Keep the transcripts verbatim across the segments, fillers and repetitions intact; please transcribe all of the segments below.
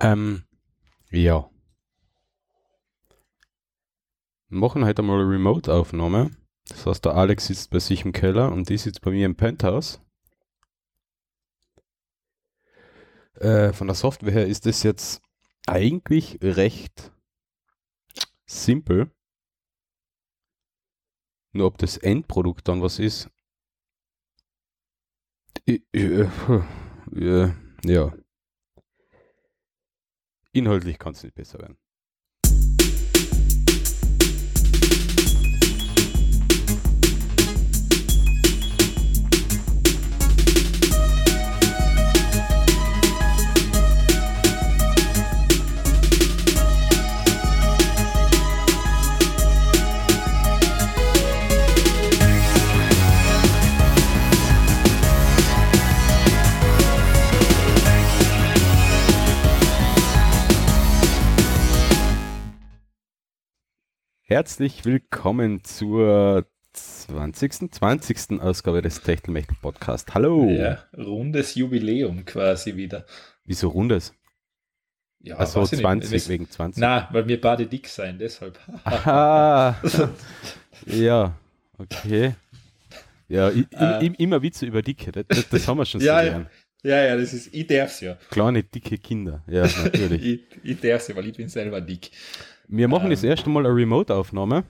Ähm, ja. Wir machen heute mal eine Remote-Aufnahme. Das heißt, der Alex sitzt bei sich im Keller und ich sitze bei mir im Penthouse. Äh, von der Software her ist das jetzt eigentlich recht simpel. Nur ob das Endprodukt dann was ist. I- i- äh, Ja. Inhaltlich kann es nicht besser werden. Herzlich willkommen zur zwanzigsten. zwanzigsten Ausgabe des Techtelmechtel Podcast. Hallo! Ja, rundes Jubiläum quasi wieder. Wieso rundes? Ja, Achso, weiß ich nicht. zwanzig Es- wegen zwanzig. Na, weil wir beide dick sein, deshalb. Aha! Ja, okay. Ja, i, Äh. i, immer Witze über Dicke, das, das, das haben wir schon so Ja, gern. ja, ja, das ist, ich darf's ja. Kleine, dicke Kinder, ja, natürlich. ich, ich darf's ja, weil ich bin selber dick. Wir machen Ähm. das erste Mal eine Remote-Aufnahme.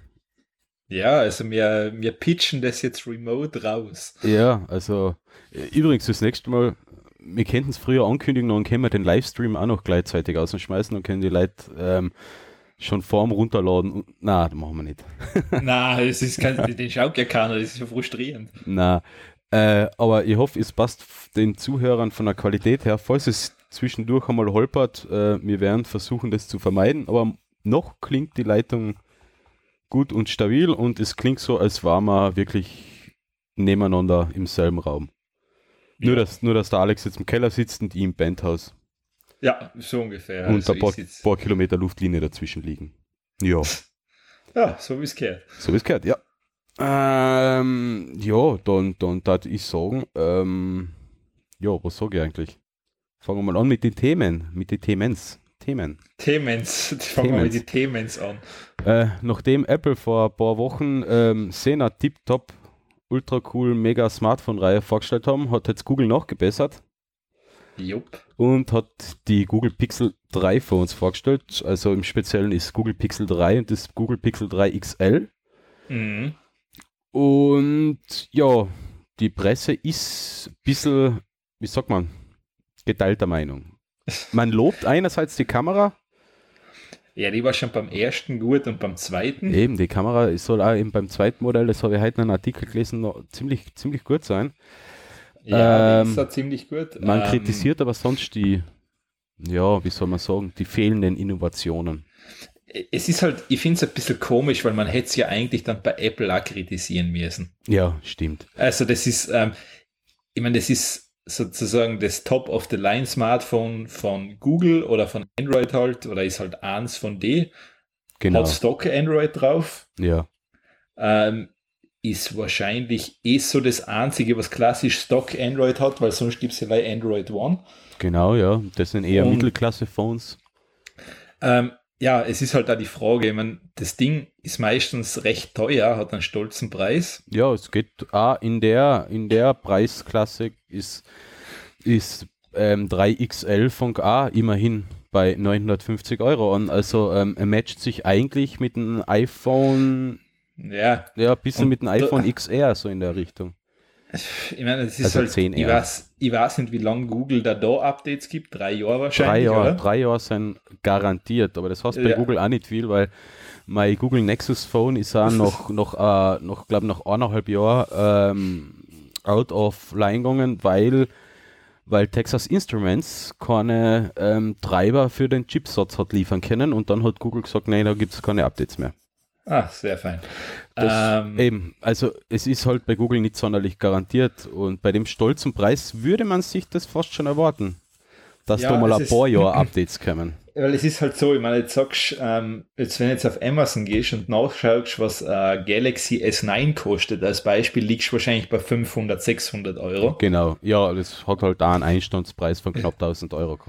Ja, also wir, wir pitchen das jetzt remote raus. Ja, also, äh, übrigens, das nächste Mal, wir könnten es früher ankündigen, dann können wir den Livestream auch noch gleichzeitig ausschmeißen und können die Leute ähm, schon vorm runterladen. Und, na, das machen wir nicht. Na, es ist kein, den schaut ja keiner, das ist ja frustrierend. Na, äh, aber ich hoffe, es passt den Zuhörern von der Qualität her. Falls es zwischendurch einmal holpert, äh, wir werden versuchen, das zu vermeiden, aber noch klingt die Leitung gut und stabil und es klingt so, als waren wir wirklich nebeneinander im selben Raum. Nur, Ja. dass, nur, dass der Alex jetzt im Keller sitzt und ich im Penthouse Ja, so ungefähr. und Also ein paar, ich sitz- paar Kilometer Luftlinie dazwischen liegen. Ja, Ja, so wie es gehört. so wie es gehört, ja. Ähm, ja, dann, dann darf ich sagen, ähm, ja, was sage ich eigentlich? Fangen wir mal an mit den Themen, mit den Themens. Themen. Themens, fangen wir mit den Themens an. Äh, nachdem Apple vor ein paar Wochen ähm, Sena Tip-Top ultra cool mega Smartphone-Reihe vorgestellt haben, hat jetzt Google nachgebessert Jupp. und hat die Google Pixel drei Phones vorgestellt. Also im Speziellen ist Google Pixel drei und das Google Pixel drei X L. Mhm. Und ja, die Presse ist ein bisschen, wie sagt man, geteilter Meinung. Man lobt einerseits die Kamera. Ja, die war schon beim ersten gut und beim zweiten. Eben, die Kamera soll auch eben beim zweiten Modell, das habe ich heute in einem Artikel gelesen, noch ziemlich, ziemlich gut sein. Ja, Ähm, die ist auch ziemlich gut. Man Ähm, kritisiert aber sonst die, ja, wie soll man sagen, die fehlenden Innovationen. Es ist halt, ich finde es ein bisschen komisch, weil man hätte es ja eigentlich dann bei Apple auch kritisieren müssen. Ja, stimmt. Also das ist, ähm, ich meine, das ist sozusagen das Top-of-the-Line-Smartphone von Google oder von Android halt, oder ist halt eins von D. Genau. Hat Stock Android drauf. Ja, Ähm, ist wahrscheinlich eh so das Einzige, was klassisch Stock Android hat, weil sonst gibt es ja leider Android One. genau, ja. Das sind eher Und- Mittelklasse-Phones. Ähm, ja, es ist halt da die Frage, ich meine, das Ding ist meistens recht teuer, hat einen stolzen Preis. Ja, es geht auch in der, in der Preisklasse ist, ist ähm, drei X L von A immerhin bei neunhundertfünfzig Euro an. Also ähm, er matcht sich eigentlich mit dem iPhone, Ja, ja, ein bisschen Und mit dem da- iPhone X R so in der Richtung. ich meine, es ist Also halt, zehn ich R. weiß, ich weiß nicht, wie lange Google da da Updates gibt, drei Jahre wahrscheinlich, Drei Jahre, oder? drei Jahre sind garantiert, aber das heißt bei Ja. Google auch nicht viel, weil mein Google Nexus Phone ist auch noch, noch, äh, noch glaube nach eineinhalb Jahren ähm, out of line gegangen, weil, weil Texas Instruments keine ähm, Treiber für den Chipsatz hat liefern können und dann hat Google gesagt, nein, da gibt es keine Updates mehr. Ah, sehr fein. Das, Ähm, eben, also es ist halt bei Google nicht sonderlich garantiert und bei dem stolzen Preis würde man sich das fast schon erwarten, dass Ja, da mal es ein ist- paar Jahre Updates kommen. Weil es ist halt so, ich meine, jetzt sagst ähm, jetzt wenn du jetzt auf Amazon gehst und nachschaust, was äh, Galaxy S neun kostet, als Beispiel liegst du wahrscheinlich bei fünfhundert, sechshundert Euro. Genau, ja, das hat halt da einen Einstandspreis von knapp tausend Euro gehabt.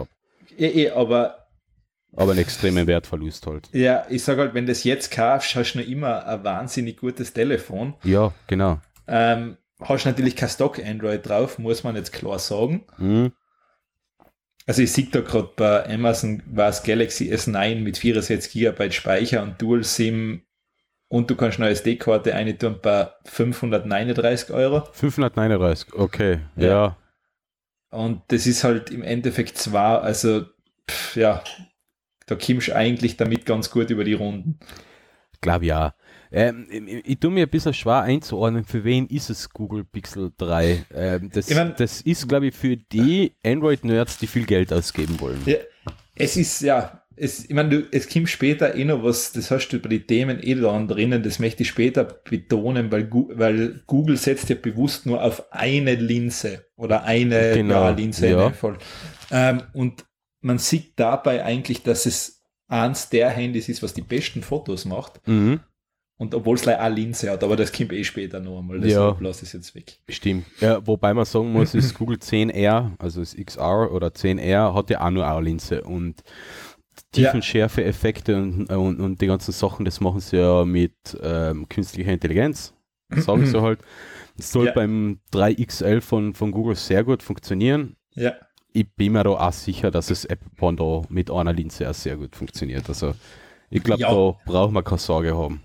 eh, eh, aber Aber einen extremen Wertverlust halt. ja, ich sage halt, wenn du das jetzt kaufst, hast du noch immer ein wahnsinnig gutes Telefon. Ja, genau. Ähm, hast natürlich kein Stock-Android drauf, muss man jetzt klar sagen. Mhm. Also ich sehe da gerade bei Amazon war es Galaxy S neun mit vierundsechzig Gigabyte Speicher und Dual-SIM und du kannst eine S D-Karte reintun bei fünfhundertneununddreißig Euro. fünfhundertneununddreißig, okay, ja. Ja. Und das ist halt im Endeffekt zwar, also pff, ja, da kommst du eigentlich damit ganz gut über die Runden. Ich glaube ja. Ähm, ich, ich tue mir ein bisschen schwer einzuordnen, für wen ist es Google Pixel drei. Ähm, das, Ich mein- das ist, glaube ich, für die Android-Nerds, die viel Geld ausgeben wollen. Ja, es ist, ja, es, ich meine, du, es kommt später eh noch was, das hast du bei den Themen eh da drinnen, das möchte ich später betonen, weil, Gu- weil Google setzt ja bewusst nur auf eine Linse oder eine Genau, ja, Linse ja. in dem Fall. Ähm, und man sieht dabei eigentlich, dass es eins der Handys ist, was die besten Fotos macht. Mhm. Und obwohl es leider eine Linse hat, aber das kommt eh später noch einmal, deshalb Ja. lasse ich es jetzt weg. Stimmt. Ja, wobei man sagen muss, das Google zehn R, also das X R oder zehn R, hat ja auch nur eine Linse und Tiefenschärfe-Effekte und, und, und die ganzen Sachen, das machen sie ja mit ähm, künstlicher Intelligenz, sagen sie halt. Das soll Ja. beim drei X L von, von Google sehr gut funktionieren. Ja. Ich bin mir da auch sicher, dass das Apple Pendant mit einer Linse auch sehr gut funktioniert. Also ich glaube, Ja. da braucht man keine Sorge haben.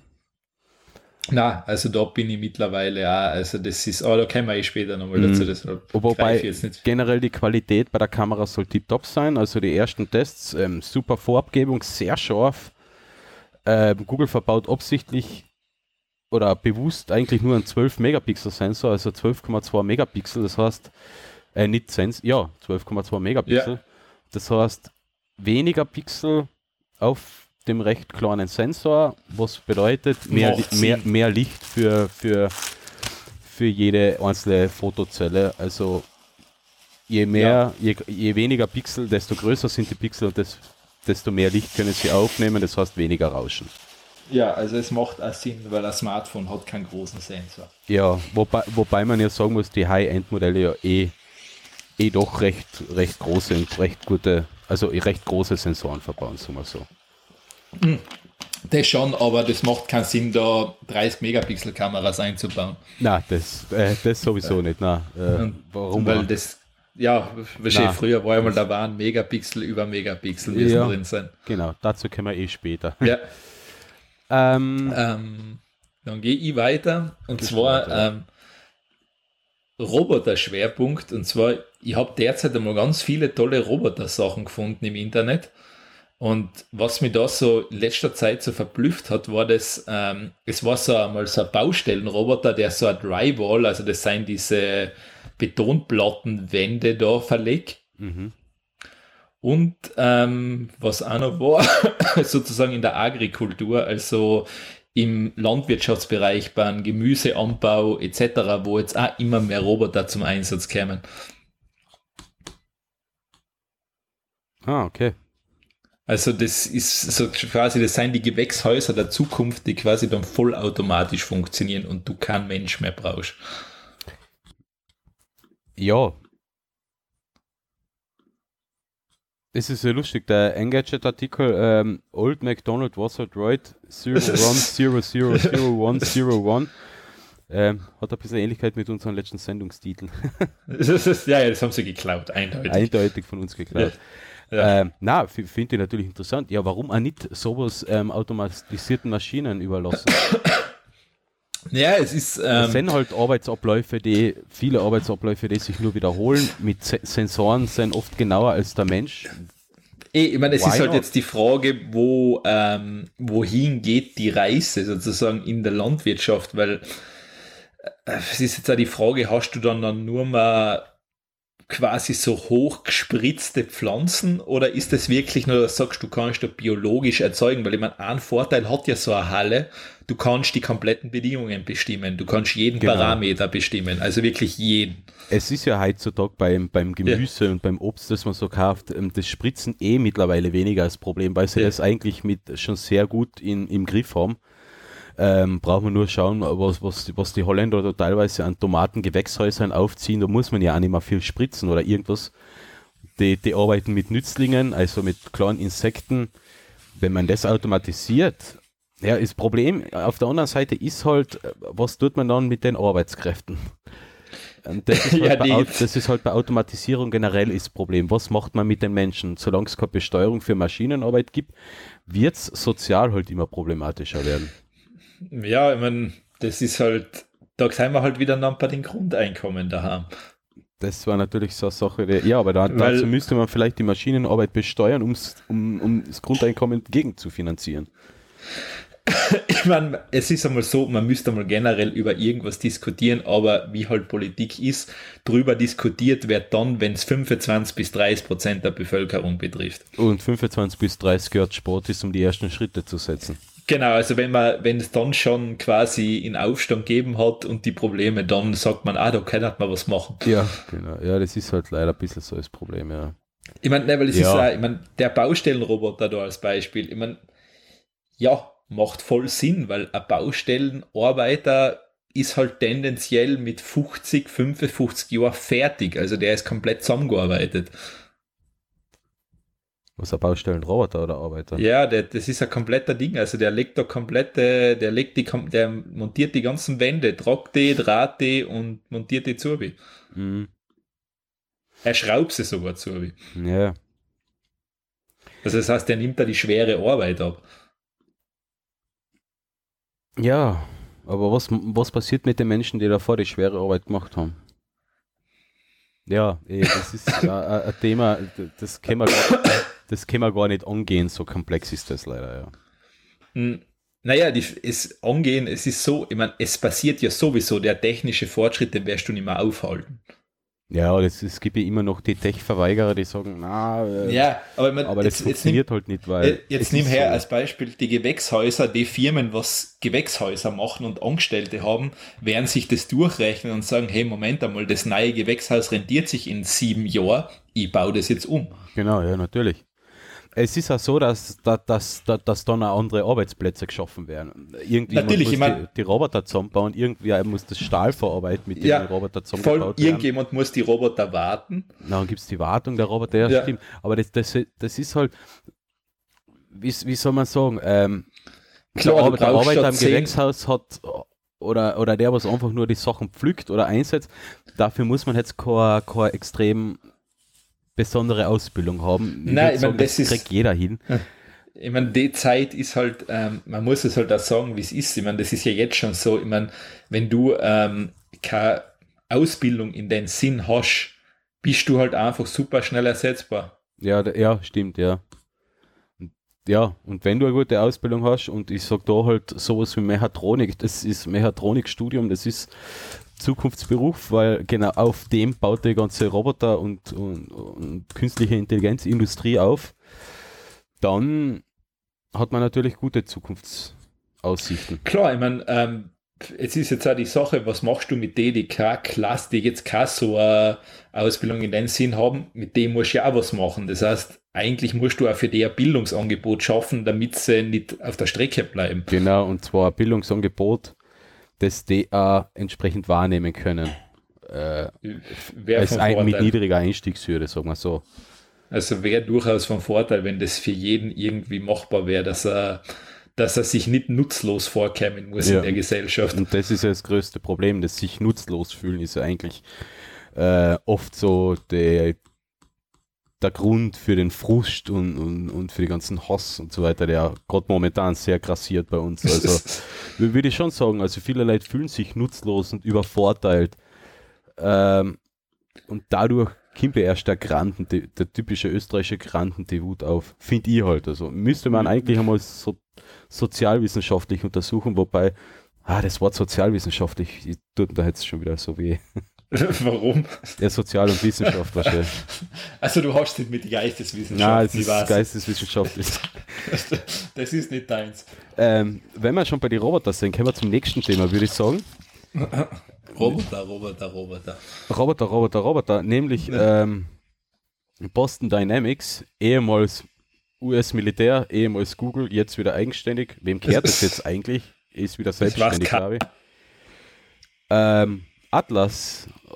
Na, also da bin ich mittlerweile auch, also das ist, aber da kommen wir eh später nochmal Mhm. dazu, deshalb Wobei greife ich jetzt nicht. generell die Qualität bei der Kamera soll tiptop sein. Also die ersten Tests, ähm, super Vorabgebung, sehr scharf. Ähm, Google verbaut absichtlich oder bewusst eigentlich nur einen zwölf Megapixel Sensor, also zwölf Komma zwei Megapixel. Das heißt, äh, nicht Sens ja, zwölf Komma zwei Megapixel. Ja. Das heißt, weniger Pixel auf dem recht kleinen Sensor, was bedeutet mehr, Macht mehr, Sinn. mehr Licht für, für, für jede einzelne Fotozelle. Also je mehr, je, je weniger Pixel, desto größer sind die Pixel und des, desto mehr Licht können sie aufnehmen, das heißt weniger Rauschen. Ja, also es macht auch Sinn, weil ein Smartphone hat keinen großen Sensor. Ja, wobei, wobei man ja sagen muss, die High-End-Modelle ja eh, eh doch recht, recht große und recht gute, also recht große Sensoren verbauen, sagen wir so. Das schon, aber das macht keinen Sinn, da dreißig Megapixel Kameras einzubauen. Nein, das, äh, das sowieso nicht. Nein, äh, warum? Weil auch? das, ja, wahrscheinlich Na. früher war einmal, da waren Megapixel über Megapixel müssen Ja. drin sein. Genau, dazu kommen wir eh später. Ja, Ähm, ähm, dann gehe ich weiter und Gehst zwar weiter, ja. ähm, Roboter-Schwerpunkt, und zwar, ich habe derzeit einmal ganz viele tolle Roboter-Sachen gefunden im Internet. Und was mich da so in letzter Zeit so verblüfft hat, war das, ähm, es war so einmal so ein Baustellenroboter, der so ein Drywall, also das sind diese Betonplattenwände da verlegt. mhm. Und ähm, was auch noch war, sozusagen in der Agrikultur, also im Landwirtschaftsbereich, beim Gemüseanbau et cetera, wo jetzt auch immer mehr Roboter zum Einsatz kommen. Ah, okay. Also das ist so quasi, das sind die Gewächshäuser der Zukunft, die quasi dann vollautomatisch funktionieren und du kein Mensch mehr brauchst. Ja. Es ist ja lustig, der Engadget-Artikel, ähm, Old MacDonald was a droid zero one zero zero zero one zero one ähm, hat ein bisschen Ähnlichkeit mit unseren letzten Sendungstiteln. Das ist, ja, ja, das haben sie geklaut, eindeutig. Eindeutig von uns geklaut. Ja. Ja. Ähm, na, finde ich natürlich interessant. Ja, warum auch nicht sowas ähm, automatisierten Maschinen überlassen? Ja, es ist. Es Ähm, sind halt Arbeitsabläufe, die, viele Arbeitsabläufe, die sich nur wiederholen. Mit Se- Sensoren sind oft genauer als der Mensch. eh, ich meine, es Why ist halt not? jetzt die Frage, wo, ähm, wohin geht die Reise sozusagen in der Landwirtschaft, weil äh, es ist jetzt auch die Frage, hast du dann, dann nur mal quasi so hoch gespritzte Pflanzen oder ist das wirklich nur, dass du sagst, du kannst da biologisch erzeugen, weil ich meine, ein Vorteil hat ja so eine Halle, du kannst die kompletten Bedingungen bestimmen, du kannst jeden Genau. Parameter bestimmen, also wirklich jeden. Es ist ja heutzutage beim, beim Gemüse und beim Obst, das man so kauft, ähm, das Spritzen eh mittlerweile weniger als Problem, weil sie Ja. das eigentlich mit schon sehr gut in, im Griff haben. Ähm, braucht man nur schauen, was, was, was die Holländer da teilweise an Tomaten-Gewächshäusern aufziehen, da muss man ja auch nicht mehr viel spritzen oder irgendwas. die, die arbeiten mit Nützlingen, also mit kleinen Insekten. Wenn man das automatisiert, ja, das Problem auf der anderen Seite ist halt, was tut man dann mit den Arbeitskräften? Das ist, halt Ja, bei, die- Au- das ist halt bei Automatisierung generell das Problem. Was macht man mit den Menschen? Solange es keine Besteuerung für Maschinenarbeit gibt, wird es sozial halt immer problematischer werden. Ja, ich meine, das ist halt, da sind wir halt wieder dann bei den Grundeinkommen daheim. Das war natürlich so eine Sache, die, ja, aber da, Weil- dazu müsste man vielleicht die Maschinenarbeit besteuern, um's, um, um das Grundeinkommen gegen zu finanzieren. Ich meine, es ist einmal so, man müsste einmal generell über irgendwas diskutieren, aber wie halt Politik ist, drüber diskutiert wird dann, wenn es fünfundzwanzig bis dreißig Prozent der Bevölkerung betrifft. Und fünfundzwanzig bis dreißig Grad Sport ist, um die ersten Schritte zu setzen. Genau, also wenn man, wenn es dann schon quasi in Aufstand gegeben hat und die Probleme, dann sagt man, ah, da kann man was machen. Ja, genau. Ja, das ist halt leider ein bisschen so das Problem, ja. Ich meine, ne, weil es Ja. ist auch, ich meine, der Baustellenroboter da als Beispiel, ich meine, ja, macht voll Sinn, weil ein Baustellenarbeiter ist halt tendenziell mit fünfzig, fünfundfünfzig Jahren fertig, also der ist komplett zusammengearbeitet. Was ein Baustellenroboter oder Arbeiter? Ja, der, das ist ein kompletter Ding, also der legt da komplette, der legt die, kom- der montiert die ganzen Wände, tragt die, draht die und montiert die zu. Mhm. Er schraubt sie sogar zu. Ja. Also das heißt, der nimmt da die schwere Arbeit ab. Ja, aber was, was passiert mit den Menschen, die davor die schwere Arbeit gemacht haben? Ja, eh, das ist ja ein ein Thema, das können, wir, gar- das können wir gar nicht angehen, so komplex ist das leider, ja. Hm, Naja, die, es angehen, es ist so, ich meine, es passiert ja sowieso, der technische Fortschritt, den wirst du nicht mehr aufhalten. Ja, das, es gibt ja immer noch die Tech-Verweigerer, die sagen, na, äh, Ja, aber, ich meine, aber das jetzt, jetzt nimm, funktioniert halt nicht, weil... äh, jetzt es nimm ist her so. als Beispiel die Gewächshäuser, die Firmen, was Gewächshäuser machen und Angestellte haben, werden sich das durchrechnen und sagen, hey, Moment einmal, das neue Gewächshaus rentiert sich in sieben Jahren, ich baue das jetzt um. Genau, ja, natürlich. Es ist auch so, dass, dass, dass, dass, dass dann auch andere Arbeitsplätze geschaffen werden. Irgendwie Natürlich, muss ich mein- die, die Roboter zusammenbauen, irgendwie muss das Stahl verarbeiten, mit dem Ja, die Roboter Voll, zusammengebaut werden. irgendjemand muss die Roboter warten. Dann gibt es die Wartung der Roboter, ja, Ja. stimmt. Aber das, das, das ist halt, wie, wie soll man sagen, ähm, Klar, der, du Ar- der brauchst Arbeiter statt im zehn- Gewächshaus hat, oder, oder der, was einfach nur die Sachen pflückt oder einsetzt, dafür muss man jetzt keine, keine extrem besondere Ausbildung haben. Nein, würd ich mein, das ist- kriegt jeder hin. Ich meine, die Zeit ist halt, ähm, man muss es halt auch sagen, wie es ist. Ich meine, das ist ja jetzt schon so. Ich meine, wenn du ähm, keine Ausbildung in den Sinn hast, bist du halt einfach super schnell ersetzbar. Ja, d- ja, stimmt, ja. Und- Ja, und wenn du eine gute Ausbildung hast, und ich sage da halt sowas wie Mechatronik, das ist Mechatronikstudium, das ist Zukunftsberuf, weil genau auf dem baut die ganze Roboter- und, und, und künstliche Intelligenzindustrie auf, dann hat man natürlich gute Zukunftsaussichten. Klar, ich meine, ähm, es ist jetzt auch die Sache, was machst du mit denen, die keine Klasse, die jetzt keine so eine Ausbildung in den Sinn haben, mit dem musst du ja auch was machen. Das heißt, eigentlich musst du auch für die ein Bildungsangebot schaffen, damit sie nicht auf der Strecke bleiben. Genau, und zwar ein Bildungsangebot, das die auch entsprechend wahrnehmen können. Äh, Wäre als von ein, mit Vorteil. niedriger Einstiegshürde, sagen wir so. Also wäre durchaus von Vorteil, wenn das für jeden irgendwie machbar wäre, dass er, dass er sich nicht nutzlos vorkommen muss Ja. in der Gesellschaft. Und das ist ja das größte Problem, das sich nutzlos fühlen, ist ja eigentlich äh, oft so der, der Grund für den Frust und, und, und für den ganzen Hass und so weiter, der gerade momentan sehr grassiert bei uns. Also wür- würde ich schon sagen, also viele Leute fühlen sich nutzlos und übervorteilt. Ähm, und dadurch kommt ja erst der Granten, die, der typische österreichische Granten, die Wut auf. Finde ich halt. Also müsste man eigentlich einmal so sozialwissenschaftlich untersuchen, wobei, ah, das Wort sozialwissenschaftlich, ich tut da jetzt schon wieder so wie Warum? der Sozial- und Wissenschaft wahrscheinlich. Also du hast nicht mit Geisteswissenschaft. Nein, es ich ist weiß. geisteswissenschaftlich. Das ist nicht deins. ähm, wenn wir schon bei den Robotern sind, kommen wir zum nächsten Thema, würde ich sagen. Roboter, Roboter, Roboter. Roboter, Roboter, Roboter, nämlich ähm, Boston Dynamics, ehemals U S-Militär, ehemals Google, jetzt wieder eigenständig. Wem kehrt das jetzt eigentlich? Ist wieder Das war's selbstständig, ka- glaube ich. Ähm, Atlas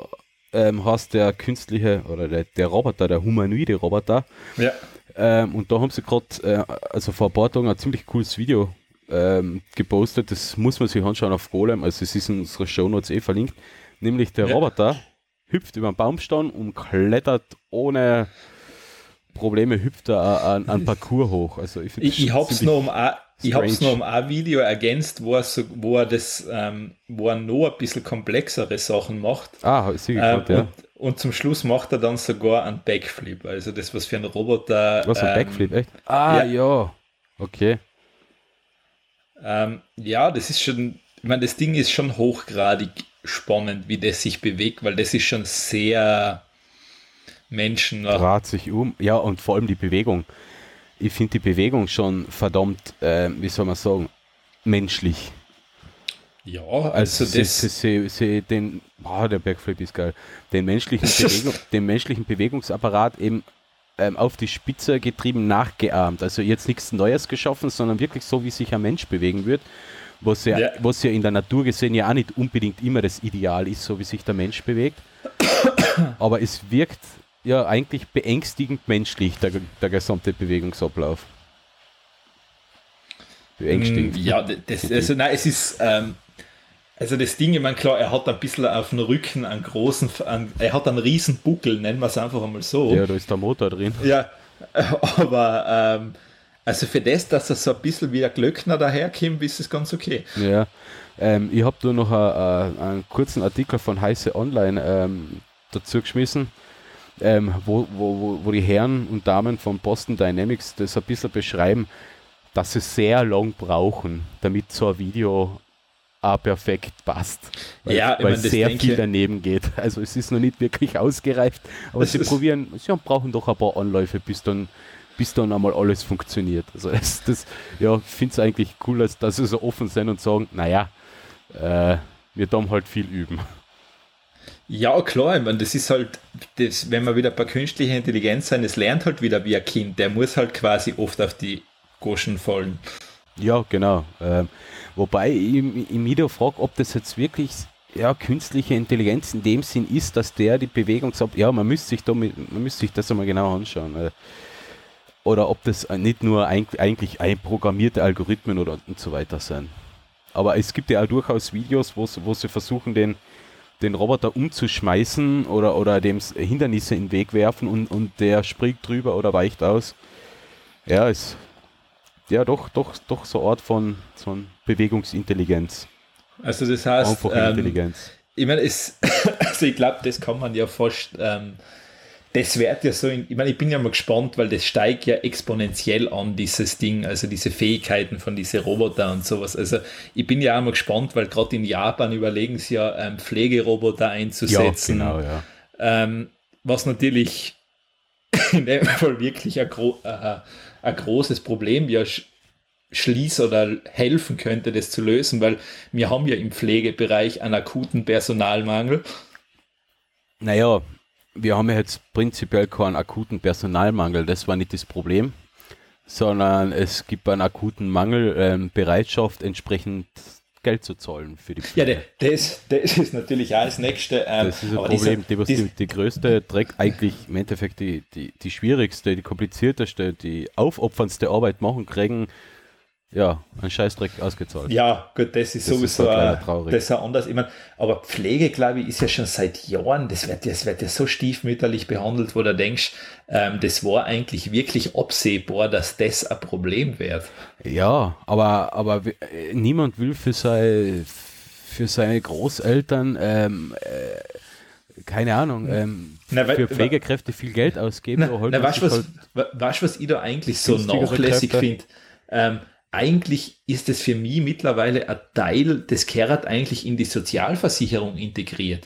ähm, heißt der künstliche oder der, der Roboter, der humanoide Roboter. Ja. Ähm, und da haben sie gerade, äh, also vor ein paar Tagen, ein ziemlich cooles Video ähm, gepostet. Das muss man sich anschauen auf Golem. Also es ist in unserer Shownotes eh verlinkt. Nämlich der Ja. Roboter hüpft über einen Baumstamm und klettert ohne Probleme, hüpft er an, an Parcours hoch. Also ich, Ich, ich habe es noch um ein, ich hab's noch um ein Video ergänzt, wo er, so, wo er das, ähm, wo er noch ein bisschen komplexere Sachen macht. Ah, ist ähm, ähm, ja. und, und zum Schluss macht er dann sogar einen Backflip. Also das, was für ein Roboter. Was, ein ähm, Backflip, echt? Ah, ja. ja. Okay. Ähm, ja, das ist schon, ich meine, das Ding ist schon hochgradig spannend, wie das sich bewegt, weil das ist schon sehr Menschen. Dreht sich um, ja, und vor allem die Bewegung. Ich finde die Bewegung schon verdammt, äh, wie soll man sagen, menschlich. Ja, also, also sie, das... Sie, sie, sie, den, oh, der Backflip ist geil, den menschlichen, Bewegung, den menschlichen Bewegungsapparat eben ähm, auf die Spitze getrieben, nachgeahmt. Also jetzt nichts Neues geschaffen, sondern wirklich so, wie sich ein Mensch bewegen wird, was ja, ja. was ja in der Natur gesehen ja auch nicht unbedingt immer das Ideal ist, so wie sich der Mensch bewegt. Aber es wirkt ja eigentlich beängstigend menschlich, der, der gesamte Bewegungsablauf. Beängstigend. Ja, das, also nein, es ist, ähm, also das Ding, ich meine, klar, er hat ein bisschen auf dem Rücken einen großen, einen, er hat einen riesen Buckel, nennen wir es einfach einmal so. Ja, da ist der Motor drin. Ja, aber ähm, also für das, dass er so ein bisschen wie ein Glöckner daherkommt, ist es ganz okay. Ja, ähm, ich habe da noch a, a, einen kurzen Artikel von Heise Online ähm, dazu geschmissen, ähm, wo, wo, wo die Herren und Damen von Boston Dynamics das ein bisschen beschreiben, dass sie sehr lang brauchen, damit so ein Video auch perfekt passt. Weil, ja, weil ich mein, sehr denke, viel daneben geht. Also es ist noch nicht wirklich ausgereift, aber sie probieren, sie brauchen doch ein paar Anläufe, bis dann bis dann einmal alles funktioniert. Also das, das ja, ich finde es eigentlich cool, dass, dass sie so offen sind und sagen, naja, äh, wir dann halt viel üben. Ja, klar, ich meine, das ist halt, das, wenn wir wieder bei künstlicher Intelligenz sein, es lernt halt wieder wie ein Kind, der muss halt quasi oft auf die Goschen fallen. Ja, genau. Ähm, wobei ich, ich mich da frage, ob das jetzt wirklich ja, künstliche Intelligenz in dem Sinn ist, dass der die Bewegungsab... Ja, man müsste sich, da mit, man müsste sich das einmal genau anschauen. Äh, oder ob das nicht nur ein, eigentlich einprogrammierte Algorithmen oder und so weiter sind. Aber es gibt ja auch durchaus Videos, wo, wo sie versuchen, den, den Roboter umzuschmeißen oder, oder dem Hindernisse in den Weg werfen und, und der springt drüber oder weicht aus. Ja, ist ja doch, doch, doch so eine Art von, von Bewegungsintelligenz. Also das heißt, Einfach ähm, Intelligenz. Ich meine, es, also ich glaube, das kann man ja fast, ähm, das wird ja so, in, ich meine, ich bin ja mal gespannt, weil das steigt ja exponentiell an, dieses Ding, also diese Fähigkeiten von diesen Roboter und sowas. Also ich bin ja auch mal gespannt, weil gerade in Japan überlegen sie ja, ähm, Pflegeroboter einzusetzen. Ja, genau, ja. Ähm, was natürlich in dem Fall wirklich ein, gro- äh, ein großes Problem ja sch- schließen oder helfen könnte, das zu lösen, weil wir haben ja im Pflegebereich einen akuten Personalmangel. Naja, wir haben ja jetzt prinzipiell keinen akuten Personalmangel, das war nicht das Problem, sondern es gibt einen akuten Mangel, ähm, Bereitschaft entsprechend Geld zu zahlen für die Pflege. Ja, das, das ist natürlich auch das Nächste. Ähm, das ist ein Problem, die, was die, die größte, Dreck, eigentlich im Endeffekt die, die, die schwierigste, die komplizierteste, die aufopferndste Arbeit machen, kriegen ja, ein Scheißdreck ausgezahlt. Ja, gut, das ist das sowieso ist ein, traurig. Das ist anders. Ich meine, aber Pflege, glaube ich, ist ja schon seit Jahren, das wird, das wird ja so stiefmütterlich behandelt, wo du denkst, ähm, das war eigentlich wirklich absehbar, dass das ein Problem wird. Ja, aber, aber niemand will für, sei, für seine Großeltern ähm, äh, keine Ahnung, ähm, na, für Pflegekräfte viel Geld ausgeben. Na, na, weißt du, was, halt weißt, was ich da eigentlich so nachlässig finde? Ähm, eigentlich ist es für mich mittlerweile ein Teil, das gehört eigentlich in die Sozialversicherung integriert.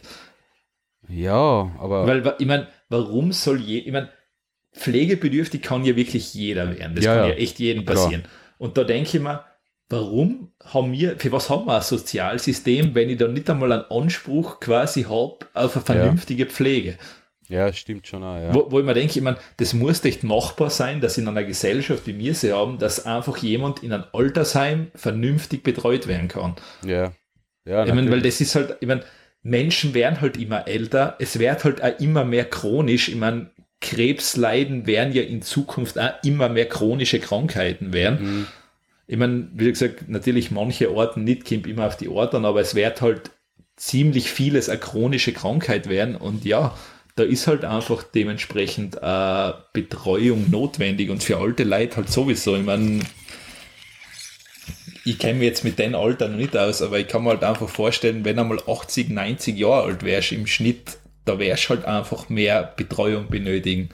Ja, aber... Weil, ich meine, warum soll je... Ich meine, pflegebedürftig kann ja wirklich jeder werden. Das ja, kann ja ja echt jedem passieren. Klar. Und da denke ich mir, warum haben wir, für was haben wir ein Sozialsystem, wenn ich da nicht einmal einen Anspruch quasi habe auf eine vernünftige ja. Pflege? Ja, stimmt schon auch, ja. Wo, wo ich mir denke, ich meine, das muss echt machbar sein, dass in einer Gesellschaft, wie wir sie haben, dass einfach jemand in einem Altersheim vernünftig betreut werden kann. Ja. Ja, ich meine, weil das ist halt, ich meine, Menschen werden halt immer älter, es wird halt auch immer mehr chronisch. Ich meine, Krebsleiden werden ja in Zukunft auch immer mehr chronische Krankheiten werden. Mhm. Ich meine, wie gesagt, natürlich manche Orten nicht, kommt immer auf die Orten, aber es wird halt ziemlich vieles eine chronische Krankheit werden und ja, da ist halt einfach dementsprechend äh, Betreuung notwendig und für alte Leute halt sowieso. Ich meine, ich kenne mich jetzt mit den Altern noch nicht aus, aber ich kann mir halt einfach vorstellen, wenn einmal achtzig, neunzig Jahre alt wärst im Schnitt, da wärst halt einfach mehr Betreuung benötigen.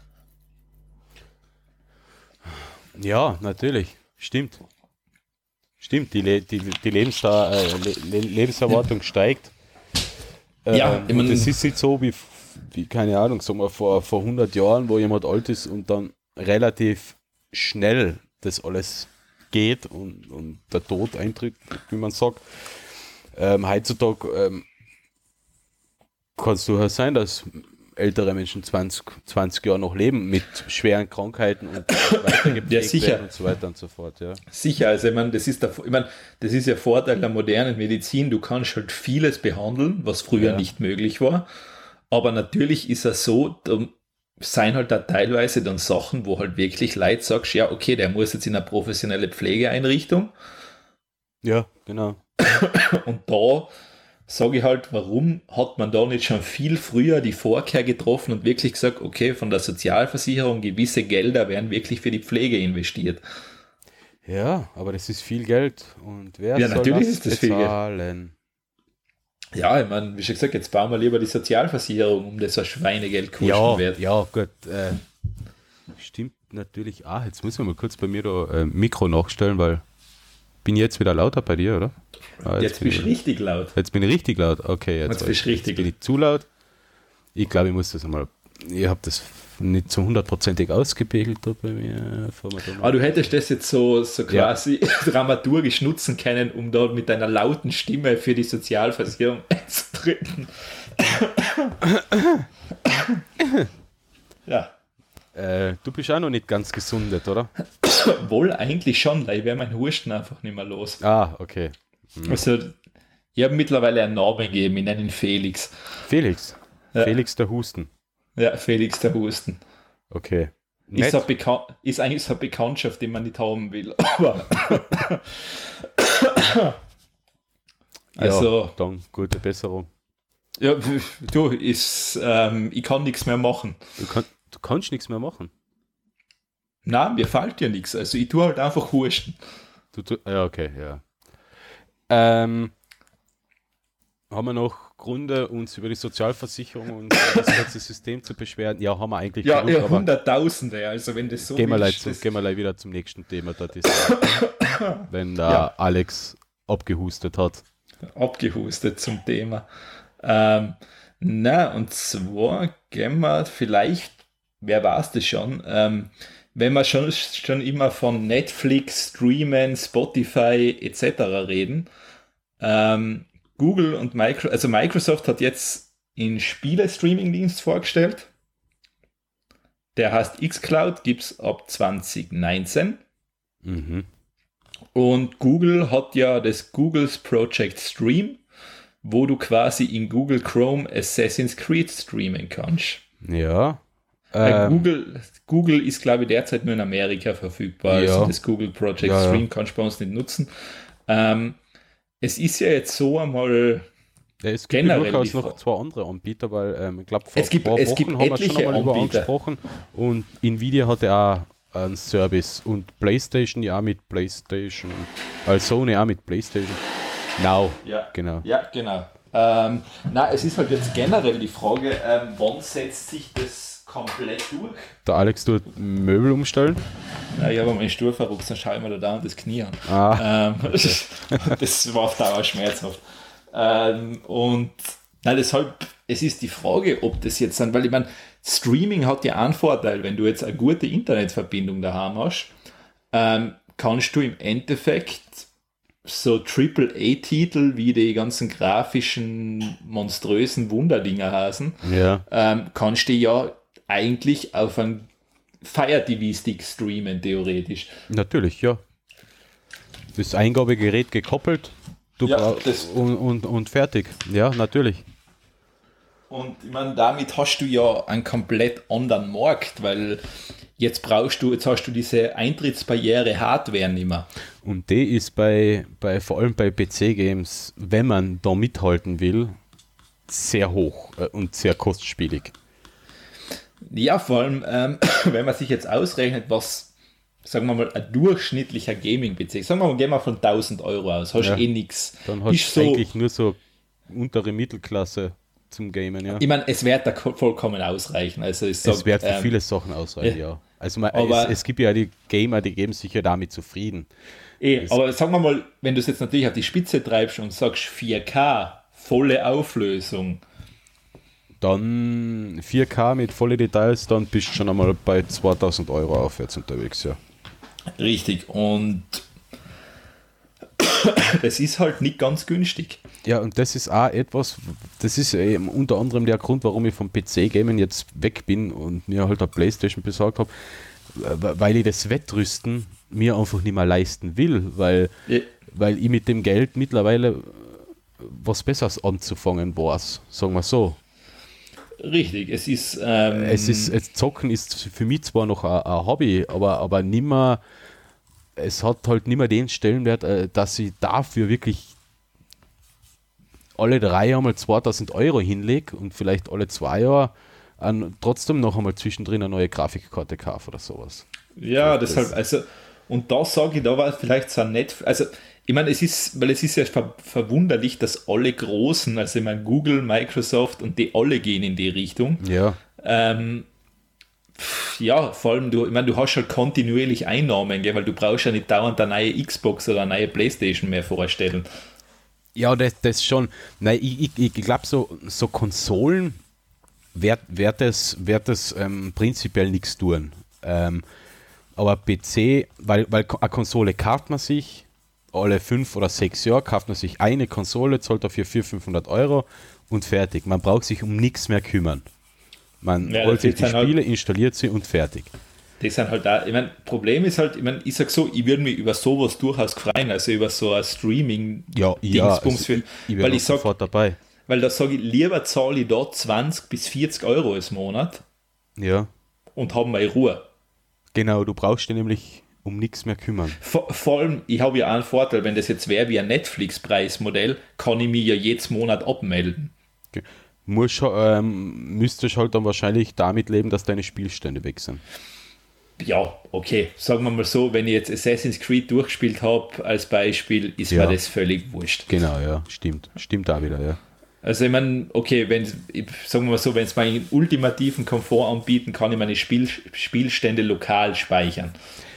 Ja, natürlich. Stimmt. Stimmt, die, Le- die, die Lebensda- äh, Le- Lebenserwartung ja. steigt. Äh, ja, ich mein, das ist nicht so wie, wie keine Ahnung, sagen wir vor, vor hundert Jahren, wo jemand alt ist und dann relativ schnell das alles geht und, und der Tod eintritt, wie man sagt. Ähm, heutzutage ähm, kann es durchaus sein, dass ältere Menschen zwanzig, zwanzig Jahre noch leben mit schweren Krankheiten und weitergepflegt ja, sicher. werden und so weiter und so fort. Ja. Sicher, also ich meine, das ist der, ich meine, das ist ja Vorteil der modernen Medizin, du kannst halt vieles behandeln, was früher ja. nicht möglich war, aber natürlich ist es so, da sind halt da teilweise dann Sachen, wo halt wirklich Leute sagst, ja okay, der muss jetzt in eine professionelle Pflegeeinrichtung. Ja, genau. Und da sage ich halt, warum hat man da nicht schon viel früher die Vorkehr getroffen und wirklich gesagt, okay, von der Sozialversicherung gewisse Gelder werden wirklich für die Pflege investiert. Ja, aber das ist viel Geld und wer ja, soll natürlich das ist das bezahlen? Viel Geld. Ja, ich meine, wie schon gesagt, jetzt bauen wir lieber die Sozialversicherung, um das ein Schweinegeld kosten ja, wird. Ja, gut. Äh, stimmt natürlich. Ah, jetzt muss man mal kurz bei mir da äh, Mikro nachstellen, weil bin ich jetzt wieder lauter bei dir, oder? Ah, jetzt jetzt bist du richtig laut. Jetzt bin ich richtig laut. Okay, jetzt, jetzt bist du richtig. Jetzt bin ich zu laut. Ich glaube, ich muss das einmal. Ich habe das nicht so hundertprozentig ausgepegelt da bei mir. Aber du hättest das jetzt so, so quasi ja. dramaturgisch nutzen können, um da mit deiner lauten Stimme für die Sozialversicherung einzutreten. ja. Äh, du bist auch noch nicht ganz gesundet, oder? Wohl, eigentlich schon, weil ich wäre meinen Husten einfach nicht mehr los. Ah, okay. Hm. Also, ich habe mittlerweile einen Namen gegeben, ich nenne ihn Felix. Felix? Ja. Felix der Husten. Ja, Felix der Husten. Okay. Ist, Bekan- ist eigentlich so eine Bekanntschaft, die man nicht haben will. Aber also, ja, dann gute Besserung. Ja, du, ist, ähm, ich kann nichts mehr machen. Du, kann, du kannst nichts mehr machen? Nein, mir fällt ja nichts. Also ich tue halt einfach husten. Du, du, ja, okay, ja. Ähm, haben wir noch Gründe, uns über die Sozialversicherung und das ganze System zu beschweren? Ja, haben wir eigentlich. Ja, genug, ja Hunderttausende, also wenn das so gehen wir ist. Zu, gehen wir wieder zum nächsten Thema, das ist, wenn da ja. Alex abgehustet hat. Abgehustet zum Thema. Ähm, na, und zwar gehen wir vielleicht, wer weiß das schon, ähm, wenn wir schon, schon immer von Netflix, Streamen, Spotify et cetera reden, ähm, Google und Microsoft, also Microsoft hat jetzt einen Spiele-Streaming-Dienst vorgestellt. Der heißt xCloud, gibt es ab zwanzig neunzehn. Mhm. Und Google hat ja das Googles Project Stream, wo du quasi in Google Chrome Assassin's Creed streamen kannst. Ja. Ähm, Google, Google ist, glaube ich, derzeit nur in Amerika verfügbar. Ja. Also das Google Project ja, Stream ja. kannst du bei uns nicht nutzen. Ähm, es ist ja jetzt so einmal ja, es gibt generell durchaus noch zwei andere Anbieter, weil ähm, ich glaube, vor es gibt, ein paar es Wochen gibt haben wir schon einmal Anbieter. über angesprochen und Nvidia hatte auch einen Service und PlayStation ja auch mit PlayStation, also Sony auch mit PlayStation Now. Ja, genau. Ja, genau. Ähm, na, es ist halt jetzt generell die Frage, ähm, wann setzt sich das komplett durch? Der Alex tut Möbel umstellen. Ja, ich habe meinen Stuhl verruckt, dann schaue ich mir da dauernd das Knie an. Ah, ähm, okay. Das war auf Dauer schmerzhaft. Ähm, und na, deshalb, es ist die Frage, ob das jetzt dann, weil ich meine, Streaming hat ja einen Vorteil, wenn du jetzt eine gute Internetverbindung daheim hast, ähm, kannst du im Endeffekt so Triple A Titel wie die ganzen grafischen, monströsen Wunderdinger heißen, ja. ähm, kannst du ja eigentlich auf einen Fire T V-Stick streamen, theoretisch. Natürlich, ja. Das Eingabegerät gekoppelt, Du ja, brauchst das und, und, und fertig. Ja, natürlich. Und ich meine, damit hast du ja einen komplett anderen Markt, weil jetzt brauchst du, jetzt hast du diese Eintrittsbarriere Hardware nicht mehr. Und die ist bei, bei vor allem bei P C-Games, wenn man da mithalten will, sehr hoch äh, und sehr kostspielig. Ja, vor allem, ähm, wenn man sich jetzt ausrechnet, was, sagen wir mal, ein durchschnittlicher Gaming-P C, sagen wir mal, gehen wir von tausend Euro aus, hast Ja. eh nichts. Dann hast Ist du so, eigentlich nur so untere Mittelklasse zum Gamen, ja. ich meine, es wird da ko- vollkommen ausreichen. Also ich sag, Es wird für ähm, viele Sachen ausreichen, ja. ja. Also man, Aber- es, es gibt ja die Gamer, die geben sich ja damit zufrieden. eh, aber sagen wir mal, wenn du es jetzt natürlich auf die Spitze treibst und sagst vier K, volle Auflösung, Dann vier K mit volle Details, dann bist du schon einmal bei zweitausend Euro aufwärts unterwegs, ja. richtig, und das ist halt nicht ganz günstig. Ja, und das ist auch etwas, das ist eben unter anderem der Grund, warum ich vom P C-Gamen jetzt weg bin und mir halt eine Playstation besorgt habe, weil ich das Wettrüsten mir einfach nicht mehr leisten will, weil, Ja. weil ich mit dem Geld mittlerweile was Besseres anzufangen weiß, sagen wir so. Richtig, es ist. Ähm, Es ist, es Zocken ist für mich zwar noch ein, ein Hobby, aber, aber nimmer, es hat halt nicht mehr den Stellenwert, äh, dass ich dafür wirklich alle drei Jahre mal zweitausend Euro hinlege und vielleicht alle zwei Jahre an, trotzdem noch einmal zwischendrin eine neue Grafikkarte kaufe oder sowas. Ja, das- deshalb, also, und da sage ich, da war vielleicht so nett, also, ich meine, es ist, weil es ist ja ver verwunderlich, dass alle Großen, also ich meine, Google, Microsoft und die alle gehen in die Richtung. Ja, Ähm, pff, ja, vor allem, du, ich meine, du hast halt kontinuierlich Einnahmen, gell, weil du brauchst ja nicht dauernd eine neue Xbox oder eine neue Playstation mehr vorstellen. ja das, das schon. Nein, ich, ich, ich glaube, so, so Konsolen wird, wird das, wird das ähm, prinzipiell nichts tun. Ähm, aber P C, weil, weil eine Konsole kauft man sich alle fünf oder sechs Jahre, kauft man sich eine Konsole, zahlt dafür vierhundert, fünfhundert Euro und fertig. Man braucht sich um nichts mehr kümmern. Man Ja, holt das sich ist die dann halt- Spiele, installiert sie und fertig. Das sind halt da, ich meine, Problem ist halt, ich meine, ich sag so, ich würde mich über sowas durchaus freuen, also über so ein Streaming Ja, ja, Dingsbums also für, ich, ich weil wäre ich sag, sofort dabei. weil da sage ich, lieber zahle ich da zwanzig bis vierzig Euro im Monat Ja, und habe meine Ruhe. genau, du brauchst dich nämlich um nichts mehr kümmern. Vor, vor allem, ich habe ja auch einen Vorteil, wenn das jetzt wäre wie ein Netflix-Preismodell, kann ich mich ja jedes Monat abmelden. Okay. Muss, schon, ähm, müsstest halt dann wahrscheinlich damit leben, dass deine Spielstände weg sind. Ja, okay, sagen wir mal so, wenn ich jetzt Assassin's Creed durchgespielt habe, als Beispiel, ist Ja. mir das völlig wurscht. Genau, ja, stimmt. Stimmt da wieder, ja. Also ich meine, okay, wenn sagen wir mal so, wenn es meinen ultimativen Komfort anbieten, kann ich meine Spiel, Spielstände lokal speichern.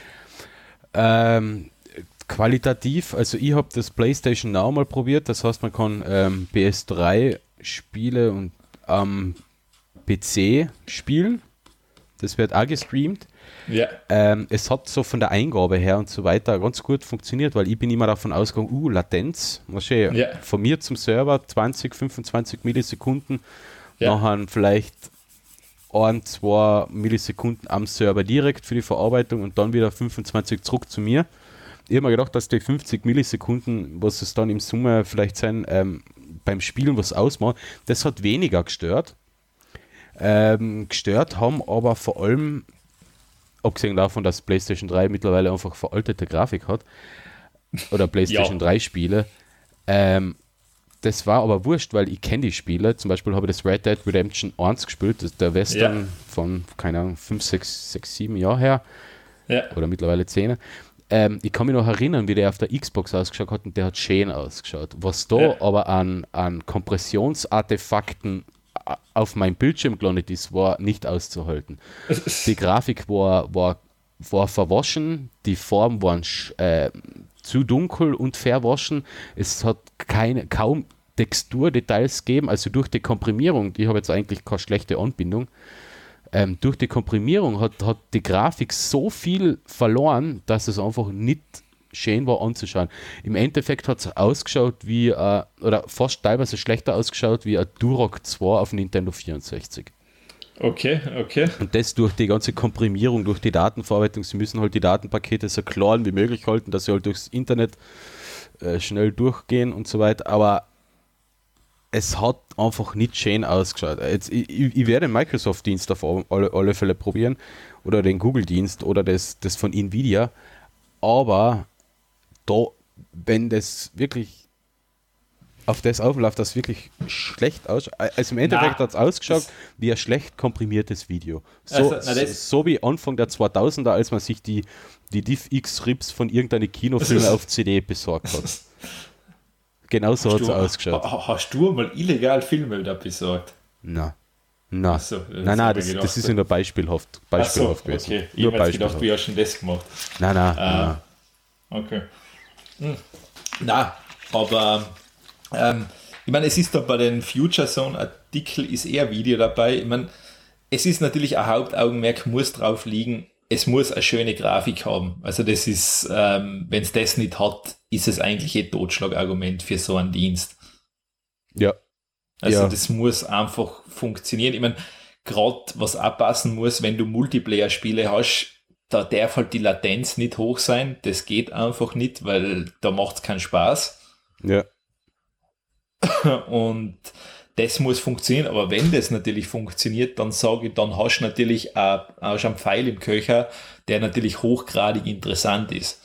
Ähm, qualitativ, also ich habe das PlayStation Now mal probiert, das heißt, man kann ähm, P S drei Spiele und am P C spielen. Das wird auch gestreamt. Ja. Ähm, es hat so von der Eingabe her und so weiter ganz gut funktioniert, weil ich bin immer davon ausgegangen, uh, Latenz, was schön, Ja. von mir zum Server zwanzig, fünfundzwanzig Millisekunden, Ja. nachher vielleicht ein, zwei Millisekunden am Server direkt für die Verarbeitung und dann wieder fünfundzwanzig zurück zu mir. Ich habe mir gedacht, dass die fünfzig Millisekunden, was es dann im Summe vielleicht sein, ähm, beim Spielen was ausmacht, das hat weniger gestört. Ähm, gestört haben aber vor allem, abgesehen davon, dass PlayStation drei mittlerweile einfach veraltete Grafik hat, oder PlayStation Ja. drei Spiele, ähm, das war aber wurscht, weil ich kenne die Spiele. Zum Beispiel habe ich das Red Dead Redemption eins gespielt, das ist der Western Ja. von, keine Ahnung, fünf, sechs, sechs, sieben Jahre her, Ja. oder mittlerweile zehn. Ähm, ich kann mich noch erinnern, wie der auf der Xbox ausgeschaut hat und der hat schön ausgeschaut. Was da Ja. aber an, an Kompressionsartefakten a- auf meinem Bildschirm gelandet ist, war nicht auszuhalten. Die Grafik war, war, war verwaschen, die Farben waren sch- äh, zu dunkel und verwaschen. Es hat keine, kaum Texturdetails gegeben, also durch die Komprimierung, ich habe jetzt eigentlich keine schlechte Anbindung, ähm, durch die Komprimierung hat, hat die Grafik so viel verloren, dass es einfach nicht schön war anzuschauen. Im Endeffekt hat es ausgeschaut wie, äh, oder fast teilweise schlechter ausgeschaut wie ein Duroc zwei auf Nintendo vierundsechzig. Okay, okay. Und das durch die ganze Komprimierung, durch die Datenverarbeitung. Sie müssen halt die Datenpakete so klein wie möglich halten, dass sie halt durchs Internet äh, schnell durchgehen und so weiter, aber es hat einfach nicht schön ausgeschaut. Jetzt, ich, ich werde den Microsoft-Dienst auf alle, alle Fälle probieren oder den Google-Dienst oder das, das von Nvidia, aber da, wenn das wirklich auf das aufläuft, das wirklich schlecht ausschaut, also im Endeffekt hat es ausgeschaut wie ein schlecht komprimiertes Video. So, also, na, so wie Anfang der zweitausender, als man sich die, die DivX-Rips von irgendeinem Kinofilm auf C D besorgt hat. Genau so hat es ausgeschaut. Hast du mal illegal Filme da besorgt? Nein. Nein, so, nein, nein das, das ist ja nur beispielhaft, beispielhaft so, gewesen. Okay. Nur ich habe gedacht, du hast schon das gemacht. Nein, nein. Äh, nein. Okay. Hm. Nein, aber ähm, ich meine, es ist da bei den Future Zone Artikel ist eher Video dabei. Ich meine, es ist natürlich ein Hauptaugenmerk, muss drauf liegen, es muss eine schöne Grafik haben. Also das ist, ähm, wenn es das nicht hat, ist es eigentlich ein Totschlagargument für so einen Dienst. Ja. Also ja. das muss einfach funktionieren. Ich meine, gerade was abpassen muss, wenn du Multiplayer-Spiele hast, da darf halt die Latenz nicht hoch sein. Das geht einfach nicht, weil da macht es keinen Spaß. Ja. Und das muss funktionieren, aber wenn das natürlich funktioniert, dann sage ich, dann hast du natürlich auch, auch schon einen Pfeil im Köcher, der natürlich hochgradig interessant ist.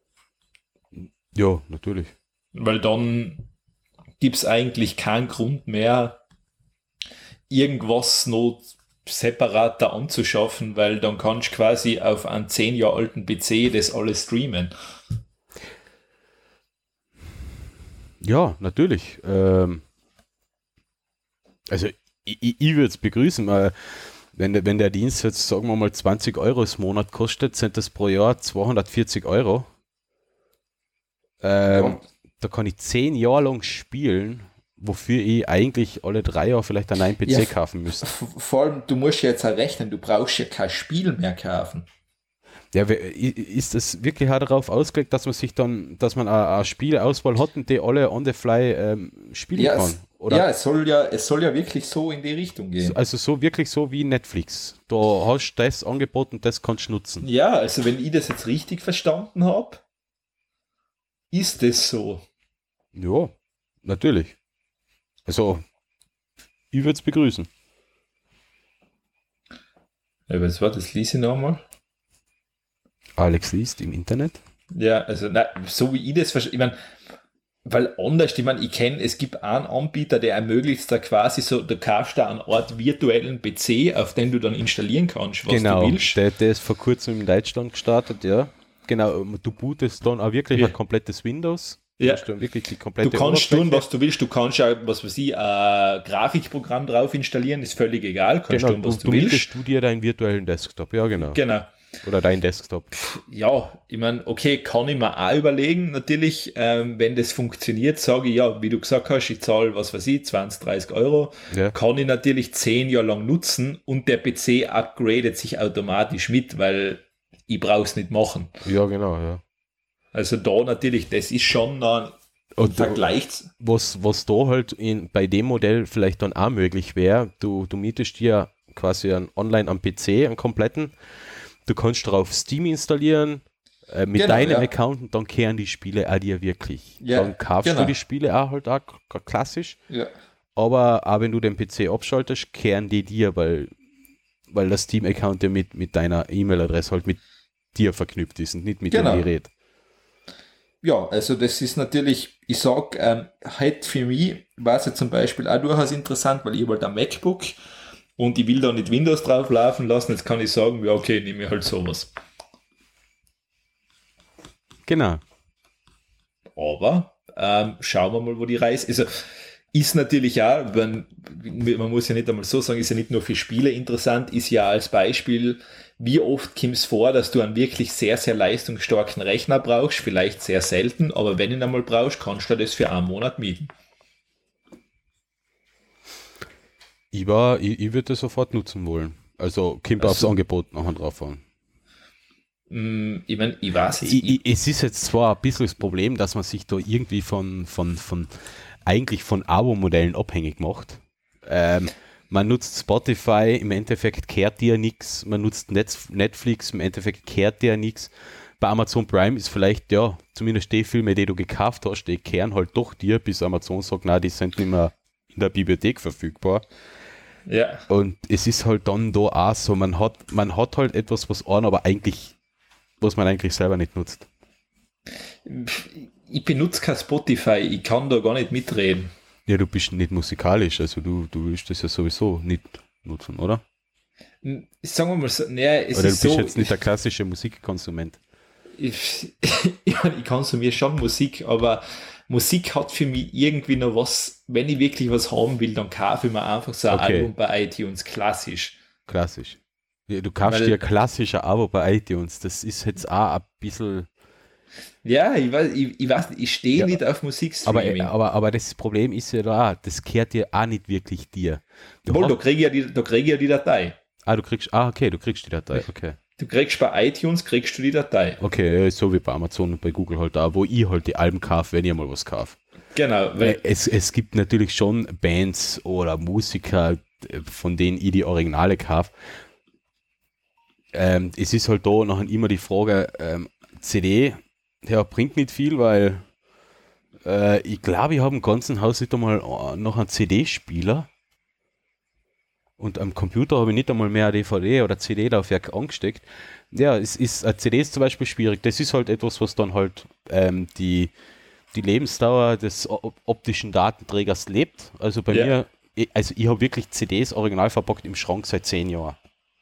Ja, natürlich. Weil dann gibt es eigentlich keinen Grund mehr, irgendwas noch separater anzuschaffen, weil dann kannst du quasi auf einen zehn Jahre alten P C das alles streamen. Ja, natürlich. Ähm, also ich, ich, ich würde es begrüßen, weil wenn der, wenn der Dienst jetzt, sagen wir mal, zwanzig Euro im Monat kostet, sind das pro Jahr zweihundertvierzig Euro. Ähm, ja. Da kann ich zehn Jahre lang spielen, wofür ich eigentlich alle drei Jahre vielleicht einen neuen P C ja, kaufen müsste. Vor allem, du musst ja jetzt auch rechnen, du brauchst ja kein Spiel mehr kaufen. Ja, ist das wirklich auch darauf ausgelegt, dass man sich dann, dass man eine, eine Spielauswahl hat und die alle on the fly ähm, spielen ja, kann? Es, oder? Ja, es soll ja, es soll ja wirklich so in die Richtung gehen. Also so wirklich so wie Netflix. Da hast du das angeboten, das kannst du nutzen. Ja, also wenn ich das jetzt richtig verstanden habe, ist das so. Ja, natürlich. Also, ich würde es begrüßen. Ja, was war das? Lies ich nochmal. Alex liest im Internet. Ja, also na, so wie ich das verstehe, ich meine, weil anders, ich meine, ich kenne, es gibt einen Anbieter, der ermöglicht da quasi so, du kaufst da einen Art virtuellen P C, auf den du dann installieren kannst, was genau, du willst. Der, der ist vor kurzem in Deutschland gestartet, ja. Genau, du bootest dann auch wirklich ja. ein komplettes Windows. Du, ja. dann wirklich die komplette du kannst tun, was du willst, du kannst ja, was weiß ich, ein Grafikprogramm drauf installieren, ist völlig egal, kannst genau, tun, was du, du, du willst. Du dir deinen virtuellen Desktop, ja genau. Genau. Oder dein Desktop. Ja, ich meine, okay, kann ich mir auch überlegen, natürlich, ähm, wenn das funktioniert, sage ich, ja, wie du gesagt hast, ich zahle, was weiß ich, zwanzig, dreißig Euro, ja. Kann ich natürlich zehn Jahre lang nutzen und der P C upgradet sich automatisch mit, weil ich brauche es nicht machen. Ja, genau, ja. Also da natürlich, das ist schon ein und Vergleich. Was, was da halt in, bei dem Modell vielleicht dann auch möglich wäre, du, du mietest dir quasi einen, online am P C, einen kompletten. Du kannst drauf Steam installieren, äh, mit genau, deinem ja. Account und dann kehren die Spiele auch dir wirklich. Ja, dann kaufst genau. du die Spiele auch halt auch klassisch. Ja. Aber auch wenn du den P C abschaltest, kehren die dir, weil, weil das Steam-Account ja mit, mit deiner E-Mail-Adresse halt mit dir verknüpft ist und nicht mit genau. dem Gerät. Ja, also das ist natürlich, ich sag, ähm, halt für mich war es ja zum Beispiel auch durchaus interessant, weil ich wollte ein MacBook und ich will da nicht Windows drauf laufen lassen, jetzt kann ich sagen, ja okay, nehme ich halt sowas. Genau. Aber ähm, schauen wir mal, wo die Reise ist. Also ist natürlich auch, man, man muss ja nicht einmal so sagen, ist ja nicht nur für Spiele interessant, ist ja als Beispiel, wie oft kommt es vor, dass du einen wirklich sehr, sehr leistungsstarken Rechner brauchst, vielleicht sehr selten, aber wenn du ihn einmal brauchst, kannst du das für einen Monat mieten. Ich, war, ich, ich würde das sofort nutzen wollen. Also kommt aufs Angebot nachher drauf an. Ich meine, ich weiß jetzt, ich, ich, Es ist jetzt zwar ein bisschen das Problem, dass man sich da irgendwie von, von, von eigentlich von Abo-Modellen abhängig macht. Ähm, man nutzt Spotify, im Endeffekt kehrt dir nichts. Man nutzt Netflix, im Endeffekt kehrt dir nichts. bei Amazon Prime ist vielleicht, ja, zumindest die Filme, die du gekauft hast, die kehren halt doch dir, bis Amazon sagt, na, die sind nicht mehr in der Bibliothek verfügbar. Ja. Und es ist halt dann da auch so, man hat, man hat halt etwas, was an, aber eigentlich, was man eigentlich selber nicht nutzt. Ich benutze kein Spotify, ich kann da gar nicht mitreden. Ja, du bist nicht musikalisch, also du, du willst das ja sowieso nicht nutzen, oder? Sagen wir mal so, naja, es oder ist du bist so, jetzt nicht der klassische Musikkonsument. Ich, ich, ich konsumiere schon Musik, aber Musik hat für mich irgendwie noch was, wenn ich wirklich was haben will, dann kaufe ich mir einfach so ein Okay. Album bei iTunes, klassisch. Klassisch. Ja, du kaufst Weil- dir ein klassischer Abo bei iTunes, das ist jetzt auch ein bisschen... Ja, ich weiß, ich, ich, weiß, ich stehe Ja, nicht auf Aber, Musikstreaming. aber, aber das Problem ist ja da, das kehrt dir auch nicht wirklich dir. Du Wohl, da hast, kriege ich, ja die- da krieg ich ja die Datei. ah, du kriegst, ah, okay, du kriegst die Datei, okay. Du kriegst bei iTunes, kriegst du die Datei. Okay, ja, so wie bei Amazon und bei Google halt auch, wo ich halt die Alben kaufe, wenn ich mal was kaufe. Genau, weil Es, es gibt natürlich schon Bands oder Musiker, von denen ich die Originale kaufe. Ähm, es ist halt da nachher immer die Frage, ähm, C D, ja, bringt nicht viel, weil äh, ich glaube, ich habe im ganzen Haus nicht einmal äh, noch einen C D-Spieler und am Computer habe ich nicht einmal mehr ein D V D oder C D-Laufwerk angesteckt. Ja, es ist, ein C D ist zum Beispiel schwierig. Das ist halt etwas, was dann halt ähm, die, die Lebensdauer des o- optischen Datenträgers lebt. Also bei Ja. mir, ich- also ich habe wirklich C Ds original verpackt im Schrank seit zehn Jahren.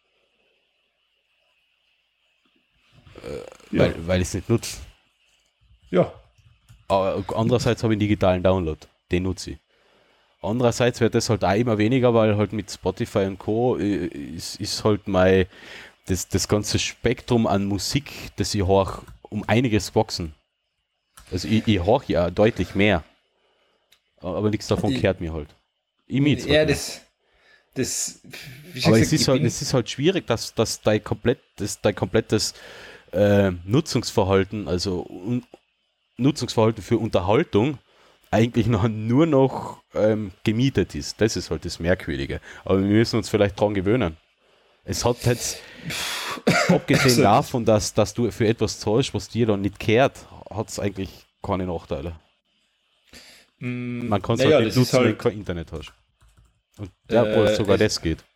ja, Weil, weil ich es nicht nutze. ja, Aber andererseits habe ich einen digitalen Download. Den nutze ich. Andererseits wird das halt auch immer weniger, weil halt mit Spotify und Co. äh, ist, ist halt mein, das, das ganze Spektrum an Musik, das ich höre, um einiges gewachsen. Also ich, ich höre ja deutlich mehr. Aber nichts davon Ich- kehrt mir halt. Ich miet's ja, halt das, das, wie schon Aber gesagt, es ist, ich halt, bin- es ist halt schwierig, dass, dass dein, komplett, das, dein komplettes äh, Nutzungsverhalten, also un, Nutzungsverhalten für Unterhaltung, eigentlich noch, nur noch ähm, gemietet ist. Das ist halt das Merkwürdige. Aber wir müssen uns vielleicht dran gewöhnen. Es hat jetzt, abgesehen Also- davon, dass, dass du für etwas zahlst, was dir dann nicht kehrt, hat es eigentlich keine Nachteile. Mm, Man kann es naja, halt das nicht ist nutzen, wenn halt, du kein Internet hast. Und ja, Äh, wo sogar es- das geht.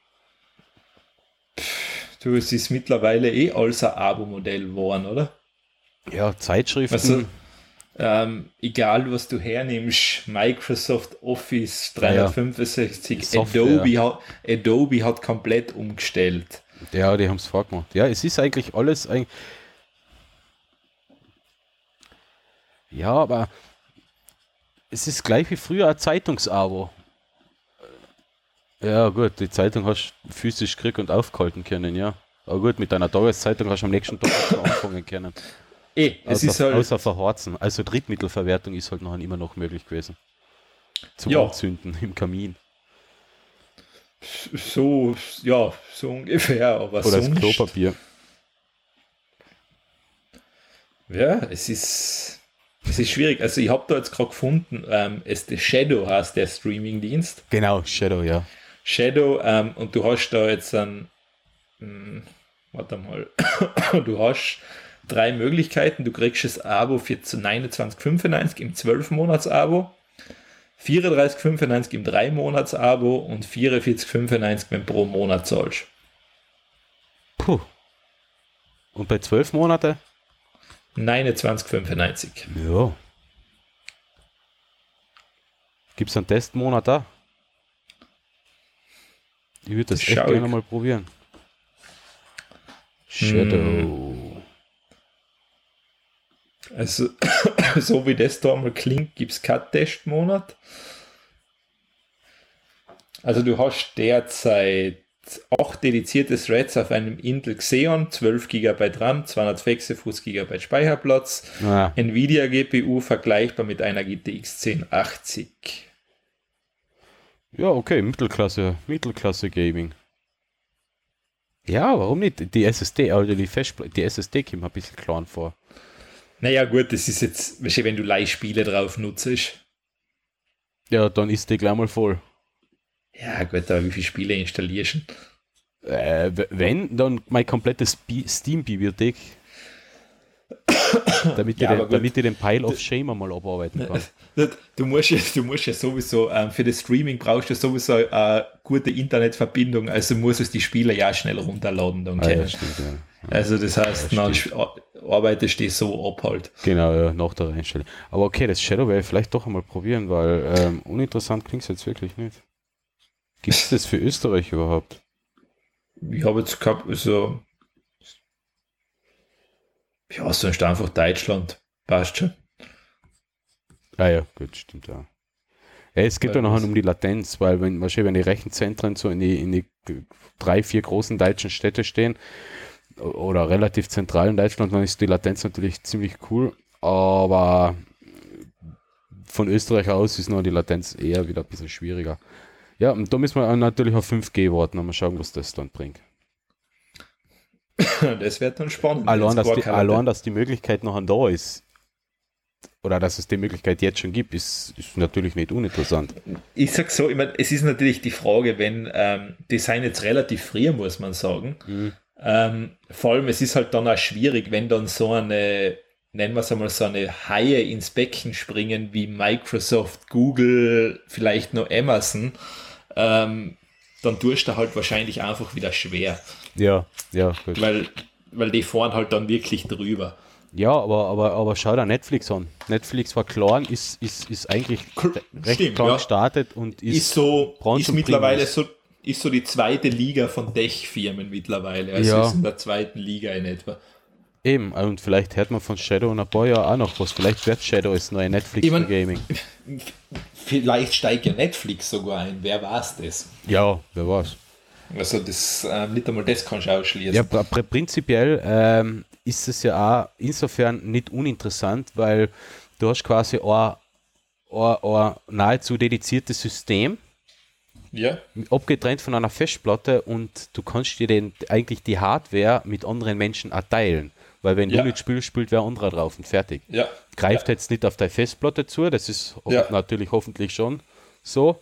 du, es ist mittlerweile eh alles ein Abo-Modell geworden, oder? Ja, Zeitschriften. Also, ähm, egal was du hernimmst, Microsoft Office Ja, ja. dreihundertfünfundsechzig, Software. Adobe hat, Adobe hat komplett umgestellt. Ja, die haben es vorgemacht. Ja, es ist eigentlich alles ein. Ja, aber es ist gleich wie früher ein Zeitungsabo. Ja, gut, die Zeitung hast du physisch gekriegt und aufgehalten können, ja. Aber gut, mit deiner Tageszeitung hast du am nächsten Tag schon anfangen können. Eh, es Außer, ist halt, außer verhorzen. Also Drittmittelverwertung ist halt noch immer noch möglich gewesen. Zum Ja. Anzünden im Kamin. so, ja, so ungefähr, aber Oder das sonst, Klopapier. ja, es ist, es ist schwierig. Also ich habe da jetzt gerade gefunden, ähm, es der Shadow heißt der Streamingdienst. Genau, Shadow, ja. Shadow, ähm, und du hast da jetzt ein, mh, warte mal, du hast drei Möglichkeiten. Du kriegst das Abo für neunundzwanzig fünfundneunzig im zwölf Monats Abo, vierunddreißig fünfundneunzig im drei Monats Abo und vierundvierzig fünfundneunzig, wenn du pro Monat zahlst. Puh. Und bei zwölf Monate? neunundzwanzig fünfundneunzig. Ja. Gibt es einen Testmonat da? Ich würde das Das echt schau gerne ich. mal probieren. Shadow. Also, so wie das da mal klingt, gibt es keinen Testmonat. Also du hast derzeit acht dedizierte Threads auf einem Intel Xeon, zwölf Gigabyte RAM, zweihundertsechsundfünfzig Gigabyte Speicherplatz, Ah, Nvidia G P U vergleichbar mit einer G T X zehn achtzig. ja, okay, Mittelklasse, Mittelklasse Gaming. Ja, warum nicht? Die S S D, also die Festplatte, die S S D kommt mir ein bisschen klein vor. Naja gut, das ist jetzt, weißt du, wenn du Leihspiele drauf nutzt. Ja, dann ist die gleich mal voll. Ja gut, aber wie viele Spiele installierst du? Äh, w- wenn, dann meine komplette Spe- Steam-Bibliothek. damit, Ja, ich aber den, gut. damit ich den Pile of Shame einmal abarbeiten kann. Du musst ja, du musst ja sowieso, ähm, für das Streaming brauchst du sowieso eine gute Internetverbindung, also muss es die Spieler ja schnell runterladen dann Ah, ja, können. stimmt, ja. Also das heißt, Ja, dann stimmt. arbeitest du so ab halt. Genau, ja, nach der Einstellung. Aber okay, das Shadow werde ich vielleicht doch einmal probieren, weil ähm, uninteressant klingt es jetzt wirklich nicht. Gibt es das für Österreich überhaupt? Ich habe jetzt gehabt, also ja, sonst einfach Deutschland. Passt schon. Ah ja, gut, stimmt ja. Ja, es geht ja Weil nachher das- um die Latenz, weil wenn, wahrscheinlich, wenn die Rechenzentren so in die, in die drei, vier großen deutschen Städte stehen oder relativ zentral in Deutschland, dann ist die Latenz natürlich ziemlich cool, aber von Österreich aus ist noch die Latenz eher wieder ein bisschen schwieriger. Ja, und da müssen wir natürlich auf fünf G warten und mal schauen, was das dann bringt. Das wird dann spannend. Allein, wenn's dass gar die, keine- allein, dass die Möglichkeit noch da ist, oder dass es die Möglichkeit jetzt schon gibt, ist, ist natürlich nicht uninteressant. Ich sag so, ich mein, es ist natürlich die Frage, wenn ähm, die sind jetzt relativ früh, muss man sagen. Mhm. Ähm, vor allem, es ist halt dann auch schwierig, wenn dann so eine, nennen wir es einmal, so eine Haie ins Becken springen wie Microsoft, Google, vielleicht noch Amazon, ähm, dann tust du halt wahrscheinlich einfach wieder schwer, Ja, ja, gut. weil, weil die fahren halt dann wirklich drüber. Ja, aber, aber, aber schau dir Netflix an. Netflix war klein, ist, ist, ist eigentlich Kl- recht stimmt, klein ja. gestartet und ist, Ist so, Branchen ist mittlerweile Primus. so, ist so die zweite Liga von Tech-Firmen mittlerweile. Also Ja. ist in der zweiten Liga in etwa. eben. Und vielleicht hört man von Shadow in ein paar Jahren auch noch was. Vielleicht wird Shadow das neue Netflix Ich mein- für Gaming. Vielleicht steigt ja Netflix sogar ein, wer weiß das? Ja, wer weiß. Also das, ähm, nicht einmal das kannst du ausschließen. Ja, pr prinzipiell ähm, ist es ja auch insofern nicht uninteressant, weil du hast quasi ein, ein, ein nahezu dediziertes System, Ja, abgetrennt von einer Festplatte, und du kannst dir den, eigentlich die Hardware mit anderen Menschen erteilen. Weil wenn Ja. du nicht spielst, spielt wer anderer drauf und fertig. ja. Greift ja. jetzt nicht auf deine Festplatte zu, das ist ho- Ja. natürlich hoffentlich schon so,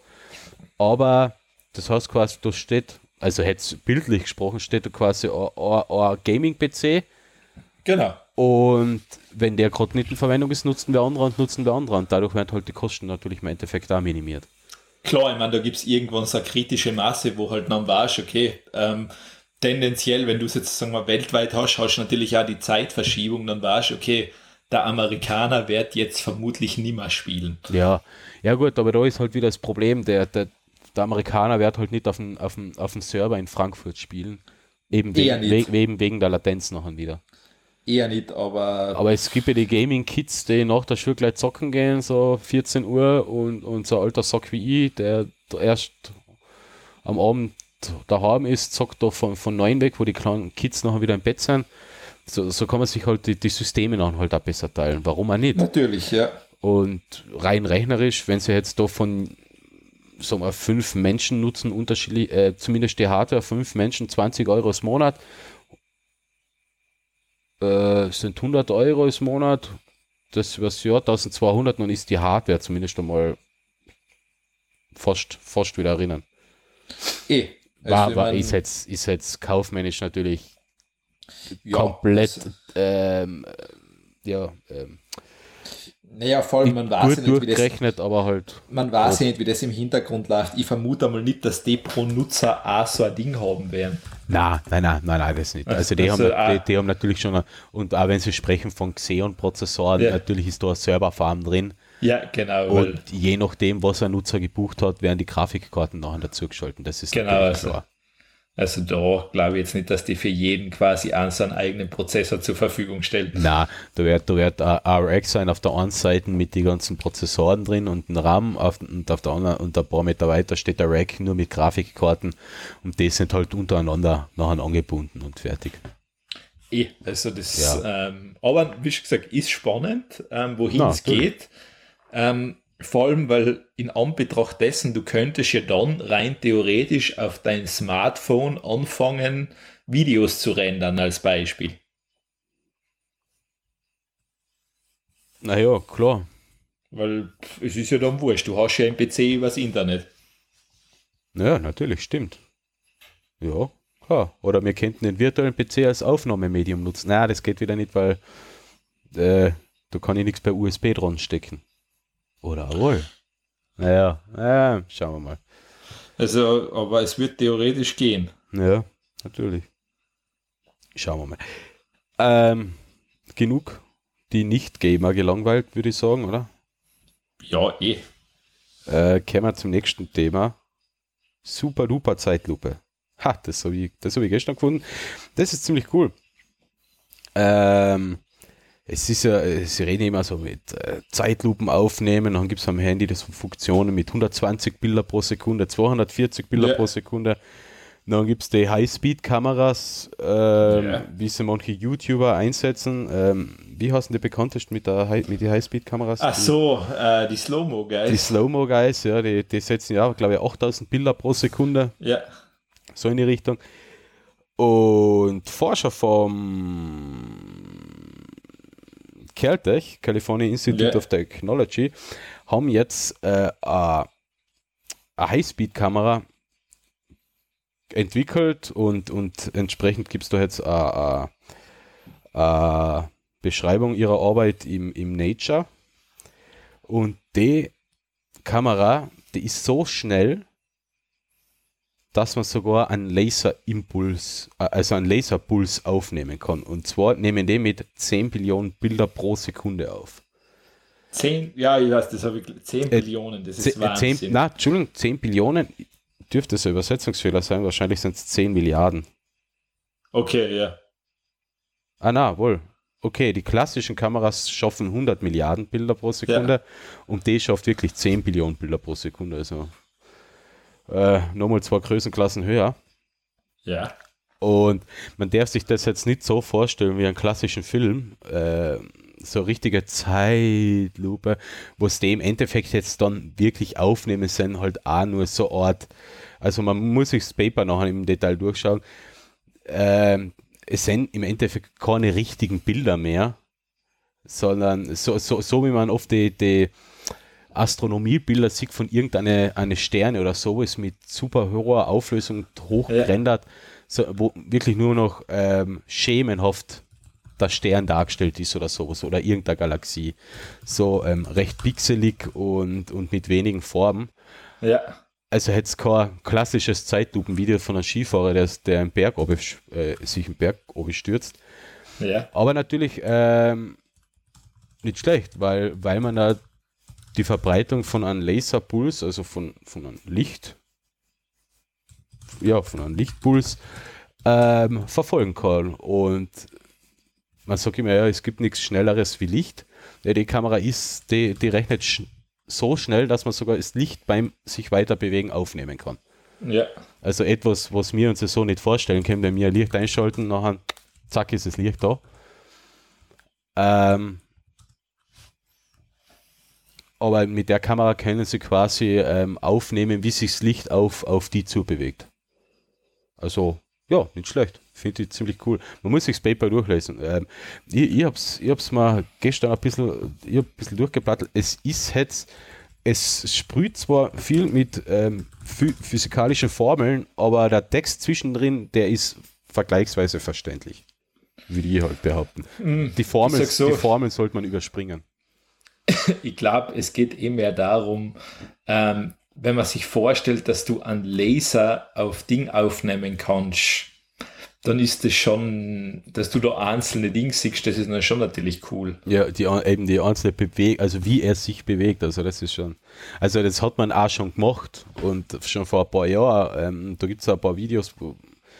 aber das heißt quasi, da steht, also jetzt bildlich gesprochen, steht da quasi ein, ein, ein Gaming-P C, Genau. und wenn der gerade nicht in Verwendung ist, nutzen wir andere und nutzen wir andere, und dadurch werden halt die Kosten natürlich im Endeffekt auch minimiert. Klar, ich meine, da gibt es irgendwann so eine kritische Masse, wo halt dann weißt, okay, ähm, tendenziell, wenn du es jetzt sagen wir, weltweit hast, hast du natürlich auch die Zeitverschiebung, dann weißt du, okay, der Amerikaner wird jetzt vermutlich nie mehr spielen. Ja, ja gut, aber da ist halt wieder das Problem, der, der, der Amerikaner wird halt nicht auf dem, auf dem, auf dem Server in Frankfurt spielen, eben Eher wegen, nicht. we, eben wegen der Latenz nachher wieder. Eher nicht, aber Aber es gibt ja die Gaming-Kids, die nach der Schule gleich zocken gehen, so vierzehn Uhr, und, und so ein alter Sack wie ich, der erst am Abend daheim ist, zockt da von, von neun weg, wo die kleinen Kids nachher wieder im Bett sind. So, so kann man sich halt die, die Systeme dann halt auch besser teilen. Warum auch nicht? natürlich, ja. Und rein rechnerisch, wenn sie jetzt da von sagen wir, fünf Menschen nutzen, unterschiedlich, äh, zumindest die Hardware, fünf Menschen, zwanzig Euro im Monat, äh, sind hundert Euro im Monat, das übers Jahr eintausendzweihundert, dann ist die Hardware zumindest einmal fast, fast wieder erinnern. Eh. War, ich war, mein, ist, jetzt, ist jetzt kaufmännisch natürlich ja, komplett also, ähm, ja, ähm, naja, vor allem, man weiß, ja gut nicht, wie das, durchgerechnet, aber halt man weiß ja nicht, wie das im Hintergrund läuft. Ich vermute mal nicht, dass die pro Nutzer auch so ein Ding haben werden. Nein, nein, nein, nein, nein, das nicht. Also die, Also, haben, äh, die, die haben natürlich schon, eine, und auch wenn sie sprechen von Xeon-Prozessoren, Ja. natürlich ist da eine Serverfarm drin, Ja, genau. Weil, und je nachdem, was ein Nutzer gebucht hat, werden die Grafikkarten nachher dazu geschalten. Das ist Genau, natürlich also. klar. also da glaube ich jetzt nicht, dass die für jeden quasi einen seinen eigenen Prozessor zur Verfügung stellen. Nein, da wird, da wird ein R X sein auf der einen Seite mit den ganzen Prozessoren drin und ein RAM auf, und auf der anderen, und ein paar Meter weiter steht der Rack nur mit Grafikkarten, und die sind halt untereinander nachher angebunden und fertig. Eh, also das, Ja. ähm, aber wie schon gesagt, ist spannend, ähm, wohin Na, es natürlich. geht. Ähm, vor allem, weil in Anbetracht dessen, du könntest ja dann rein theoretisch auf dein Smartphone anfangen, Videos zu rendern als Beispiel. Naja, klar. Weil pff, es ist ja dann wurscht, du hast ja einen P C übers Internet. Ja, natürlich, stimmt. Ja, klar. Oder wir könnten den virtuellen P C als Aufnahmemedium nutzen. Nein, das geht wieder nicht, weil äh, da kann ich nichts per U S B dran stecken. Oder wohl? Naja, äh, schauen wir mal. Also, aber es wird theoretisch gehen. Ja, natürlich. Schauen wir mal. Ähm, genug die Nicht-Gamer gelangweilt, würde ich sagen, oder? Ja, eh. Äh, kommen wir zum nächsten Thema. Super duper Zeitlupe. Ha, das habe ich, das hab ich gestern gefunden. Das ist ziemlich cool. Ähm, es ist ja, sie reden immer so mit äh, Zeitlupen aufnehmen, dann gibt es am Handy das Funktionen mit hundertzwanzig Bilder pro Sekunde, zweihundertvierzig Bilder Ja. pro Sekunde. Dann gibt es die High-Speed-Kameras, ähm, Ja. wie sie manche YouTuber einsetzen. Ähm, wie heißen die bekanntesten mit, der High, mit den High-Speed-Kameras? Ach so, äh, die Slow-Mo-Guys. Die Slow-Mo-Guys, ja, die, die setzen ja, glaube ich, achttausend Bilder pro Sekunde. Ja. So in die Richtung. Und Forscher vom Caltech, California Institute Ja. of Technology, haben jetzt äh, eine Highspeed-Kamera entwickelt und, und entsprechend gibt es da jetzt eine, eine Beschreibung ihrer Arbeit im, im Nature. Und die Kamera, die ist so schnell, dass man sogar einen Laserimpuls, also einen Laserpuls aufnehmen kann. Und zwar nehmen die mit zehn Billionen Bilder pro Sekunde auf. zehn, ja, ich weiß, das habe ich, zehn Billionen, das ist Wahnsinn. zehn, na, Entschuldigung, zehn Billionen, dürfte es ein Übersetzungsfehler sein, wahrscheinlich sind es zehn Milliarden. Okay, ja. Ah, na, wohl. Okay, die klassischen Kameras schaffen hundert Milliarden Bilder pro Sekunde, ja, und die schafft wirklich zehn Billionen Bilder pro Sekunde, also äh, nochmal zwei Größenklassen höher. Ja. Und man darf sich das jetzt nicht so vorstellen wie einen klassischen Film, äh, so eine richtige Zeitlupe, wo es die im Endeffekt jetzt dann wirklich aufnehmen, sind halt auch nur so Art, also man muss sich das Paper nachher im Detail durchschauen, ähm, es sind im Endeffekt keine richtigen Bilder mehr, sondern so, so, so wie man oft die, die Astronomiebilder sieht von irgendeine eine Sterne oder sowas mit super hoher Auflösung hochgerendert, ja, so, wo wirklich nur noch ähm, schemenhaft der Stern dargestellt ist oder sowas oder irgendeine Galaxie. So ähm, recht pixelig und, und mit wenigen Farben. Ja. Also hätte es kein klassisches Zeitlupenvideo von einem Skifahrer, der, der im Berg oben, äh, sich im Berg oben stürzt. Ja. Aber natürlich ähm, nicht schlecht, weil, weil man da die Verbreitung von einem Laserpuls, also von, von einem Licht, ja, von einem Lichtpuls ähm, verfolgen kann. Und man sagt immer, ja, es gibt nichts Schnelleres wie Licht. Ja, die Kamera ist, die, die rechnet sch- so schnell, dass man sogar das Licht beim sich weiter bewegen aufnehmen kann. Ja. Also etwas, was wir uns so nicht vorstellen können, wenn wir ein Licht einschalten, nachher zack ist das Licht da. Ähm, aber mit der Kamera können sie quasi ähm, aufnehmen, wie sich das Licht auf, auf die zubewegt. Also, ja, nicht schlecht. Finde ich ziemlich cool. Man muss sich das Paper durchlesen. Ähm, ich ich habe es ich hab's mal gestern ein bisschen, ich hab ein bisschen durchgeplattelt. Es ist jetzt, es sprüht zwar viel mit ähm, ph- physikalischen Formeln, aber der Text zwischendrin, der ist vergleichsweise verständlich. Würde ich halt behaupten. Mm, die, Formel, so. die Formeln sollte man überspringen. Ich glaube, es geht eh mehr darum, ähm, wenn man sich vorstellt, dass du einen Laser auf Ding aufnehmen kannst, dann ist das schon, dass du da einzelne Dinge siehst, das ist dann schon natürlich cool. Ja, die, eben die einzelne Bewegung, also wie er sich bewegt, also das ist schon, also das hat man auch schon gemacht und schon vor ein paar Jahren, ähm, da gibt es ein paar Videos, wo,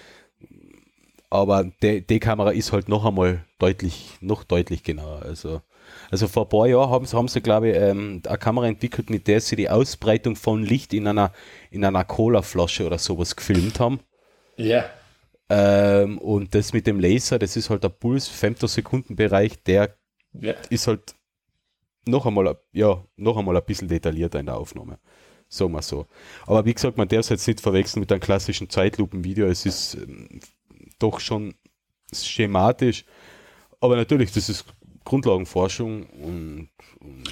aber die, die Kamera ist halt noch einmal deutlich, noch deutlich genauer, also Also vor ein paar Jahren haben sie, haben sie glaube ich, ähm, eine Kamera entwickelt, mit der sie die Ausbreitung von Licht in einer, in einer Cola-Flasche oder sowas gefilmt haben. Ja. Ähm, und das mit dem Laser, das ist halt der Puls, Femtosekunden-Bereich, der ja. ist halt noch einmal, ja, noch einmal ein bisschen detaillierter in der Aufnahme. Sagen wir so. Aber wie gesagt, man darf es jetzt nicht verwechseln mit einem klassischen Zeitlupenvideo. Es ist ähm, doch schon schematisch. Aber natürlich, das ist Grundlagenforschung und, und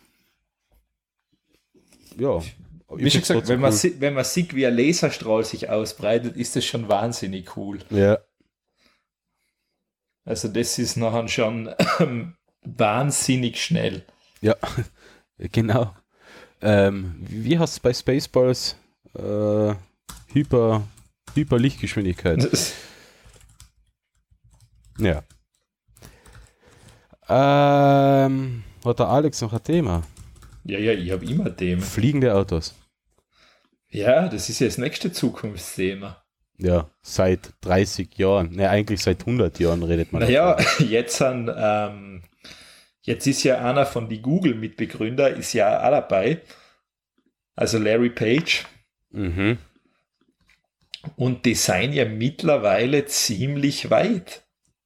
ja. Wie schon gesagt, wenn man, cool. wenn man sieht, wie ein Laserstrahl sich ausbreitet, ist das schon wahnsinnig cool. Ja. Also das ist nachher schon ähm, wahnsinnig schnell. Ja, genau. Ähm, wie heißt es bei Spaceballs? Äh, Hyper, Hyperlichtgeschwindigkeit. Ja. Ähm, hat der Alex noch ein Thema? Ja, ja, ich habe immer Themen. Fliegende Autos. Ja, das ist ja das nächste Zukunftsthema. Ja, seit dreißig Jahren. Ne, eigentlich seit hundert Jahren redet man. Naja, jetzt, sind, ähm, jetzt ist ja einer von die Google-Mitbegründer, ist ja auch dabei. Also Larry Page. Mhm. Und die sind ja mittlerweile ziemlich weit.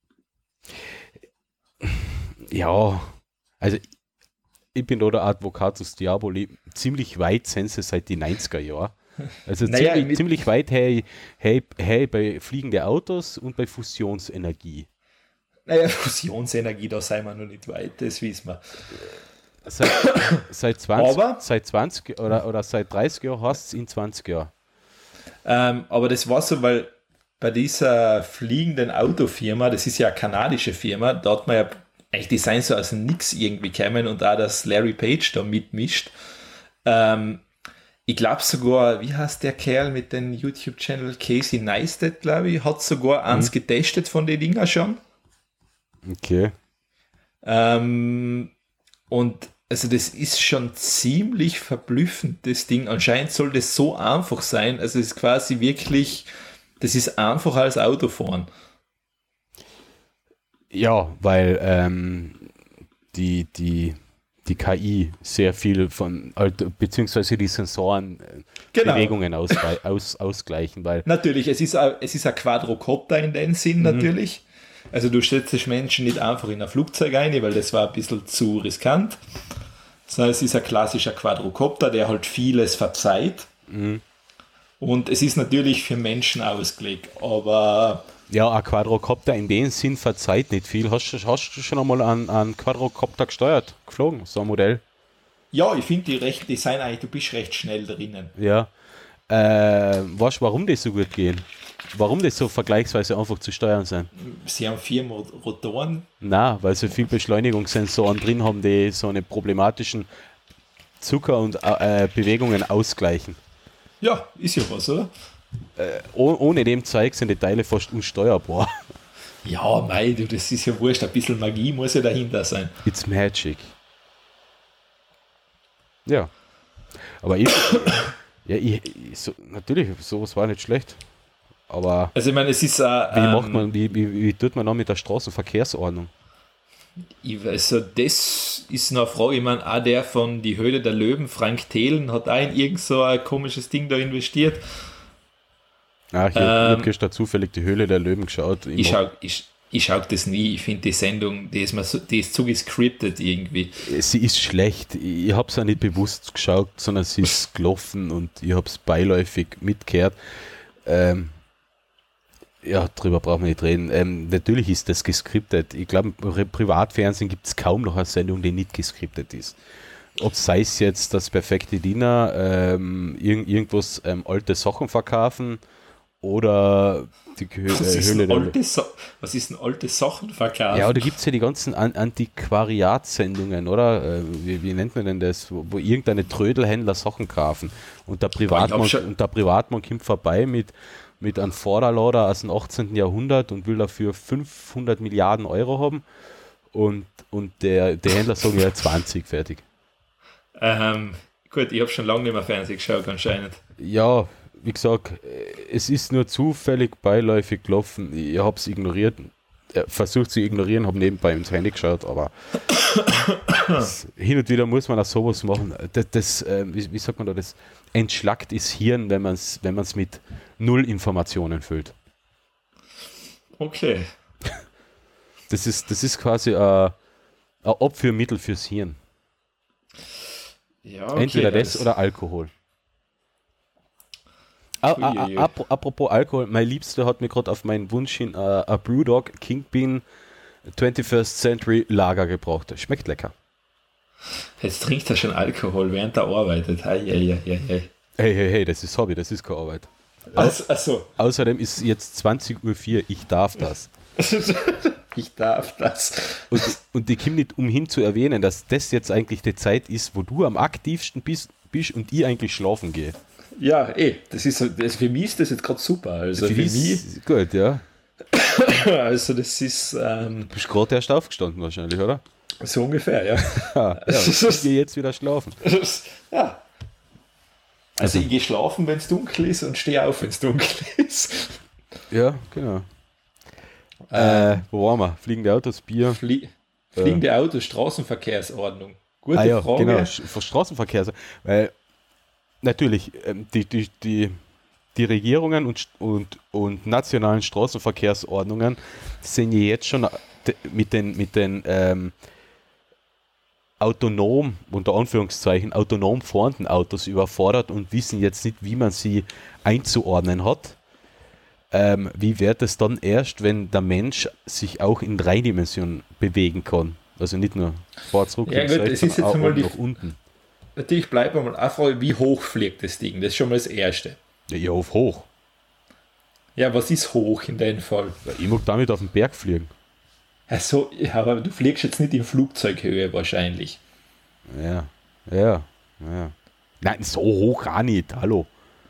Ja, also ich bin da der Advocatus Diaboli. Ziemlich weit sind sie seit die neunziger Jahren. Also Naja, ziemlich, mit- ziemlich weit hey, hey, hey, bei fliegende Autos und bei Fusionsenergie. Naja, Fusionsenergie, da sind wir noch nicht weit, das wissen wir. Seit, seit, zwanzig, Aber- seit zwanzig oder, oder seit dreißig Jahren hast es in zwanzig Jahren. Ähm, aber das war so, weil bei dieser fliegenden Autofirma, das ist ja eine kanadische Firma, da hat man ja eigentlich die seien so aus dem Nix irgendwie gekommen und auch, dass Larry Page da mitmischt. Ähm, ich glaube sogar, wie heißt der Kerl mit dem YouTube-Channel? Casey Neistat, glaube ich, hat sogar eins getestet von den Dinger schon. Okay. Ähm, und also das ist schon ziemlich verblüffend, das Ding. Anscheinend soll das so einfach sein. Also es ist quasi wirklich, das ist einfacher als Autofahren. Ja, weil ähm, die, die, die K I sehr viel von, also, beziehungsweise die Sensoren äh, Genau. Bewegungen ausgleich, aus, ausgleichen, weil Natürlich, es ist, ein- es ist ein Quadrocopter in dem Sinn natürlich. Also du setzt Menschen nicht einfach in ein Flugzeug ein, weil das war ein bisschen zu riskant. Sondern es ist ein klassischer Quadrocopter, der halt vieles verzeiht. Und es ist natürlich für Menschen ausgelegt, aber ja, ein Quadrocopter in dem Sinn verzeiht nicht viel. Hast, du- hast du schon einmal einen, einen Quadrocopter gesteuert, geflogen, so ein Modell? ja, ich finde die recht, die sind eigentlich, du bist recht schnell drinnen. Ja. Äh, weißt du, warum die so gut gehen? Warum die so vergleichsweise einfach zu steuern sind? Sie haben vier Mo- Rotoren. Na, weil sie viel Beschleunigungssensoren drin haben, die so eine problematischen Zucker- und äh, Bewegungen ausgleichen. Ja, ist ja was, oder? Oh, ohne dem Zeug sind die Teile fast unsteuerbar. Ja, mei, du, das ist ja wurscht, ein bisschen Magie muss ja dahinter sein. It's magic. Ja. Aber ich, ja, ich, ich so, natürlich, sowas war nicht schlecht. Aber Also ich meine, es ist äh, wie ähm, macht man, wie, wie, wie tut man noch mit der Straßenverkehrsordnung? Ich weiß, also das ist noch eine Frage. Ich meine, auch der von Die Höhle der Löwen, Frank Thelen, hat auch in irgend so ein komisches Ding da investiert. Ah, ich, Ähm, ich habe gestern zufällig die Höhle der Löwen geschaut. Ich schaue ich, ich schau das nie. Ich finde die Sendung, die ist, mir so, die ist zu gescriptet irgendwie. Sie ist schlecht. Ich habe es auch nicht bewusst geschaut, sondern sie ist gelaufen und ich habe es beiläufig mitgehört. Ähm, ja, drüber brauchen wir nicht reden. Ähm, natürlich ist das geskriptet. Ich glaube, im Privatfernsehen gibt es kaum noch eine Sendung, die nicht geskriptet ist. Ob sei es jetzt das perfekte Dinner, ähm, irgend, irgendwas ähm, alte Sachen verkaufen oder die Hö Was äh, ist, Höhle ein der alte so was ist ein alte Sachen verkaufen? Ja, da gibt es ja die ganzen An Antiquariatsendungen, oder? Äh, wie, wie nennt man denn das? Wo, wo irgendeine Trödelhändler Sachen kaufen und der Privatmann, schon- und der Privatmann kommt vorbei mit, mit einem Vorderlader aus dem achtzehnten Jahrhundert und will dafür fünfhundert Milliarden Euro haben und, und der, der Händler sagt ja zwanzig, fertig. Ähm, gut, ich habe schon lange nicht mehr Fernsehen geschaut anscheinend. Ja, wie gesagt, es ist nur zufällig beiläufig gelaufen. Ich habe es ignoriert, äh, versucht zu ignorieren, habe nebenbei ins Handy geschaut, aber das, hin und wieder muss man auch sowas machen. Das, das äh, wie, wie sagt man da, das entschlackt das Hirn, wenn man es wenn man's mit null Informationen füllt. Okay. Das ist, das ist quasi ein, ein Abführmittel fürs Hirn. Ja, okay, Entweder das oder Alkohol. A- a- Uiuiui. a- ap- Apropos Alkohol, mein Liebster hat mir gerade auf meinen Wunsch hin äh, ein Brewdog Kingpin twenty-first Century Lager gebracht. Schmeckt lecker. Jetzt trinkt er schon Alkohol, während er arbeitet. Ei, ei, ei, ei, ei. Hey, hey, hey, das ist Hobby, das ist keine Arbeit. Also, also, Außerdem ist jetzt zwanzig Uhr vier, ich darf das. Ich darf das. Und, und die kommen nicht umhin zu erwähnen, dass das jetzt eigentlich die Zeit ist, wo du am aktivsten bist, bist und ich eigentlich schlafen gehe. Ja, eh, das ist, das, für mich ist das jetzt gerade super. Also für, für mich, gut, ja. Also das ist... Ähm, du bist gerade erst aufgestanden wahrscheinlich, oder? So ungefähr, ja. Ja, ja ich gehe jetzt wieder schlafen. Ja. Also, also ich gehe schlafen, wenn es dunkel ist und stehe auf, wenn es dunkel ist. Ja, genau. Äh, wo waren wir? Fliegende Autos, Bier. Flie Fliegende äh. Autos, Straßenverkehrsordnung. Gute ah, ja, Frage. Genau, für Straßenverkehr. Weil natürlich, die, die, die, die Regierungen und, und, und nationalen Straßenverkehrsordnungen sind ja jetzt schon mit den, mit den ähm, autonom, unter Anführungszeichen, autonom fahrenden Autos überfordert und wissen jetzt nicht, wie man sie einzuordnen hat. Ähm, wie wird es dann erst, wenn der Mensch sich auch in drei Dimensionen bewegen kann? Also nicht nur vor zurück, ja, gut, es ist jetzt auch einmal die, nach unten. Natürlich bleibt man mal eine Frage, wie hoch fliegt das Ding? Das ist schon mal das Erste. Ja, ja, auf hoch. Ja, was ist hoch in deinem Fall? Ja, ich mag damit auf den Berg fliegen. Ja, so, ja, aber du fliegst jetzt nicht in Flugzeughöhe wahrscheinlich. Ja, ja, ja. Nein, so hoch auch nicht, hallo.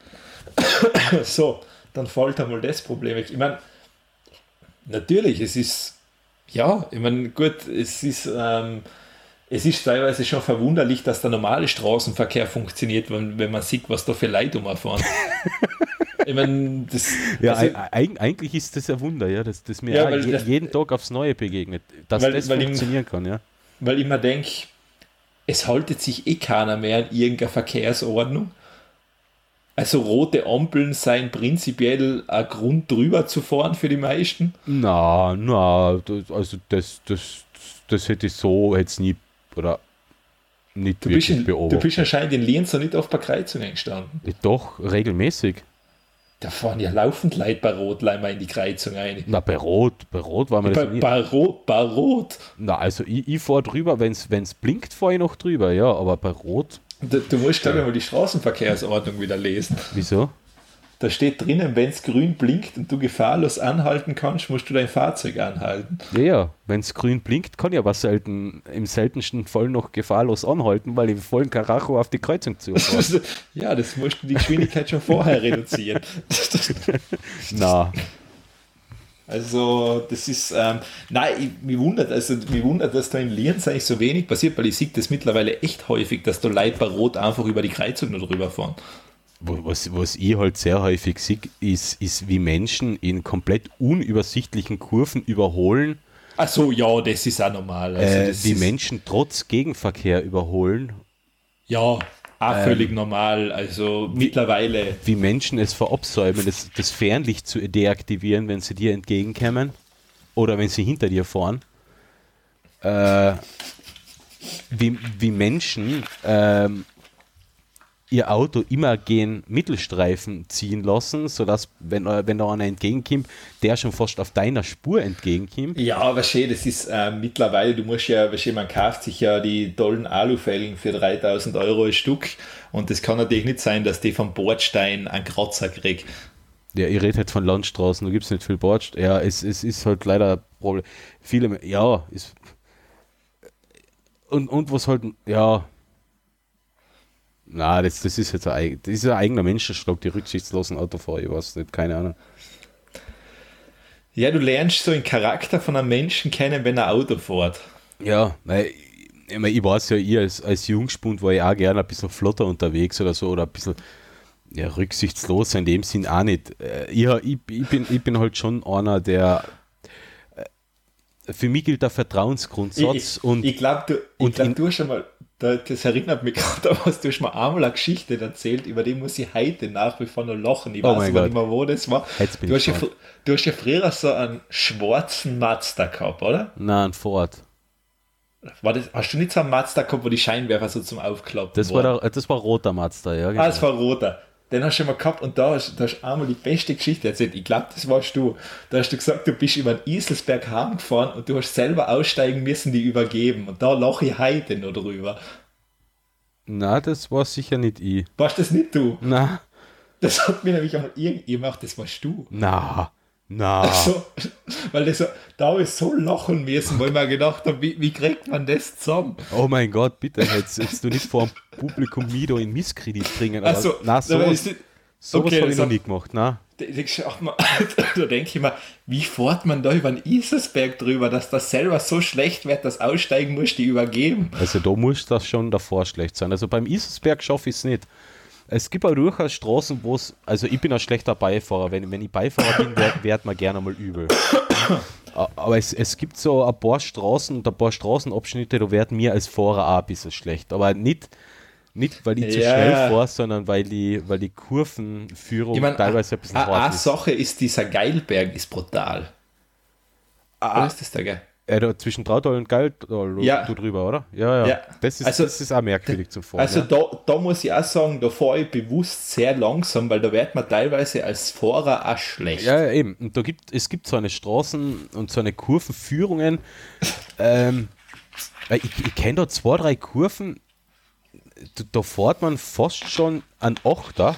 So, dann fällt einmal das Problem weg. Ich meine, natürlich, es ist, ja, ich meine, gut, es ist, ähm, es ist teilweise schon verwunderlich, dass der normale Straßenverkehr funktioniert, wenn, wenn man sieht, was da für Leute umfahren. Ich meine, das... Ja, also, eigentlich ist das ein Wunder, ja, dass, dass mir ja, je, das, jeden Tag aufs Neue begegnet, dass weil, das weil funktionieren ich, kann, ja. Weil ich mir denke, es haltet sich eh keiner mehr an irgendeiner Verkehrsordnung. Also rote Ampeln seien prinzipiell ein Grund drüber zu fahren für die meisten. Na, na, das, also das, das, das hätte ich so jetzt nie, oder nicht du wirklich bist in, beobachtet. Du bist anscheinend in Lienz noch nicht auf der Kreuzung gestanden. Doch, regelmäßig. Da fahren ja laufend Leute bei Rot mal in die Kreuzung ein. Na, bei Rot, bei Rot war man bei, das nie. Bei Rot, bei Rot. Na, also ich, ich fahre drüber, wenn es blinkt, fahre ich noch drüber, ja, aber bei Rot... Du, du musst, glaube ich, mal die Straßenverkehrsordnung wieder lesen. Wieso? Da steht drinnen, wenn es grün blinkt und du gefahrlos anhalten kannst, musst du dein Fahrzeug anhalten. Ja, ja, wenn es grün blinkt, kann ich aber selten, im seltensten Fall noch gefahrlos anhalten, weil ich vollen Karacho auf die Kreuzung zu fahren. Ja, das musst du die Geschwindigkeit schon vorher reduzieren. Na. Also, das ist, ähm, nein, ich, mich wundert, also, mich wundert, dass da in Lienz eigentlich so wenig passiert, weil ich sehe das mittlerweile echt häufig, dass da Leute bei Rot einfach über die Kreuzung noch drüber fahren. Was, was ich halt sehr häufig sehe, ist, ist, wie Menschen in komplett unübersichtlichen Kurven überholen. Ach so, ja, das ist auch normal. Also äh, das wie ist, Menschen trotz Gegenverkehr überholen. Ja, auch ähm, völlig normal. Also wie, mittlerweile. Wie Menschen es verabsäumen, das, das Fernlicht zu deaktivieren, wenn sie dir entgegenkommen oder wenn sie hinter dir fahren. Äh, wie, wie Menschen ähm, ihr Auto immer gegen Mittelstreifen ziehen lassen, sodass, wenn, wenn da einer entgegenkommt, der schon fast auf deiner Spur entgegenkommt. Ja, aber schön, das ist äh, mittlerweile, du musst ja, schön, man kauft sich ja die tollen Alufelgen für dreitausend Euro ein Stück und das kann natürlich nicht sein, dass die vom Bordstein einen Kratzer kriegt. Ja, ich rede halt von Landstraßen, da gibt es nicht viel Bordstein. Ja, es, es ist halt leider ein Problem. Viele, ja, ist und, und was halt, ja, na, das, das ist jetzt ein, das ist ein eigener Menschenschlag, die rücksichtslosen Autofahrer, ich weiß nicht, keine Ahnung. Ja, du lernst so den Charakter von einem Menschen kennen, wenn er Auto fährt. Ja, weil ich, ich weiß ja, ich als, als Jungspund war ich auch gerne ein bisschen flotter unterwegs oder so, oder ein bisschen ja, rücksichtsloser in dem Sinn auch nicht. Ich, ich, ich, bin, ich bin halt schon einer, der für mich gilt der Vertrauensgrundsatz. Ich, und ich glaube, du, ich glaub, du hast schon mal, das erinnert mich gerade an was, du hast mir einmal eine Geschichte erzählt, über die muss ich heute nach wie vor noch lachen. Ich oh weiß aber nicht mehr, wo das war. Du hast, ja, du hast ja früher so einen schwarzen Mazda gehabt, oder? Nein, ein Ford. War das, hast du nicht so einen Mazda gehabt, wo die Scheinwerfer so zum Aufklappen das waren? War der, das war roter Mazda, ja. Genau. Ah, das war roter. Den hast du schon mal gehabt und da hast du einmal die beste Geschichte erzählt. Ich glaube, das warst du. Da hast du gesagt, du bist über den Iselsberg heimgefahren und du hast selber aussteigen müssen, die übergeben. Und da lache ich heute noch drüber. Na, das war sicher nicht ich. Warst das nicht du? Na. Das hat mir nämlich einmal irgendjemand gemacht, das warst du. Na. Na, Also, weil das so, da habe ich so lachen müssen, weil ich mir gedacht habe, wie, wie kriegt man das zusammen? oh mein Gott, bitte, jetzt, jetzt du nicht vor dem Publikum Mido in Misskredit bringen. Aber Also, na, da ist sowas, nicht- sowas okay, habe ich das noch nie hab, gemacht, na. da, da, da denke ich mir, wie fährt man da über den Isersberg drüber, dass das selber so schlecht wird, dass Aussteigen musst die übergeben? Also da muss das schon davor schlecht sein. Also beim Isersberg schaffe ich es nicht. Es gibt auch durchaus Straßen, wo es, also ich bin ein schlechter Beifahrer, wenn, wenn ich Beifahrer bin, wird, wird mir gerne mal übel. A- Aber es, es gibt so ein paar Straßen und ein paar Straßenabschnitte, da wird mir als Fahrer auch ein bisschen schlecht. Aber nicht, nicht weil ich zu Ja. schnell fahre, sondern weil die, weil die Kurvenführung Ich meine, teilweise ein bisschen eine hart ist. Sache ist, dieser Geilberg ist brutal. Ah, Was ist das da, gell? äh, da zwischen Trautal und Geiltal, Ja. du drüber, oder? Ja, ja. Ja. Das, ist, Also- das ist auch merkwürdig zum Fahren. Also ja. da, da muss ich auch sagen, da fahre ich bewusst sehr langsam, weil da wird man teilweise als Fahrer auch schlecht. Ja, ja, eben. Und da gibt, es gibt so eine Straßen und so eine Kurvenführungen. ähm, äh, ich ich kenne da zwei, drei Kurven, da, da fährt man fast schon an Achter,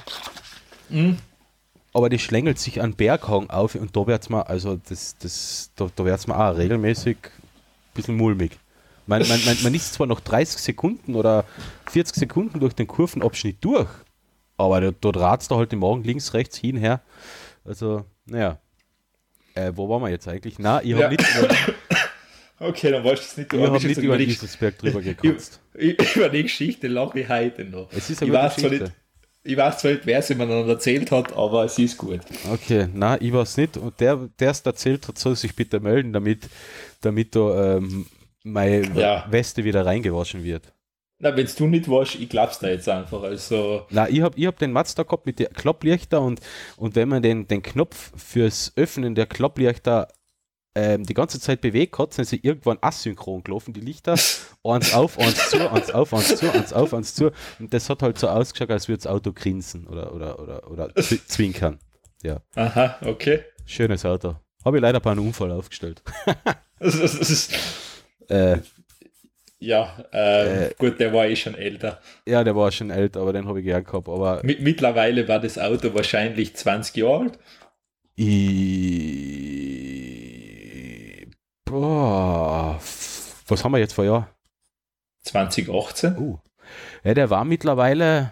aber die schlängelt sich an Berghang auf und da wird es mir, also das, das, da, da wird's mir auch regelmäßig ein bisschen mulmig. Man, man, man, man ist zwar noch dreißig Sekunden oder vierzig Sekunden durch den Kurvenabschnitt durch, aber da, dort ratst du halt den Morgen links, rechts, hin, her. Also, naja. Äh, wo waren wir jetzt eigentlich? Na, ich habe Ja. nicht, über- Okay, dann weißt du es nicht. ich aber hab bist nicht jetzt über den die- Isersberg drüber gekotzt. Ich- Über die Geschichte lache ich heute noch. Es ist ich, eine weiß gute zwar Geschichte. nicht, ich weiß zwar nicht, wer es miteinander erzählt hat, aber es ist gut. Okay, na, ich weiß nicht. Und der, der es erzählt hat, soll sich bitte melden, damit, damit da ähm, meine Ja. Weste wieder reingewaschen wird. Na, wenn du nicht weißt, ich glaub's da jetzt einfach. Also, Na, ich habe ich hab den Mazda gehabt mit den Klapplichter und, und wenn man den, den Knopf fürs Öffnen der Klapplichter ähm, die ganze Zeit bewegt hat, sind sie irgendwann asynchron gelaufen, die Lichter. Eins auf, eins zu, eins auf, eins zu, eins auf, eins zu. Und das hat halt so ausgeschaut, als würde das Auto grinsen oder, oder, oder, oder zwi- zwinkern. Ja, aha, okay. schönes Auto. Habe ich leider bei einem Unfall aufgestellt. Das, das, das ist, Äh, ja, äh, Äh. gut, der war eh schon älter. ja, der war schon älter, aber den habe ich gern gehabt. Aber Mit, mittlerweile war das Auto wahrscheinlich zwanzig Jahre alt. ich, boah, was haben wir jetzt vor Jahr? zwanzig achtzehn. Uh, ja, der war mittlerweile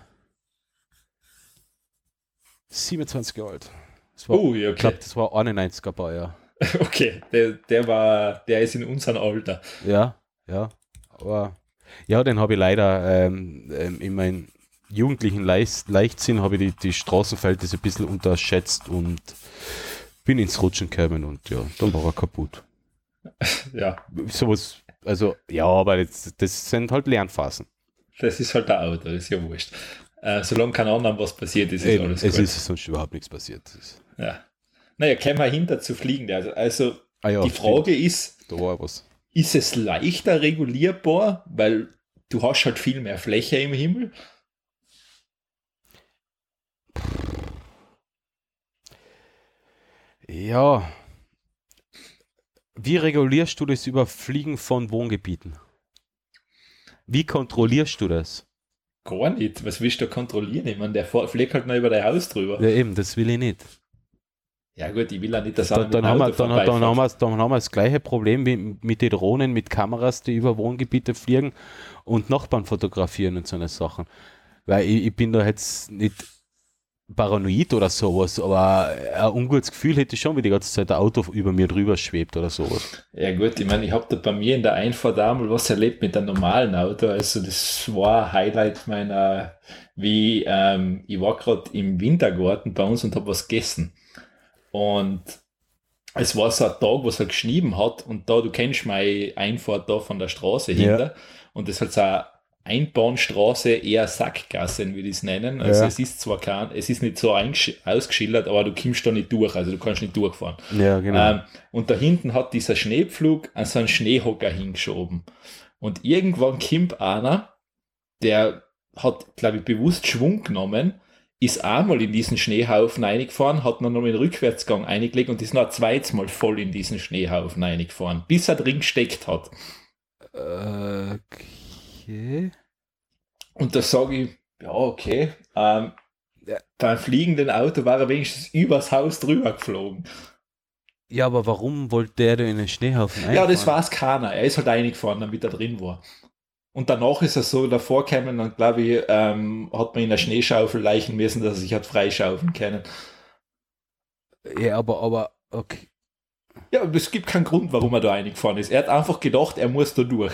siebenundzwanzig Jahre alt. Das war, Oh, ja, Ich glaube, okay. das war einundneunziger Baujahr. Okay, der, der war, der ist in unserem Alter. Ja, ja. Aber ja, den habe ich leider ähm, ähm, in meinem jugendlichen Leicht Leichtsinn habe ich die, die Straßenverhältnisse ein bisschen unterschätzt und bin ins Rutschen gekommen und ja, dann war er kaputt. Ja, Sowas, also ja, aber das, das sind halt Lernphasen. das ist halt der Auto, ist ja wurscht. Äh, solange kein anderen was passiert ist, ist Eben, alles es gut. ist sonst überhaupt nichts passiert. Das- Ja. Naja, kämen wir hinter zu fliegen. Also, also Ah ja, die Frage ist, stimmt, da war was. ist es leichter regulierbar, weil du hast halt viel mehr Fläche im Himmel? Ja. Wie regulierst du das Überfliegen von Wohngebieten? Wie kontrollierst du das? Gar nicht. Was willst du da kontrollieren? Ich meine, der fahr- fliegt halt noch über dein Haus drüber. Ja, eben, das will ich nicht. Ja gut, ich will ja nicht, dass Da, einer mit dann, dem haben wir, Auto dann, dann, vorbeifährt. haben wir, dann haben wir das gleiche Problem wie mit den Drohnen, mit Kameras, die über Wohngebiete fliegen und Nachbarn fotografieren und so eine Sachen. Weil ich, ich bin da jetzt nicht paranoid oder sowas, aber ein ungutes Gefühl hätte ich schon, wie die ganze Zeit ein Auto über mir drüber schwebt oder sowas. Ja gut, ich meine, ich habe da bei mir in der Einfahrt einmal was erlebt mit einem normalen Auto. Also das war ein Highlight meiner, wie ähm, ich war gerade im Wintergarten bei uns und habe was gegessen. Und es war so ein Tag, wo es halt geschnieben hat und da, du kennst meine Einfahrt da von der Straße Ja. hinter und das ist halt so eine Einbahnstraße, eher Sackgassen, würde ich es nennen. Also Ja. es ist zwar kein, es ist nicht so eingesch- ausgeschildert, aber du kommst da nicht durch, also du kannst nicht durchfahren. Ja, genau. Ähm, und da hinten hat dieser Schneepflug an so einen Schneehocker hingeschoben. Und irgendwann kommt einer, der hat, glaube ich, bewusst Schwung genommen, ist einmal in diesen Schneehaufen reingefahren, hat dann noch den Rückwärtsgang eingelegt und ist noch ein zweites Mal voll in diesen Schneehaufen reingefahren, bis er drin gesteckt hat. Okay. Und da sage ich, ja, okay, ähm, Ja. beim fliegenden Auto war er wenigstens übers Haus drüber geflogen. Ja, aber warum wollte der da in den Schneehaufen einfahren? Ja, das weiß keiner. Er ist halt reingefahren, damit er drin war. Und danach ist er so davor gekommen und glaube ich, ähm, hat man in der Schneeschaufel leichen müssen, dass er sich hat freischaufeln können. Ja, aber, aber, okay. Ja, aber es gibt keinen Grund, warum er da reingefahren ist. Er hat einfach gedacht, er muss da durch.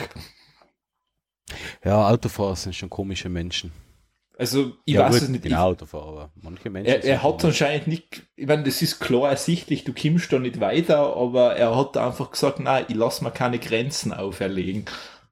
Ja, Autofahrer sind schon komische Menschen. Also, ich ja, weiß gut, es nicht. Genau, Autofahrer, aber manche Menschen. Er, er hat anscheinend nicht, ich meine, das ist klar ersichtlich, du kommst da nicht weiter, aber er hat einfach gesagt, nein, ich lasse mir keine Grenzen auferlegen.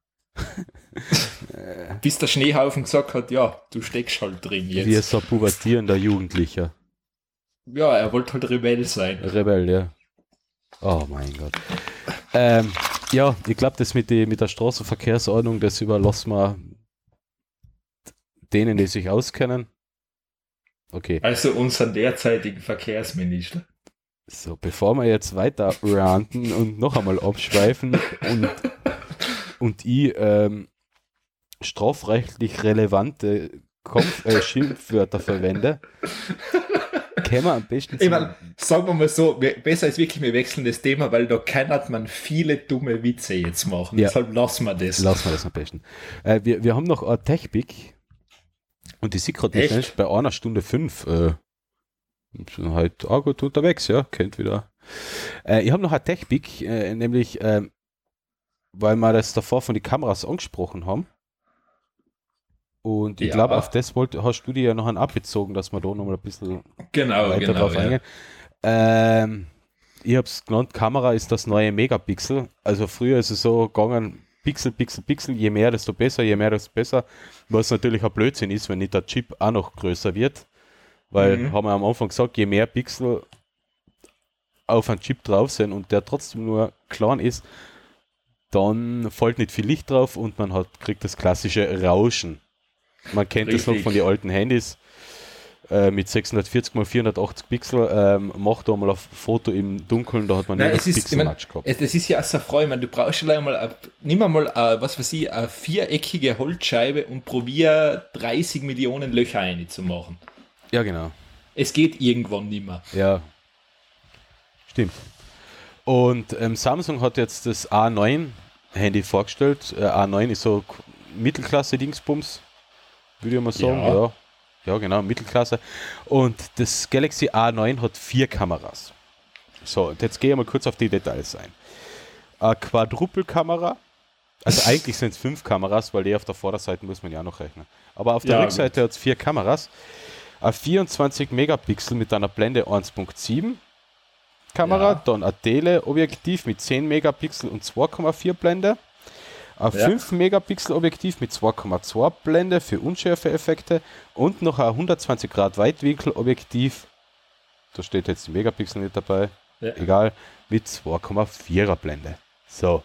Bis der Schneehaufen gesagt hat, ja, du steckst halt drin jetzt. Wie so ein pubertierender Jugendlicher. Ja, er wollte halt Rebell sein. Rebell, ja. Oh mein Gott. Ähm, ja, ich glaube, das mit, die, mit der Straßenverkehrsordnung, das überlassen wir denen, die sich auskennen. Okay. Also unseren derzeitigen Verkehrsminister. So, bevor wir jetzt weiter ranten und noch einmal abschweifen und, und ich ähm, strafrechtlich relevante Kampf, äh, Schimpfwörter verwende, können wir am besten... Ich meine, sagen wir mal so, wir, besser ist wirklich, wir wechseln das Thema, weil da kann man viele dumme Witze jetzt machen. Ja. Deshalb lassen wir das. Lassen wir das am besten. Äh, wir, wir haben noch ein Tech-Pick und die sieht gerade nicht bei einer Stunde fünf. Äh, sind halt auch gut unterwegs, ja, kennt wieder. Äh, ich habe noch ein Tech-Pick, äh, nämlich, äh, weil wir das davor von den Kameras angesprochen haben. Und ich Ja. glaube, auf das wollte, hast du dir ja noch einen abgezogen, dass wir da noch mal ein bisschen Genau, weiter genau. drauf Ja. eingehen. Ähm, ich habe es genannt, Kamera ist das neue Megapixel. Also früher ist es so gegangen, Pixel, Pixel, Pixel, je mehr, desto besser, je mehr, desto besser. Was natürlich ein Blödsinn ist, wenn nicht der Chip auch noch größer wird. Weil, Mhm. haben wir am Anfang gesagt, je mehr Pixel auf einen Chip drauf sind und der trotzdem nur klein ist, dann fällt nicht viel Licht drauf und man hat, kriegt das klassische Rauschen. Man kennt das noch Richtig. von den alten Handys äh, mit sechshundertvierzig mal vierhundertachtzig Pixel. Ähm, macht da mal ein Foto im Dunkeln, da hat man Nein, nicht es das ist, ich mein, Pixelmatch gehabt. es, das ist ja so freu, ich mein, du brauchst schon mal, ein- nimm mal, ein, was weiß ich, eine viereckige Holzscheibe und probier dreißig Millionen Löcher reinzumachen. Ja, genau. Es geht irgendwann nicht mehr. Ja, stimmt. Und ähm, Samsung hat jetzt das A neun Handy vorgestellt. Äh, A neun ist so K- Mittelklasse-Dingsbums, würde ich mal sagen. Ja. Ja. ja, genau, Mittelklasse. Und das Galaxy A neun hat vier Kameras. So, und jetzt gehe ich mal kurz auf die Details ein. Eine Quadruple-Kamera, also eigentlich sind es fünf Kameras, weil die auf der Vorderseite muss man ja auch noch rechnen. Aber auf der Ja, Rückseite hat es vier Kameras. Eine vierundzwanzig Megapixel mit einer Blende eins Komma sieben Kamera, Ja. dann ein Teleobjektiv mit zehn Megapixel und zwei Komma vier Blende, ein Ja. fünf Megapixel Objektiv mit zwei Komma zwei Blende für Unschärfe-Effekte und noch ein hundertzwanzig Grad Weitwinkel Objektiv, da steht jetzt die Megapixel nicht dabei, Ja. egal, mit zwei Komma vierer Blende. So.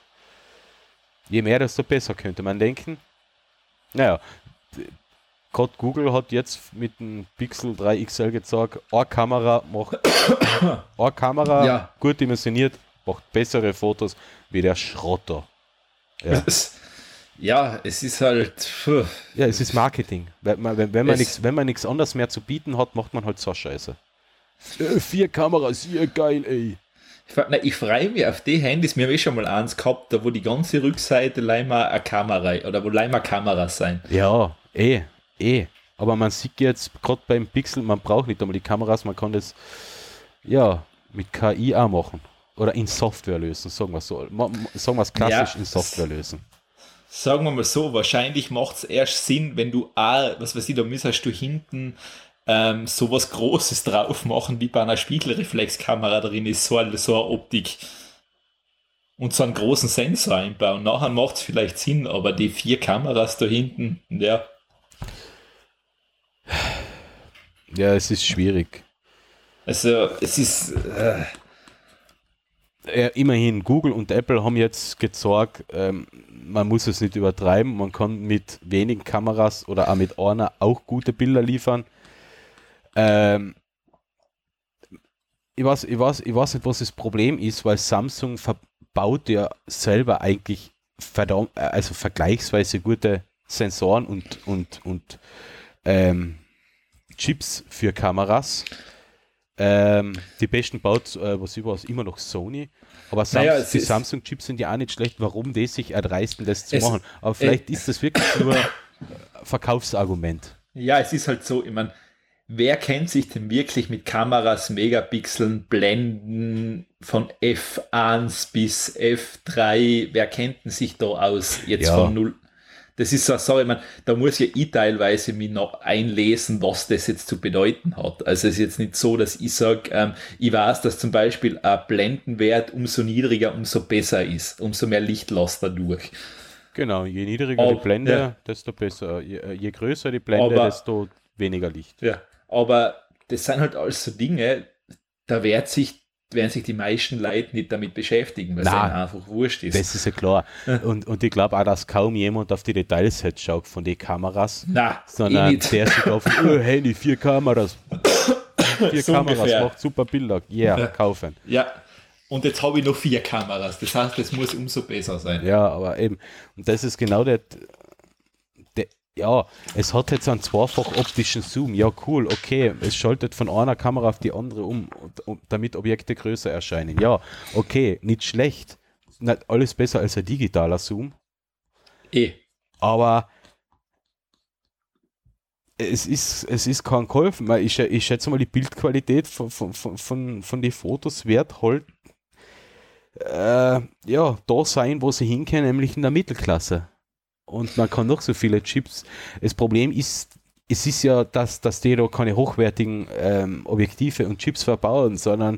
Je mehr, desto besser, könnte man denken. Naja, gerade Google hat jetzt mit dem Pixel drei X L gezeigt, eine Kamera macht eine Kamera Ja. gut dimensioniert, macht bessere Fotos wie der Schrotter. Ja, Es- Ja, es ist halt, puh, ja es ist Marketing. Wenn man, wenn, wenn man Es- nichts wenn man nichts anderes mehr zu bieten hat, macht man halt so Scheiße. Äh, vier Kameras, ja geil, ey. ich, freu- nein, ich freue mich auf die Handys. Wir haben eh schon mal eins gehabt, da wo die ganze Rückseite leider eine Kamera oder wo leider Kameras sein. Ja, eh, eh. Aber man sieht jetzt gerade beim Pixel, man braucht nicht einmal die Kameras, man kann das ja mit K I auch machen. Oder in Software lösen, sagen wir so. Ma- ma- Sagen wir es klassisch Ja, in Software lösen. Sagen wir mal so, wahrscheinlich macht es erst Sinn, wenn du auch, was weiß ich, da müsstest du hinten ähm, sowas Großes drauf machen, wie bei einer Spiegelreflexkamera drin ist, so eine, so eine Optik. Und so einen großen Sensor einbauen. Nachher macht es vielleicht Sinn, aber die vier Kameras da hinten, ja. Ja, es ist schwierig. Also, es ist. Äh, Ja, immerhin, Google und Apple haben jetzt gezeigt, ähm, man muss es nicht übertreiben, man kann mit wenigen Kameras oder auch mit einer auch gute Bilder liefern. Ähm, ich, weiß, ich, weiß, ich weiß nicht, was das Problem ist, weil Samsung verbaut ja selber eigentlich verdammt, also vergleichsweise gute Sensoren und, und, und ähm, Chips für Kameras. Ähm, die besten baut, äh, was überaus immer noch Sony, aber Sam Naja, die es ist, Samsung-Chips sind ja auch nicht schlecht, warum die sich erdreisten, das zu es, machen. Aber äh, vielleicht ist das wirklich nur Verkaufsargument. ja, es ist halt so, ich meine, wer kennt sich denn wirklich mit Kameras, Megapixeln, Blenden von F eins bis F drei, wer kennt denn sich da aus jetzt Ja. von null? Das ist so eine Sache, ich meine, da muss ja ich teilweise mich noch einlesen, was das jetzt zu bedeuten hat. Also es ist jetzt nicht so, dass ich sage, ähm, ich weiß, dass zum Beispiel ein Blendenwert umso niedriger, umso besser ist, umso mehr Licht lässt er durch. Genau, je niedriger Ob, die Blende, ja, desto besser. Je, äh, je größer die Blende, aber desto weniger Licht. Ja, aber das sind halt alles so Dinge, da wird sich, werden sich die meisten Leute nicht damit beschäftigen, weil es Na, ihnen einfach wurscht ist. Das ist ja klar. Und, und ich glaube auch, dass kaum jemand auf die Details jetzt schaut von den Kameras, Na, sondern eh nicht. der sich auf, oh, Handy, vier Kameras, vier So Kameras, ungefähr. macht super Bilder, yeah, kaufen. Ja, und jetzt habe ich noch vier Kameras, das heißt, das muss umso besser sein. Ja, aber eben, und das ist genau der, der ja, es hat jetzt einen zweifach optischen Zoom, ja cool, okay, es schaltet von einer Kamera auf die andere um, und, und damit Objekte größer erscheinen. Ja, okay, nicht schlecht, nicht alles besser als ein digitaler Zoom, Eh. aber es ist, es ist kein geholfen, weil ich, ich schätze mal, die Bildqualität von, von, von, von, von den Fotos wird halt äh, ja, da sein, wo sie hinkommen, nämlich in der Mittelklasse. Und man kann noch so viele Chips. Das Problem ist, es ist ja, dass, dass die da keine hochwertigen ähm, Objektive und Chips verbauen, sondern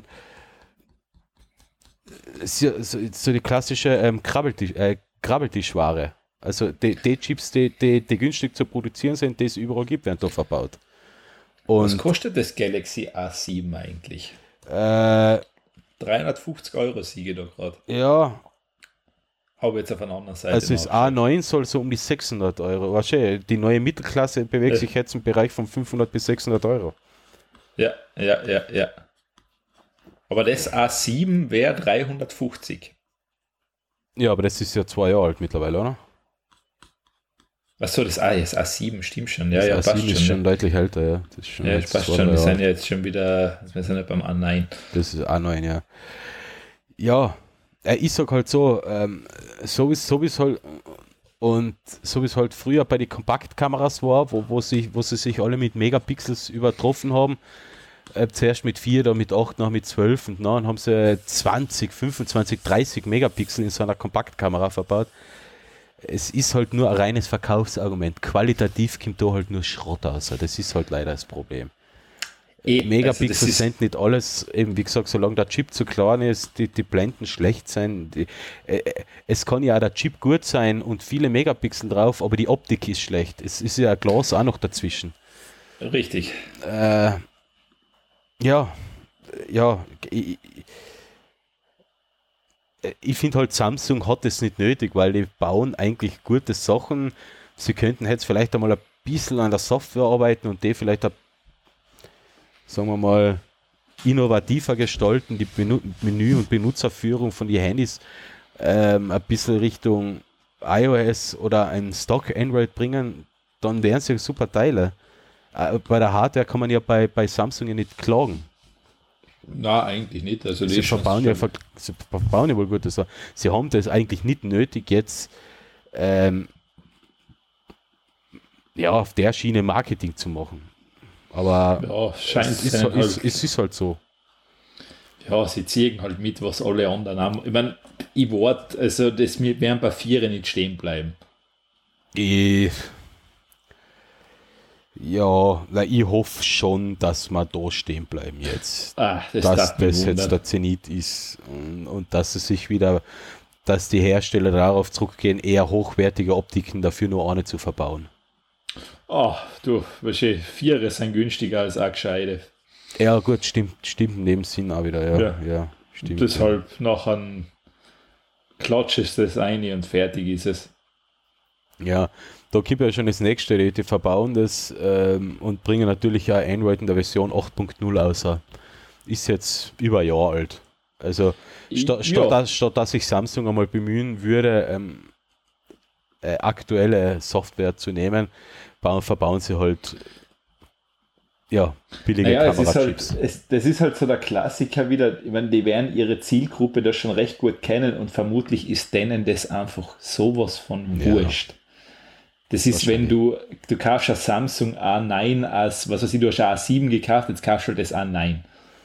es ist ja so, so die klassische ähm, Krabbeltisch, äh, Krabbeltischware. Also die, die Chips, die, die, die günstig zu produzieren sind, die es überall gibt, werden da verbaut. Was Und kostet das Galaxy A sieben eigentlich? äh, dreihundertfünfzig Euro siege da gerade. ja, Habe jetzt auf einer anderen Seite. also das A neun soll so um die sechshundert Euro. Weißt du, die neue Mittelklasse bewegt Ja. sich jetzt im Bereich von fünfhundert bis sechshundert Euro. Ja, ja, ja, ja. Aber das A sieben wäre dreihundertfünfzig. Ja, aber das ist ja zwei Jahre alt mittlerweile, oder? Achso, das, ah, das A sieben stimmt schon. Ja, Das ja, A passt sieben ist schon. schon Ne? deutlich älter, ja. Das ist schon Ja, jetzt das passt zwei, schon. drei Wir Jahre. sind ja jetzt schon wieder, wir sind ja beim A neun. Das ist A neun, ja. Ja, äh, ich sag halt so, ähm, so wie so es halt und so wie es halt früher bei den Kompaktkameras war, wo, wo, sich, wo sie sich alle mit Megapixels übertroffen haben, äh, zuerst mit vier, dann mit acht, dann mit zwölf und dann haben sie zwanzig, fünfundzwanzig, dreißig Megapixel in so einer Kompaktkamera verbaut. Es ist halt nur ein reines Verkaufsargument. Qualitativ kommt da halt nur Schrott raus. Das ist halt leider das Problem. Eh, Megapixel also das ist- sind nicht alles, eben wie gesagt, solange der Chip zu klein ist, die, die Blenden schlecht sein. Die, äh, es kann ja auch der Chip gut sein und viele Megapixel drauf, aber die Optik ist schlecht. Es ist ja ein Glas auch noch dazwischen. Richtig. Äh, ja, ja, ich, ich finde halt, Samsung hat es nicht nötig, weil die bauen eigentlich gute Sachen. Sie könnten jetzt vielleicht einmal ein bisschen an der Software arbeiten und die vielleicht, ein, sagen wir mal, innovativer gestalten, die Benu- Menü- und Benutzerführung von den Handys ähm, ein bisschen Richtung iOS oder ein Stock Android bringen, dann wären sie super Teile. Äh, bei der Hardware kann man ja bei, bei Samsung ja nicht klagen. Na, eigentlich nicht. Also Sie verbauen, ja, ver- sie verbauen ja wohl gute Sachen. Sie haben das eigentlich nicht nötig, jetzt ähm, ja, auf der Schiene Marketing zu machen. Aber Ja, scheint es, ist, sein halt, es, halt, es ist halt so. ja, sie ziehen halt mit, was alle anderen haben. Ich meine, ich warte, also das mir werden bei Viere nicht stehen bleiben. Ich, ja, na, ich hoffe schon, dass wir da stehen bleiben jetzt. Ah, das dass darf mich das jetzt wundern. der Zenit ist und, und dass es sich wieder, dass die Hersteller darauf zurückgehen, eher hochwertige Optiken dafür nur eine zu verbauen. Ah, du, weißt du, Viere sind günstiger als auch gescheite. Ja, gut, stimmt, stimmt in dem Sinn auch wieder, ja. Ja. ja, stimmt. Deshalb nachher klatschest das eine und fertig ist es. Ja, da gibt ja schon das nächste, die, die verbauen das ähm, und bringen natürlich auch Android in der Version acht Punkt null aus. Ist jetzt über ein Jahr alt. Also sta, statt, Ja. dass, statt dass sich Samsung einmal bemühen würde, ähm, äh, aktuelle Software zu nehmen, bauen, verbauen sie halt ja, billige naja, es ist Kamerachips. halt, es, das ist halt so der Klassiker wieder, ich meine, die werden ihre Zielgruppe das schon recht gut kennen und vermutlich ist denen das einfach sowas von Ja. wurscht. Das ist, wenn du, du kaufst ein Samsung A neun als, was weiß ich, du hast ein A sieben gekauft, jetzt kaufst du das A neun.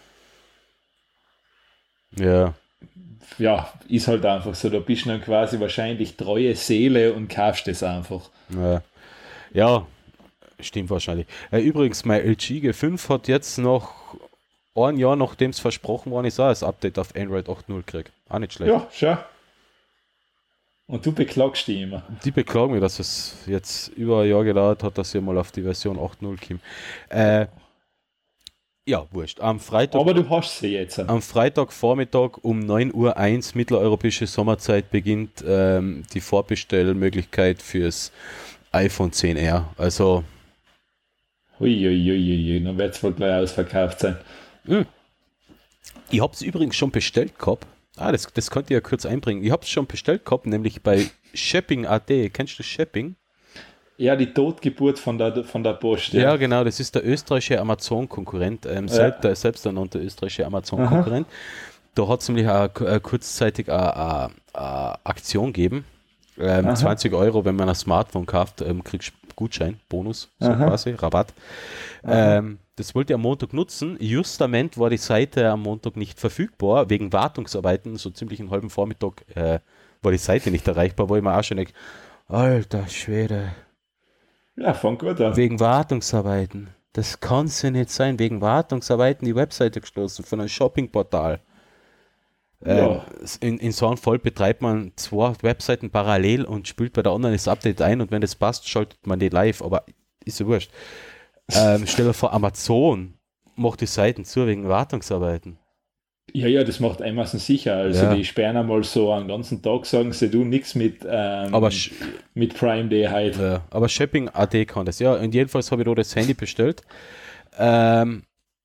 Ja. Ja, ist halt einfach so, da bist du dann quasi wahrscheinlich treue Seele und kaufst das einfach. Ja, ja, stimmt wahrscheinlich. Äh, übrigens, mein L G G fünf hat jetzt noch ein Jahr, nachdem es versprochen worden ist, auch das Update auf Android acht Punkt null gekriegt. Auch nicht schlecht. Ja, schau. Und du beklagst dich immer. Die beklagen mich, dass es jetzt über ein Jahr gedauert hat, dass ihr mal auf die Version acht Punkt null kommt. Äh, ja, wurscht. Am Freitag, Aber du hast sie jetzt. am Freitagvormittag um neun Uhr eins mitteleuropäische Sommerzeit beginnt ähm, die Vorbestellmöglichkeit fürs iPhone zehn R. Also Uiuiuiui, dann wird es wohl gleich ausverkauft sein. mh. Ich habe es übrigens schon bestellt gehabt. Ah, das, das könnt ihr ja kurz einbringen. Ich habe es schon bestellt gehabt, nämlich bei Shopping Punkt A D. Kennst du Shopping? Ja, die Totgeburt von der, von der Post. Ja, genau, das ist der österreichische Amazon-Konkurrent, ähm, Ja. selbst, der selbsternannte österreichische Amazon-Konkurrent. Da hat es nämlich auch, äh, kurzzeitig eine, eine, eine Aktion gegeben. Ähm, Aha. zwanzig Euro, wenn man ein Smartphone kauft, ähm, kriegst du Gutschein, Bonus, so Aha. quasi, Rabatt. Ähm, das wollte ich am Montag nutzen. Justament war die Seite am Montag nicht verfügbar, wegen Wartungsarbeiten, so ziemlich einen halben Vormittag äh, war die Seite nicht erreichbar, wo ich mir auch schon denke, alter Schwede, Ja, fang gut an. wegen Wartungsarbeiten. Das kann es ja nicht sein, wegen Wartungsarbeiten die Webseite geschlossen von einem Shoppingportal. Ja. Ähm, in, in so einem Fall betreibt man zwei Webseiten parallel und spielt bei der anderen das Update ein und wenn das passt, schaltet man die live, aber ist ja wurscht. Ähm, stell dir vor, Amazon macht die Seiten zu wegen Wartungsarbeiten. Ja, ja, das macht Amazon sicher. Also Ja. die sperren einmal so einen ganzen Tag, sagen sie, du nichts mit, ähm, Aber, sch- mit Prime Day heute. ja, aber Shopping Punkt A D kann das. Ja, und jedenfalls habe ich da das Handy bestellt. Ähm,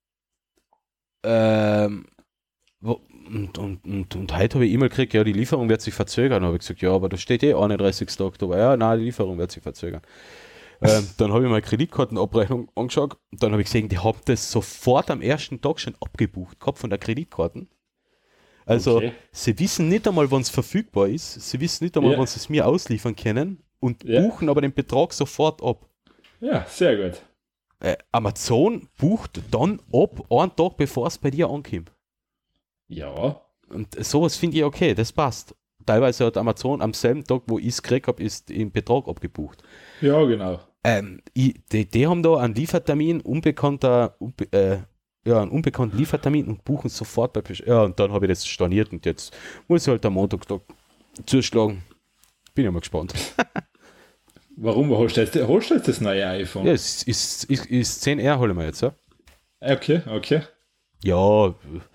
ähm, wo, und, und, und, und heute habe ich E-Mail gekriegt, ja, die Lieferung wird sich verzögern. Da habe ich gesagt, ja, aber da steht eh einunddreißigsten Oktober. Ja, nein, die Lieferung wird sich verzögern. ähm, dann habe ich meine Kreditkartenabrechnung angeschaut. Dann habe ich gesehen, die haben das sofort am ersten Tag schon abgebucht, gehabt von der Kreditkarten. Also, Okay. sie wissen nicht einmal, wann es verfügbar ist. Sie wissen nicht einmal, Ja. wann sie es mir ausliefern können und Ja. buchen aber den Betrag sofort ab. Ja, sehr gut. Äh, Amazon bucht dann ab, einen Tag bevor es bei dir ankommt. Ja. Und sowas finde ich okay, das passt. Teilweise hat Amazon am selben Tag, wo ich es gekriegt habe, ist im Betrag abgebucht. Ja, genau. Ähm, ich, die, die haben da einen Liefertermin, unbekannter, unbe, äh, ja, einen unbekannten Liefertermin und buchen sofort bei Besch- Ja, und dann habe ich das storniert und jetzt muss ich halt am Montag da zuschlagen. Bin ja mal gespannt. Warum hast du jetzt, hast du jetzt das neue iPhone? Ja, es ist, ist, ist zehn R holen wir jetzt, ja? Okay, okay. Ja,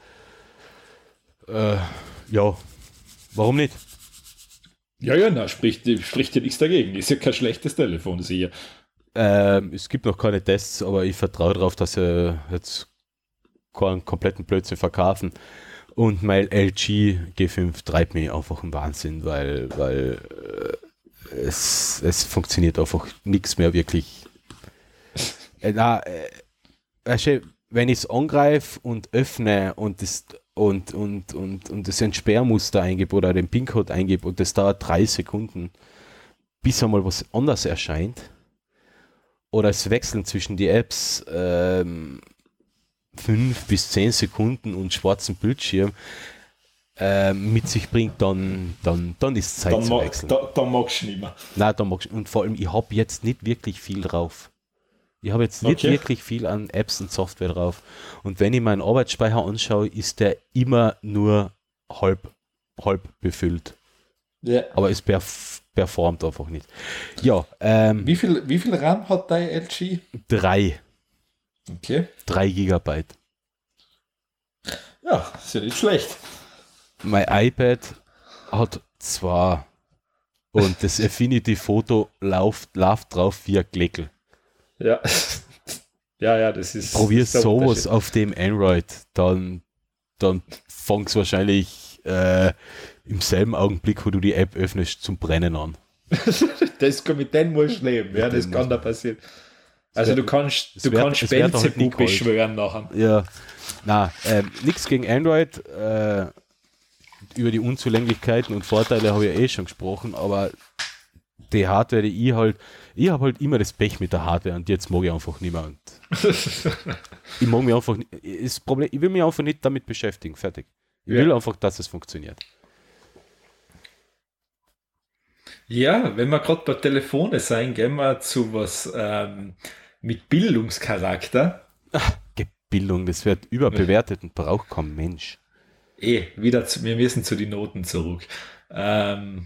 äh, ja, warum nicht? Ja, ja, na, spricht, spricht ja nichts dagegen. Ist ja kein schlechtes Telefon, sicher. Ähm, es gibt noch keine Tests, aber ich vertraue darauf, dass sie jetzt keinen kompletten Blödsinn verkaufen. Und mein L G G fünf treibt mich einfach im Wahnsinn, weil, weil äh, es, es funktioniert einfach nichts mehr wirklich. Äh, na, äh, weißt du, wenn ich es angreife und öffne und das und, und, und, und das Entsperrmuster eingebe oder den PIN-Code eingebe und das dauert drei Sekunden, bis einmal was anderes erscheint. Oder das Wechseln zwischen die Apps ähm, fünf bis zehn Sekunden und schwarzen Bildschirm ähm, mit sich bringt, dann, dann, dann ist es Zeit Dann, zu ma wechseln. da, dann magst du nicht mehr. Nein, dann magst, und vor allem, ich habe jetzt nicht wirklich viel drauf. Ich habe jetzt nicht Okay. wirklich viel an Apps und Software drauf. Und wenn ich meinen Arbeitsspeicher anschaue, ist der immer nur halb, halb befüllt. Ja. Aber es perf performt einfach nicht. Ja, ähm, Wie viel, wie viel RAM hat dein L G? drei, Okay. drei Gigabyte. Ja, ist ja nicht schlecht. Mein iPad hat zwei und das Affinity-Foto läuft, läuft drauf wie ein Kleckel. Ja. Ja, ja, das ist. Probier ist der sowas Unterschied. auf dem Android, dann, dann fängst du wahrscheinlich äh, im selben Augenblick, wo du die App öffnest, zum Brennen an. Das, mit denen musst du leben, ja, Mit das denen kann muss da passieren. Also wär, du kannst, du wär, kannst Belzebub halt beschwören nachher. Ja, na, ähm, nichts gegen Android. Äh, über die Unzulänglichkeiten und Vorteile habe ich ja eh schon gesprochen, aber die Hardware, die ich halt, ich habe halt immer das Pech mit der Hardware und jetzt mag ich einfach nicht mehr. Und ich mag mich einfach nicht, das Problem, ich will mich einfach nicht damit beschäftigen, fertig. Ich will Ja. einfach, dass es funktioniert. Ja, wenn wir gerade bei Telefone sein, gehen wir zu was ähm, mit Bildungscharakter. Bildung, das wird überbewertet und braucht kein Mensch. Eh, wieder zu, wir müssen zu den Noten zurück. Ähm,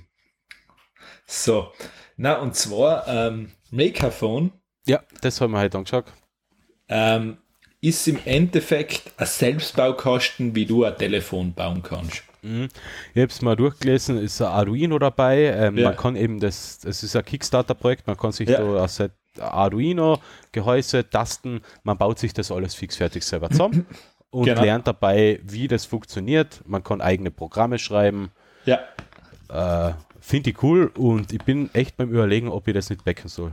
so, na und zwar ähm, Makerphone Ja, das haben wir heute angeschaut. ähm, ist im Endeffekt ein Selbstbaukasten, wie du ein Telefon bauen kannst. Mhm. Ich habe es mal durchgelesen, ist ein Arduino dabei. Ähm, Ja. Man kann eben das, das ist ein Kickstarter-Projekt, man kann sich Ja. da aus Arduino, Gehäuse, Tasten, man baut sich das alles fixfertig selber zusammen und Genau. lernt dabei, wie das funktioniert. Man kann eigene Programme schreiben. Ja, Äh, Finde ich cool und ich bin echt beim Überlegen, ob ich das nicht backen soll.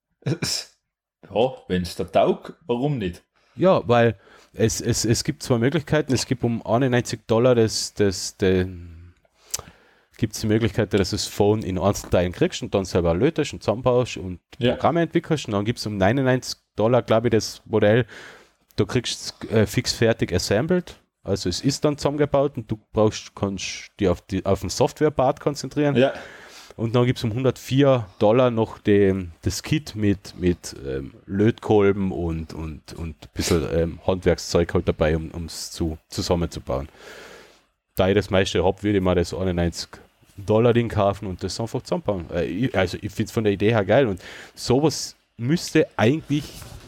ja wenn es da taugt, warum nicht? Ja, weil es, es, es gibt zwei Möglichkeiten. Es gibt um einundneunzig Dollar das, das, das gibt es die Möglichkeit, dass du das Phone in Einzelteilen kriegst und dann selber lötest und zusammenbaust und Ja. Programme entwickelst. Und dann gibt es um neunundneunzig Dollar, glaube ich, das Modell, du kriegst es äh, fix fertig assembled. Also es ist dann zusammengebaut und du brauchst, kannst dich auf, die, auf den Software-Part konzentrieren. Ja, Und dann gibt es um hundertvier Dollar noch den, das Kit mit, mit ähm, Lötkolben und, und, und ein bisschen ähm, Handwerkszeug halt dabei, um es zu, zusammenzubauen. Da ich das meiste habe, würde ich mal das einundneunzig Dollar Ding kaufen und das einfach zusammenbauen. Äh, ich, also ich finde es von der Idee her geil und sowas müsste eigentlich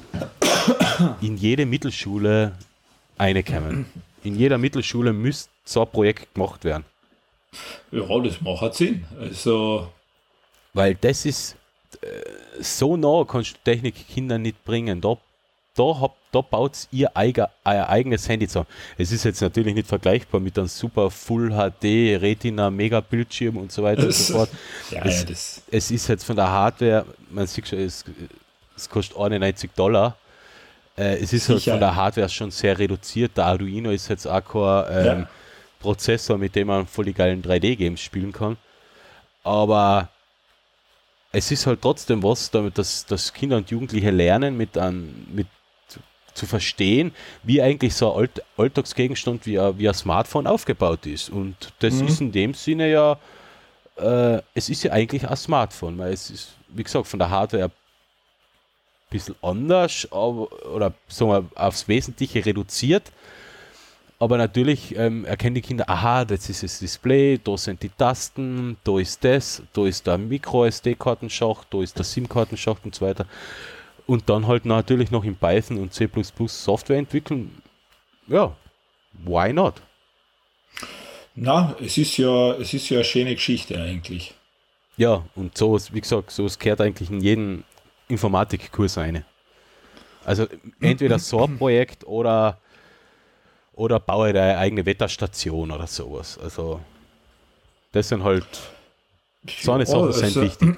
in jede Mittelschule reinkommen. In jeder Mittelschule müsste so ein Projekt gemacht werden. ja, das macht Sinn. Also, Weil das ist äh, so nah kannst du Technik Kindern nicht bringen. Da, da, hab, da baut ihr eiger, euer eigenes Handy zusammen. Es ist jetzt natürlich nicht vergleichbar mit einem super Full H D, Retina, Mega Bildschirm und so weiter und so fort. ja, es, ja, das, es ist jetzt von der Hardware, man sieht schon, es, es kostet einundneunzig Dollar. Äh, es ist halt Sicher. von der Hardware schon sehr reduziert. Der Arduino ist jetzt auch kein ähm, Ja. Prozessor, mit dem man voll die geilen drei D-Games spielen kann. Aber es ist halt trotzdem was, damit dass, dass Kinder und Jugendliche lernen, mit, an, mit zu, zu verstehen, wie eigentlich so ein Alt, Alltagsgegenstand wie ein, wie ein Smartphone aufgebaut ist. Und das Mhm. ist in dem Sinne ja, äh, es ist ja eigentlich ein Smartphone, weil es ist, wie gesagt, von der Hardware ein bisschen anders, aber, oder sagen wir, aufs Wesentliche reduziert. Aber natürlich ähm, erkennen die Kinder, aha, das ist das Display, da sind die Tasten, da ist das, da ist der Micro-S D-Kartenschacht, da ist der SIM-Kartenschacht und so weiter. Und dann halt natürlich noch in Python und C plus plus Software entwickeln. Ja, why not? na, es ist ja, es ist ja eine schöne Geschichte eigentlich. Ja, und sowas, wie gesagt, sowas gehört eigentlich in jeden Informatikkurs rein. Also entweder so ein Projekt oder Oder baue deine eigene Wetterstation oder sowas. Also, das sind halt, so eine Sachen sind also, wichtig.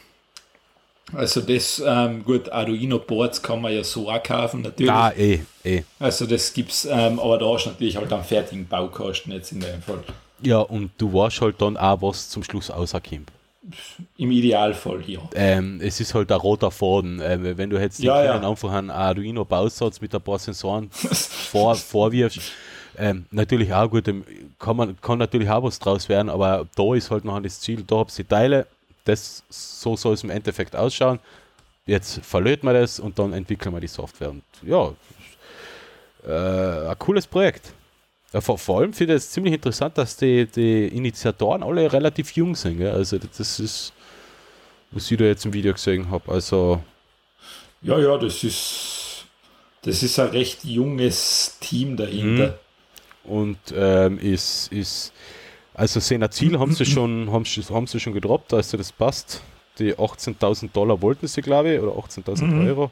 Also das, ähm, gut, Arduino-Boards kann man ja so auch kaufen, natürlich. Ah, eh, eh. Also das gibt's, ähm, aber da ist natürlich halt einen fertigen Baukasten jetzt in dem Fall. Ja, und du weißt halt dann auch, was zum Schluss rauskommt. Im Idealfall, ja. Ähm, es ist halt ein roter Faden. Ähm, wenn du jetzt den Ja, ja. Kindern einfach einen Arduino-Bausatz mit ein paar Sensoren vor, vorwirfst, ähm, natürlich auch gut, ähm, kann, man, kann natürlich auch was draus werden, aber da ist halt noch das Ziel, da habt ihr die Teile, das, so soll es im Endeffekt ausschauen. Jetzt verlöten wir das und dann entwickeln wir die Software. Und ja, äh, ein cooles Projekt. Ja, vor, vor allem finde ich es ziemlich interessant, dass die, die Initiatoren alle relativ jung sind. Gell? Also das ist, was ich da jetzt im Video gesehen habe. Also Ja, ja, das ist, das ist ein recht junges Team dahinter. und ähm, ist, ist also sein Ziel haben sie schon haben, sie- haben sie schon gedroppt, also das passt. Die achtzehntausend Dollar wollten sie, glaube ich, oder achtzehntausend Mhm. Euro.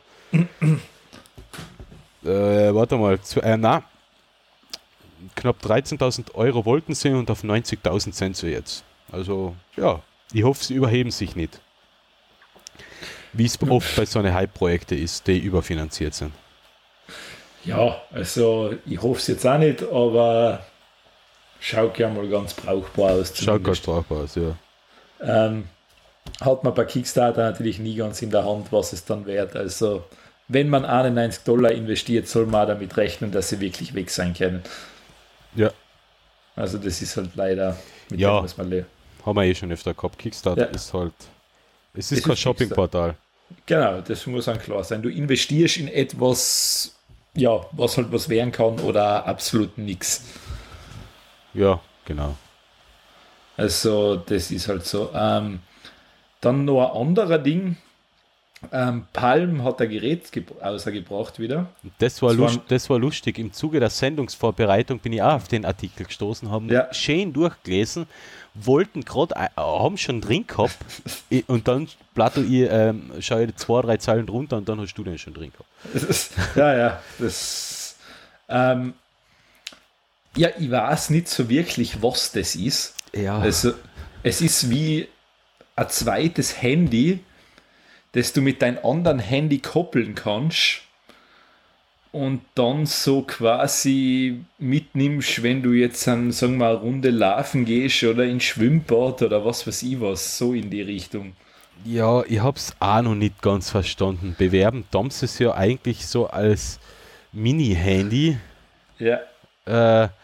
äh, warte mal, zu, äh, na, knapp dreizehntausend Euro wollten sie und auf neunzigtausend sind sie jetzt. Also ja, ich hoffe, sie überheben sich nicht. wie es oft bei so einen Hype-Projekten ist, die überfinanziert sind. Ja, also ich hoffe es jetzt auch nicht, aber schaut ja mal ganz brauchbar aus. Schaut ganz brauchbar aus, ja. Ähm, hat man bei Kickstarter natürlich nie ganz in der Hand, was es dann wert. Also wenn man einundneunzig Dollar investiert, soll man auch damit rechnen, dass sie wirklich weg sein können. Ja. Also das ist halt leider, mit ja, dem muss man leben. Haben wir eh schon öfter gehabt. Kickstarter ja. ist halt, es ist es kein ist Shoppingportal. Genau, das muss dann klar sein. Du investierst in etwas, ja, was halt was werden kann oder absolut nichts. Ja, genau. Also das ist halt so. Ähm, dann noch ein anderer Ding. Ähm, Palm hat ein Gerät rausgebracht wieder. Das war, das, lust, das war lustig. Im Zuge der Sendungsvorbereitung bin ich auch auf den Artikel gestoßen, haben ja. schön durchgelesen, wollten gerade, haben schon drin gehabt und dann plattel ich, ähm, schaue ich zwei, drei Zeilen drunter und dann hast du den schon drin gehabt. ja, ja, das ähm, ja, ich weiß nicht so wirklich, was das ist. Ja. Also, es ist wie ein zweites Handy, das du mit deinem anderen Handy koppeln kannst und dann so quasi mitnimmst, wenn du jetzt an, sagen wir, eine Runde laufen gehst oder ins Schwimmbad oder was weiß ich was, so in die Richtung. Ja, ich habe es auch noch nicht ganz verstanden. Bewerben tun sie es ja eigentlich so als Mini-Handy. Ja. Äh, äh,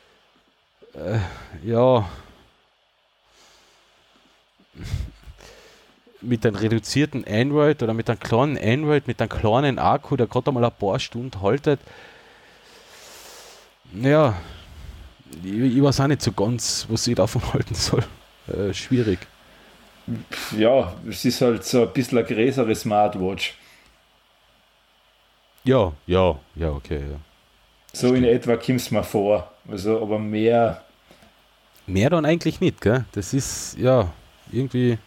ja. Mit einem reduzierten Android oder mit einem kleinen Android, mit einem kleinen Akku, der gerade einmal ein paar Stunden haltet. Ja, ich, ich weiß auch nicht so ganz, was ich davon halten soll. Äh, schwierig. Ja, es ist halt so ein bisschen eine größere Smartwatch. Ja, ja, ja, okay. Ja. So Stimmt. In etwa kommt es mir vor. Also, aber mehr. Mehr dann eigentlich nicht, gell? Das ist, ja, irgendwie.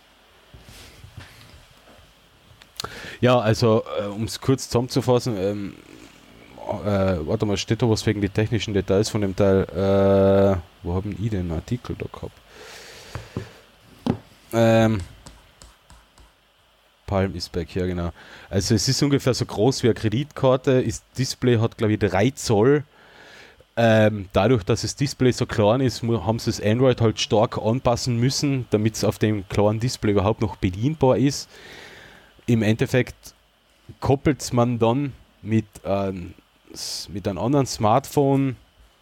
Ja, also, äh, um es kurz zusammenzufassen, ähm, äh, warte mal, steht da was wegen die technischen Details von dem Teil? Äh, wo haben ich den Artikel da gehabt? Ähm, Palm ist back, ja genau. Also es ist ungefähr so groß wie eine Kreditkarte, das Display hat glaube ich drei Zoll. Ähm, dadurch, dass das Display so klein ist, haben sie das Android halt stark anpassen müssen, damit es auf dem kleinen Display überhaupt noch bedienbar ist. Im Endeffekt koppelt man dann mit, ähm, mit einem anderen Smartphone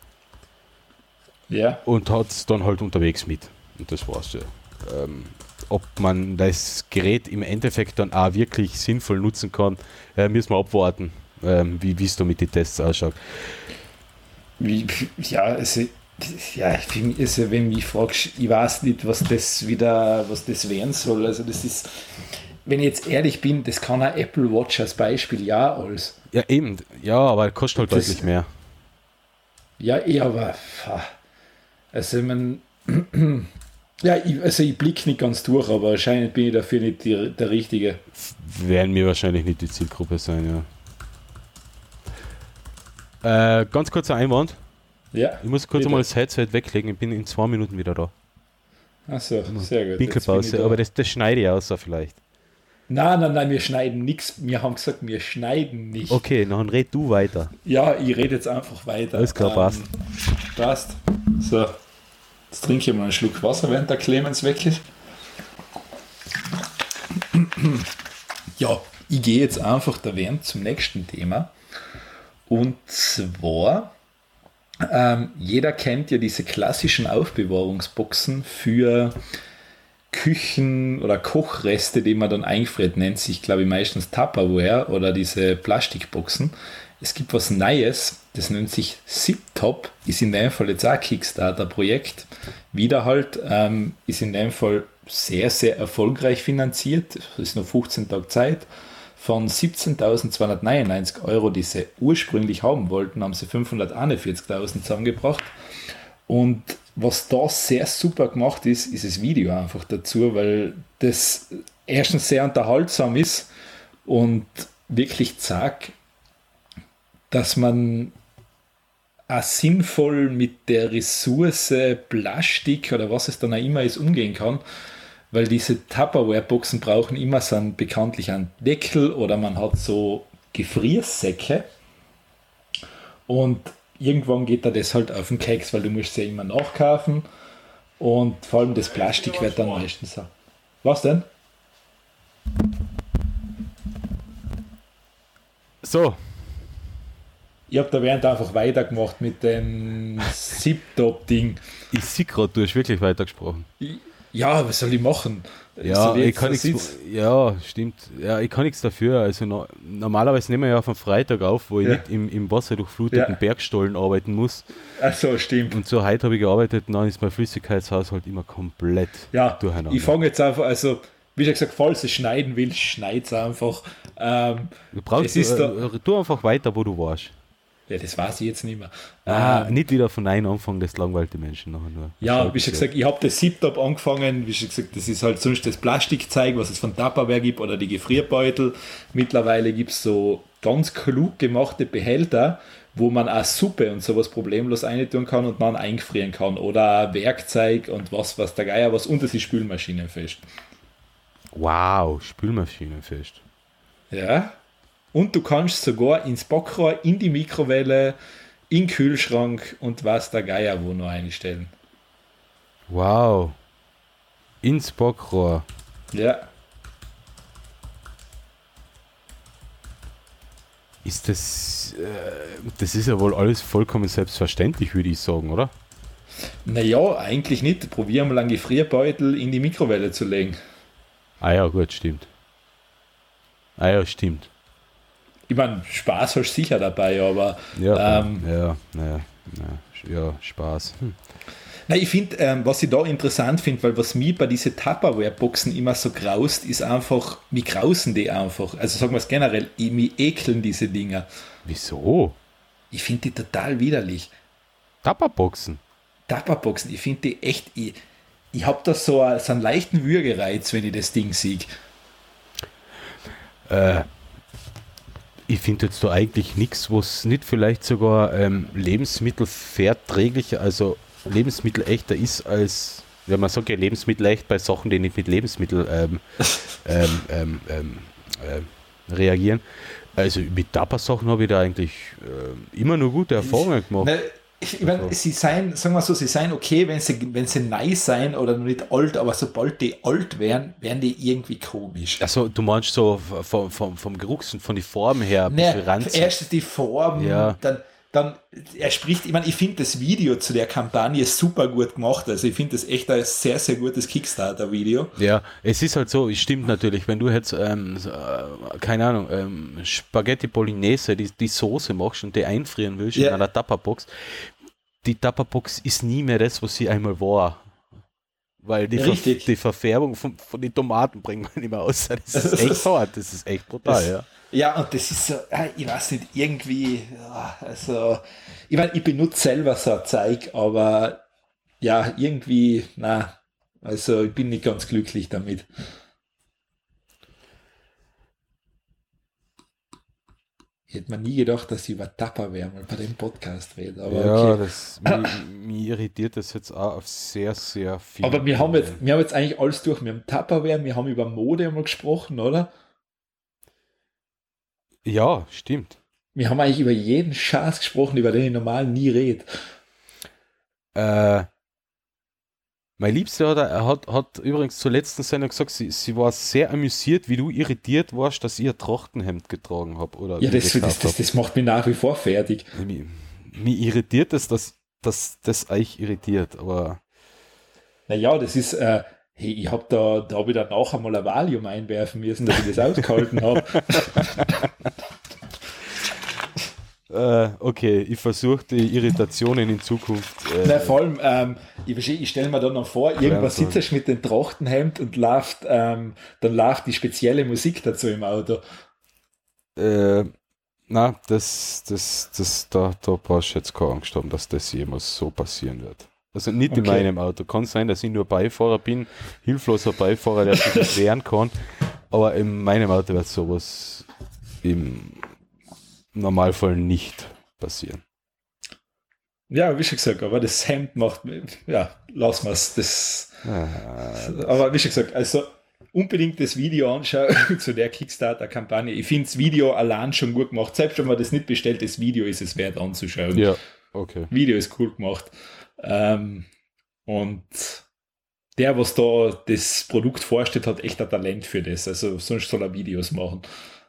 ja. und hat es dann halt unterwegs mit. Und das war's ja. Ähm, ob man das Gerät im Endeffekt dann auch wirklich sinnvoll nutzen kann, äh, müssen wir abwarten, ähm, wie es da mit den Tests ausschaut. Wie, ja, also, ja, also, wenn mich fragst, ich weiß nicht, was das wieder, was das werden soll. Also das ist, wenn ich jetzt ehrlich bin, das kann ein Apple Watch als Beispiel ja alles. Ja, eben, ja, aber kostet halt das, deutlich mehr. Ja, eh, aber also man ja, ich, also ich blicke nicht ganz durch, aber wahrscheinlich bin ich dafür nicht die, der Richtige. Werden mir wahrscheinlich nicht die Zielgruppe sein, ja. Äh, ganz kurzer Einwand. Ja. Ich muss kurz bitte. Mal das Headset weglegen, ich bin in zwei Minuten wieder da. Achso, sehr gut. Pinkelpause, aber das, das schneide ich aus vielleicht. Nein, nein, nein, wir schneiden nichts. Wir haben gesagt, wir schneiden nicht. Okay, dann red du weiter. Ja, ich rede jetzt einfach weiter. Alles klar, passt. Ähm, passt. So, jetzt trinke ich mal einen Schluck Wasser, während der Clemens weg ist. Ja, ich gehe jetzt einfach da während zum nächsten Thema. Und zwar, ähm, jeder kennt ja diese klassischen Aufbewahrungsboxen für Küchen- oder Kochreste, die man dann einfriert, nennt sich, glaube ich, meistens Tupperware oder diese Plastikboxen. Es gibt was Neues, das nennt sich ZipTop, ist in dem Fall jetzt auch ein Kickstarter-Projekt. Wieder halt, ähm, ist in dem Fall sehr, sehr erfolgreich finanziert. Es ist noch fünfzehn Tage Zeit. Von siebzehntausendzweihundertneunundneunzig Euro, die sie ursprünglich haben wollten, haben sie fünfhunderteinundvierzigtausend zusammengebracht. Und was da sehr super gemacht ist, ist das Video einfach dazu, weil das erstens sehr unterhaltsam ist und wirklich zeigt, dass man auch sinnvoll mit der Ressource Plastik oder was es dann auch immer ist umgehen kann. weil diese Tupperware-Boxen brauchen immer so einen, bekanntlich einen Deckel oder man hat so Gefriersäcke und irgendwann geht da das halt auf den Keks, weil du musst ja immer nachkaufen und vor allem das Plastik wird dann meistens so. Was denn? So. Ich habe da während einfach weitergemacht mit dem Zip-Top-Ding. Ich sehe gerade, du hast wirklich weitergesprochen. Ja, was soll ich machen? Ja, ich ich kann nichts, ja, stimmt. Ja, ich kann nichts dafür. Also no, normalerweise nehmen wir ja auf am Freitag auf, wo ich ja. nicht im, im wasserdurchfluteten ja. Bergstollen arbeiten muss. Ach so, stimmt. Und so heute habe ich gearbeitet und dann ist mein Flüssigkeitshaushalt immer komplett ja, durcheinander. Ich fange jetzt einfach, also wie schon gesagt, falls du schneiden willst, schneid es einfach. Ähm, du brauchst, ist äh, da, tu einfach weiter, wo du warst. Ja, das weiß ich jetzt nicht mehr. Ah, ähm, nicht wieder von einem anfangen, das langweilt die Menschen nachher nur. Ja, wie schon gesagt, ich habe das Zip-Top angefangen, wie schon gesagt, das ist halt sonst das Plastikzeug, was es von Tupperware gibt oder die Gefrierbeutel. Mittlerweile gibt es so ganz klug gemachte Behälter, wo man auch Suppe und sowas problemlos reintun kann und dann eingefrieren kann. Oder Werkzeug und was, was der Geier was unter die Spülmaschinen fest. Wow, Spülmaschinen fest. Ja. Und du kannst sogar ins Backrohr, in die Mikrowelle, in den Kühlschrank und was der Geier wo noch einstellen. Wow. Ins Backrohr. Ja. Ist das, äh, das ist ja wohl alles vollkommen selbstverständlich, würde ich sagen, oder? Naja, eigentlich nicht. Probier mal einen Gefrierbeutel in die Mikrowelle zu legen. Ah ja, gut, stimmt. Ah ja, stimmt. Ich meine, Spaß hast du sicher dabei, aber... Ja, ähm, ja, ja, ja, ja, Spaß. Hm. Nein, ich finde, ähm, was ich da interessant finde, weil was mich bei diesen Tupperware-Boxen immer so graust, ist einfach, wie grausen die einfach. Also sagen wir es generell, ich, mich ekeln diese Dinger. Wieso? Ich finde die total widerlich. Tupperboxen? Tupperboxen, ich finde die echt... Ich, ich habe da so, a, so einen leichten Würgereiz, wenn ich das Ding sehe. Äh... Ich finde jetzt da eigentlich nichts, was nicht vielleicht sogar ähm, lebensmittelverträglicher, also lebensmittelechter ist als, ja, man sagt ja lebensmittelecht bei Sachen, die nicht mit Lebensmitteln ähm, ähm, ähm, ähm, äh, reagieren. Also mit Tupper-Sachen habe ich da eigentlich äh, immer nur gute Erfahrungen gemacht. Ne, ich meine, also. sie seien, sagen wir so, sie seien okay, wenn sie, wenn sie nice sein oder noch nicht alt, aber sobald die alt wären, wären die irgendwie komisch. Also du meinst so vom, vom, vom Geruchs- und von den Formen her ein ne, bisschen ranzig. Erst die Form, ja. dann, dann er spricht, ich meine, ich finde das Video zu der Kampagne super gut gemacht, also ich finde das echt ein sehr, sehr gutes Kickstarter-Video. Ja, es ist halt so, es stimmt natürlich, wenn du jetzt, ähm, äh, keine Ahnung, ähm, Spaghetti Bolognese, die, die Soße machst und die einfrieren willst ja. in einer Tupperbox, die Tupperbox ist nie mehr das, was sie einmal war. Weil die, Ver die Verfärbung von, von den Tomaten bringt man nicht mehr aus. Das ist echt hart, das ist echt brutal, das, ja. Ja, und das ist so, ich weiß nicht, irgendwie, also, ich meine, ich benutze selber so ein Zeug, aber ja, irgendwie, na, also ich bin nicht ganz glücklich damit. Ich hätte mir nie gedacht, dass ich über Tupperware mal bei dem Podcast rede. Aber ja, okay. das, mich, mich irritiert das jetzt auch auf sehr, sehr viel. Aber wir haben, jetzt, wir haben jetzt eigentlich alles durch. Wir haben Tupperware, wir haben über Mode mal gesprochen, oder? Ja, stimmt. Wir haben eigentlich über jeden Schatz gesprochen, über den ich normal nie rede. Äh, mein Liebster hat, hat, hat übrigens zur letzten Sendung gesagt, sie, sie war sehr amüsiert, wie du irritiert warst, dass ich ein Trachtenhemd getragen habe. Oder ja, das, das, das, das macht mich nach wie vor fertig. Mich, mich irritiert es, dass, dass das euch irritiert, aber... Naja, das ist... Äh, hey, ich habe da, da habe ich dann auch einmal ein Valium einwerfen müssen, dass ich das ausgehalten habe. Äh, okay, ich versuche die Irritationen in Zukunft. Äh, Nein, vor allem, ähm, ich, ich stelle mir dann noch vor, irgendwas sitzt ich mit dem Trachtenhemd und läuft, ähm, dann läuft die spezielle Musik dazu im Auto. Äh, na, das, das, das, da, da brauchst du jetzt keine Angst haben, dass das jemals so passieren wird. Also nicht okay. In meinem Auto. Kann sein, dass ich nur Beifahrer bin, hilfloser Beifahrer, der sich nicht wehren kann. Aber in meinem Auto wird sowas im Normalfall nicht passieren. Ja, wie schon gesagt, aber das Hemd macht, ja, lassen wir es. Das, Ah, aber wie schon gesagt, also unbedingt das Video anschauen zu der Kickstarter-Kampagne. Ich finde das Video allein schon gut gemacht. Selbst wenn man das nicht bestellt, das Video ist es wert anzuschauen. ja, okay. Video ist cool gemacht. Ähm, und der, was da das Produkt vorstellt, hat echt ein Talent für das. Also sonst soll er Videos machen.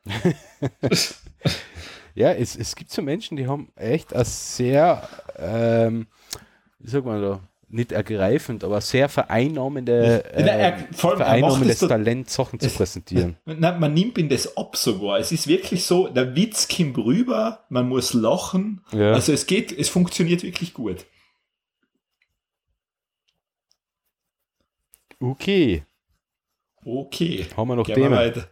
Ja, es, es gibt so Menschen, die haben echt ein sehr, ähm, wie sagt man da, nicht ergreifend, aber sehr vereinnahmende, Ja, er- äh, vor allem, er vereinnahmendes macht das so- Talent, Sachen zu es- präsentieren. Nein, man nimmt ihn das ab sogar. Es ist wirklich so, der Witz kommt rüber, man muss lachen. Ja. Also es geht, es funktioniert wirklich gut. Okay, Okay. haben wir noch Gehen wir Themen? weiter.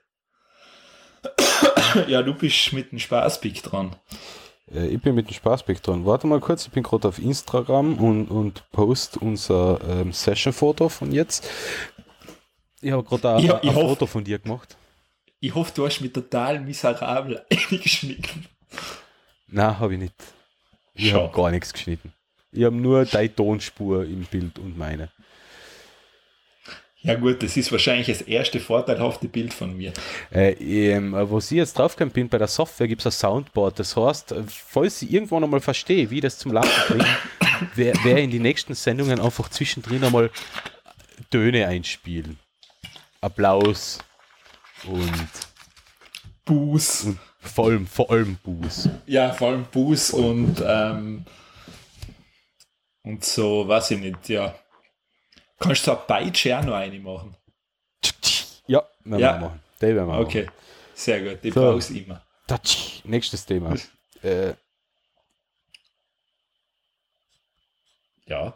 Ja, du bist mit dem Spaßpick dran. Äh, ich bin mit dem Spaßpick dran. Warte mal kurz, ich bin gerade auf Instagram und, und post unser ähm, Session-Foto von jetzt. Ich habe gerade ein, Ja, ein ich hoff- Foto von dir gemacht. Ich hoffe, du hast mich total miserabel eingeschnitten. Nein, habe ich nicht. Ich Schade. habe gar nichts geschnitten. Ich habe nur deine Tonspur im Bild und meine. Ja gut, das ist wahrscheinlich das erste vorteilhafte Bild von mir. Äh, ähm, was ich jetzt draufgekommen bin, bei der Software gibt es ein Soundboard. Das heißt, äh, falls ich irgendwann einmal verstehe, wie das zum Laufen bringt, wer, wer in die nächsten Sendungen einfach zwischendrin einmal Töne einspielen. Applaus und, Buß. und vor allem, vor allem Buß. Ja, vor allem Buß und ähm, und so, weiß ich nicht, ja. Kannst du eine Peitsche auch noch eine machen? Ja, werden Ja. wir machen. Den werden wir machen. Okay, sehr gut, die So. brauchst du immer. Tatsch. Nächstes Thema. äh, Ja.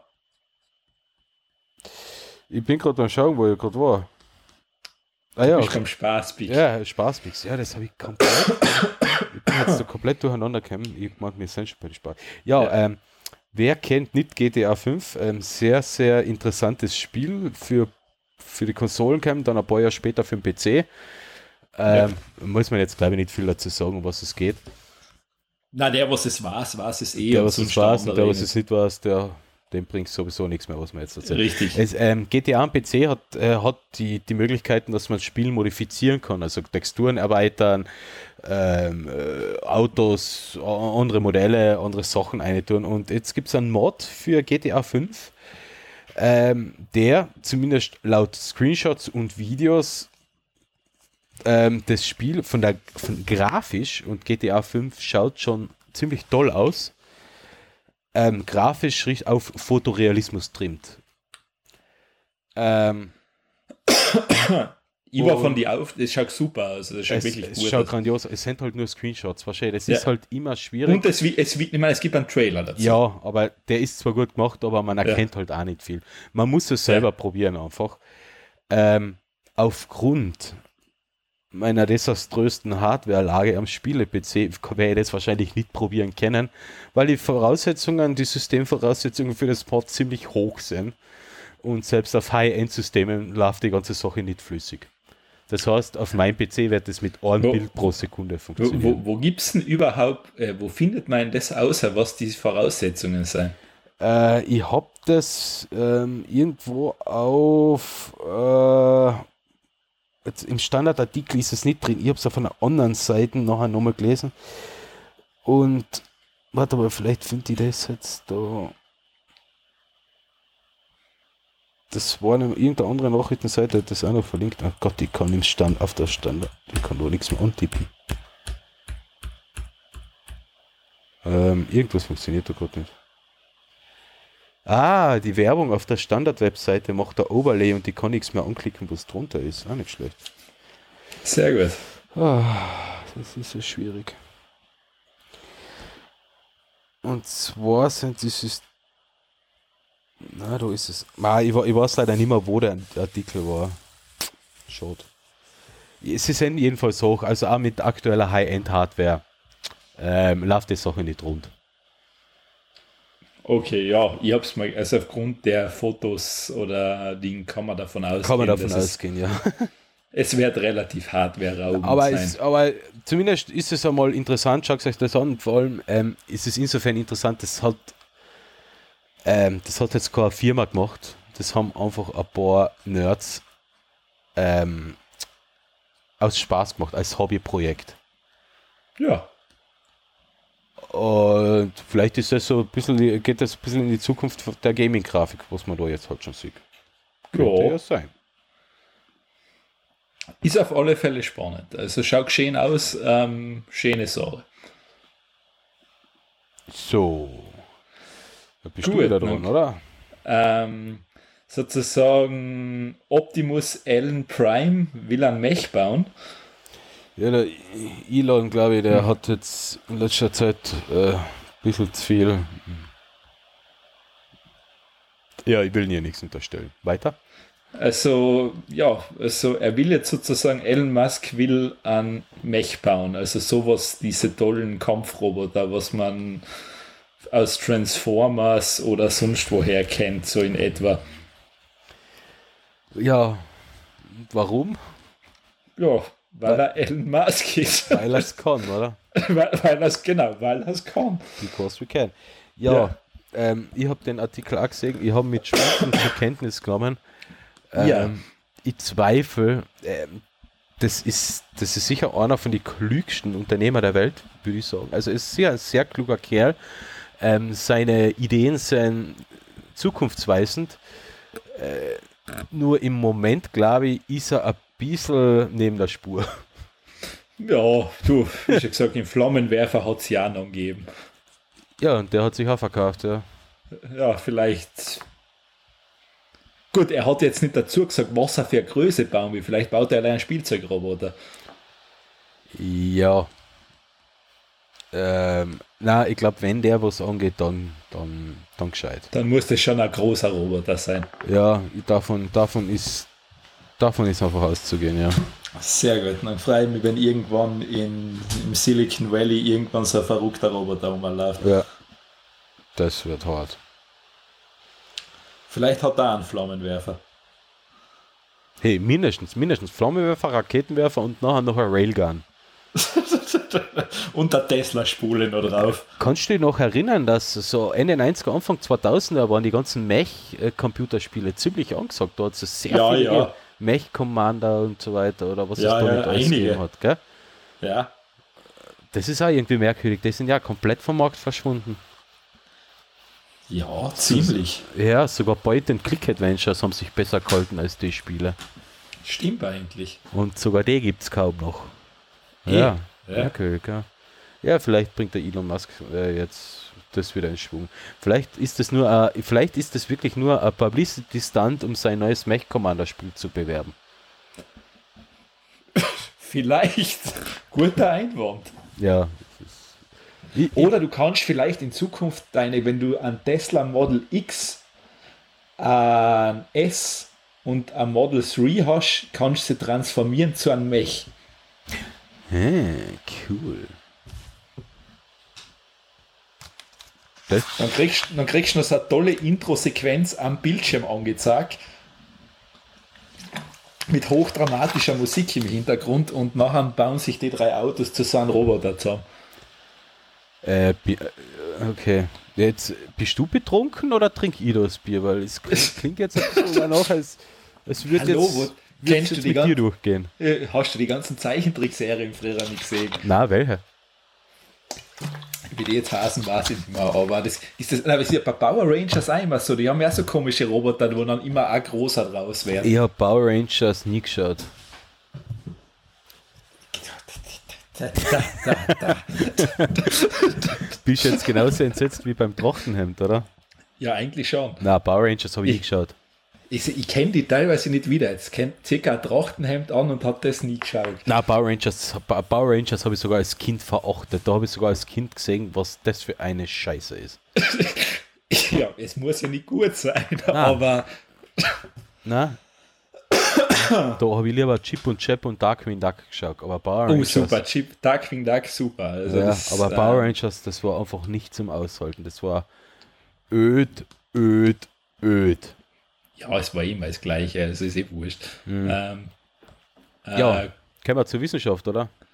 ich bin gerade am Schauen, wo ich gerade war. Ah Du ja, bist beim Spaßpick. ja, Spaßmix. Ja, das habe ich komplett. Ich bin jetzt so komplett durcheinander gekommen. Ich mag mir selbst bei den Spaß. Ja, Ja. ähm, wer kennt nicht G T A fünf? Ähm, sehr, sehr interessantes Spiel für, für die Konsolen kämen, dann ein paar Jahre später für den P C. Ähm, Muss man jetzt, glaube ich, nicht viel dazu sagen, um was es geht. Na, der, was es weiß, weiß es eh. Der, und was es sonst weiß und andere der, was nicht. es nicht weiß, der, dem bringt sowieso nichts mehr, was man jetzt erzählt. Richtig. Es, ähm, G T A am P C hat, äh, hat die, die Möglichkeiten, dass man das Spiel modifizieren kann, also Texturen erweitern, ähm, äh, Autos, a- andere Modelle, andere Sachen eintun. Und jetzt gibt es einen Mod für G T A fünf, ähm, der zumindest laut Screenshots und Videos ähm, das Spiel von der von grafisch, und G T A fünf schaut schon ziemlich toll aus, ähm, grafisch richtig auf Fotorealismus trimmt. Ähm, Ich war und- von die auf, das schaut super aus. Das schaut es wirklich es gut schaut aus. grandios aus. Es sind halt nur Screenshots, wahrscheinlich. Das Ja. ist halt immer schwierig. Und es, wi- es, wi- ich meine, es gibt einen Trailer dazu. Ja, aber der ist zwar gut gemacht, aber man erkennt halt auch nicht viel. Man muss es selber Ja. probieren einfach. Ähm, aufgrund meiner desaströsen Hardware-Lage am Spiele-P C werde ich das wahrscheinlich nicht probieren können, weil die Voraussetzungen, die Systemvoraussetzungen für das Mod ziemlich hoch sind und selbst auf High-End-Systemen läuft die ganze Sache nicht flüssig. Das heißt, auf meinem P C wird es mit einem Wo- Bild pro Sekunde Wo, funktionieren. wo, wo gibt es denn überhaupt, äh, wo findet man das außer, was die Voraussetzungen sind? Äh, ich habe das ähm, irgendwo auf äh, jetzt im Standardartikel ist es nicht drin. Ich habe es auf einer anderen Seite nachher nochmal gelesen. Und warte mal, vielleicht finde ich das jetzt da. Das war eine, irgendeine andere Nachrichtenseite, hat das auch noch verlinkt. Ach Gott, ich kann im Stand auf der Standard, ich kann doch nichts mehr antippen. Ähm, irgendwas funktioniert da gerade nicht. Ah, die Werbung auf der Standard-Webseite macht der Overlay und die kann nichts mehr anklicken, was drunter ist. Auch nicht schlecht. Sehr gut. Ah, das ist so schwierig. Und zwar sind dieses. Na, da ist es. Ah, ich, wa- ich weiß leider nicht mehr, wo der Artikel war. Schade. Sie sind jedenfalls hoch, also auch mit aktueller High-End-Hardware ähm, läuft die Sache nicht rund. Okay, ja, ich hab's mal, also aufgrund der Fotos oder Ding kann man davon ausgehen. Kann man davon dass ausgehen, ja. Es, es wird relativ hardware-raubend Aber, sein. es, aber zumindest ist es einmal interessant, schaut euch das an. Vor allem ähm, ist es insofern interessant, es hat Ähm, das hat jetzt keine Firma gemacht. Das haben einfach ein paar Nerds ähm, aus Spaß gemacht, als Hobbyprojekt. Ja. Und vielleicht ist das so ein bisschen, geht das ein bisschen in die Zukunft der Gaming-Grafik, was man da jetzt halt schon sieht. Könnte Ja. ja sein. Ist auf alle Fälle spannend. Also schaut schön aus, ähm, schöne Sache. So. Da bist Gut, du wieder dran, dann- oder? Ähm, sozusagen Optimus Allen Prime will ein Mech bauen. Ja, der Elon, glaube ich, der hat jetzt in letzter Zeit äh, ein bisschen zu viel. Ja, ich will dir nichts unterstellen. Weiter? Also, ja, also er will jetzt sozusagen, Elon Musk will ein Mech bauen. Also sowas, diese tollen Kampfroboter, was man aus Transformers oder sonst woher kennt, so in etwa. Ja, warum? Ja, weil er Elon Musk ist. Weil er es kann, oder? weil, weil er es, genau, weil er es kann. Because we can. Ja, Ja. Ähm, ich habe den Artikel auch gesehen, ich habe mit Schweigen zur Kenntnis genommen. Ähm, Ja. Ich zweifle, ähm, das ist, das ist sicher einer von den klügsten Unternehmer der Welt, würde ich sagen. Also ist sicher ein sehr kluger Kerl. Ähm, seine Ideen sind zukunftsweisend. Äh, nur im Moment, glaube ich, ist er ein bisschen neben der Spur. Ja, du, wie schon gesagt, den Flammenwerfer hat es ja auch noch gegeben. Ja, und der hat sich auch verkauft, ja. Ja, vielleicht. Gut, er hat jetzt nicht dazu gesagt, was er für eine Größe bauen will. Vielleicht baut er allein einen Spielzeugroboter. Ja. Ähm, na, ich glaube, wenn der was angeht, dann, dann, dann gescheit. Dann muss das schon ein großer Roboter sein. Ja, davon, davon ist davon ist einfach auszugehen, ja. Sehr gut. Dann freue ich mich, wenn irgendwann in, im Silicon Valley irgendwann so ein verrückter Roboter rumläuft. Ja. Das wird hart. Vielleicht hat er einen Flammenwerfer. Hey, mindestens, mindestens Flammenwerfer, Raketenwerfer und nachher noch ein Railgun. Und der Tesla-Spule noch drauf. Kannst du dich noch erinnern, dass so Ende neunziger, Anfang zweitausender waren die ganzen Mech-Computerspiele ziemlich angesagt. Da hat es sehr Ja, viele ja. Mech-Commander und so weiter, oder was Ja, es da ja, nicht alles einige. gegeben hat, gell? Ja. Das ist auch irgendwie merkwürdig. Die sind ja komplett vom Markt verschwunden. Ja, ziemlich. Ja, sogar Point and Click Adventures haben sich besser gehalten als die Spiele. Stimmt eigentlich. Und sogar die gibt es kaum noch. Eh, Ja, ja. merkwürdig, ja. Ja, vielleicht bringt der Elon Musk äh, jetzt das wieder in Schwung. Vielleicht ist das nur, äh, vielleicht ist das wirklich nur ein Publicity-Stunt, um sein neues Mech Commander-Spiel zu bewerben. Vielleicht. Guter Einwand. Ja. Ich, ich, Oder du kannst vielleicht in Zukunft deine, wenn du ein Tesla Model X, ein S und ein Model drei hast, kannst du sie transformieren zu einem Mech. Hä, cool. Das, Dann kriegst, dann kriegst du noch so eine tolle Intro-Sequenz am Bildschirm angezeigt. Mit hochdramatischer Musik im Hintergrund und nachher bauen sich die drei Autos zu so einem Roboter zusammen. äh, Bi- äh, okay. Jetzt bist du betrunken oder trink ich das Bier? Weil es klingt, klingt jetzt ein bisschen danach, als, als würde Hallo, jetzt, wo- würd's kennst du jetzt die mit gan- dir durchgehen. Äh, Hast du die ganzen Zeichentrickserien früher nicht gesehen? Na, welche? Wie die jetzt heißen, weiß ich nicht mehr. Aber das ist das, nein, das ist ja bei Power Rangers auch immer so. Die haben ja so komische Roboter, wo dann immer auch großer draus werden. Ich habe Power Rangers nie geschaut. Da, da, da, da. Bist jetzt genauso entsetzt wie beim Trachtenhemd, oder? Ja, eigentlich schon. Na, Power Rangers habe ich nie Ich- geschaut. Ich, ich kenne die teilweise nicht wieder. Jetzt kennt circa ein Trachtenhemd an und habe das nie geschaut. Na, Power Rangers, Pa- Power Rangers habe ich sogar als Kind verachtet. Da habe ich sogar als Kind gesehen, was das für eine Scheiße ist. Ja, es muss ja nicht gut sein, Ah. aber Na? Da habe ich lieber Chip und Chap und Darkwing Duck geschaut. Aber Power oh, Rangers. super. Chip, Darkwing Duck, super. Also Ja, das, aber äh, Power Rangers, das war einfach nicht zum Aushalten. Das war öd, öd, öd. Ja, es war immer das Gleiche. Es ist eh wurscht. Ähm, äh, Ja, kommen wir zur Wissenschaft, oder?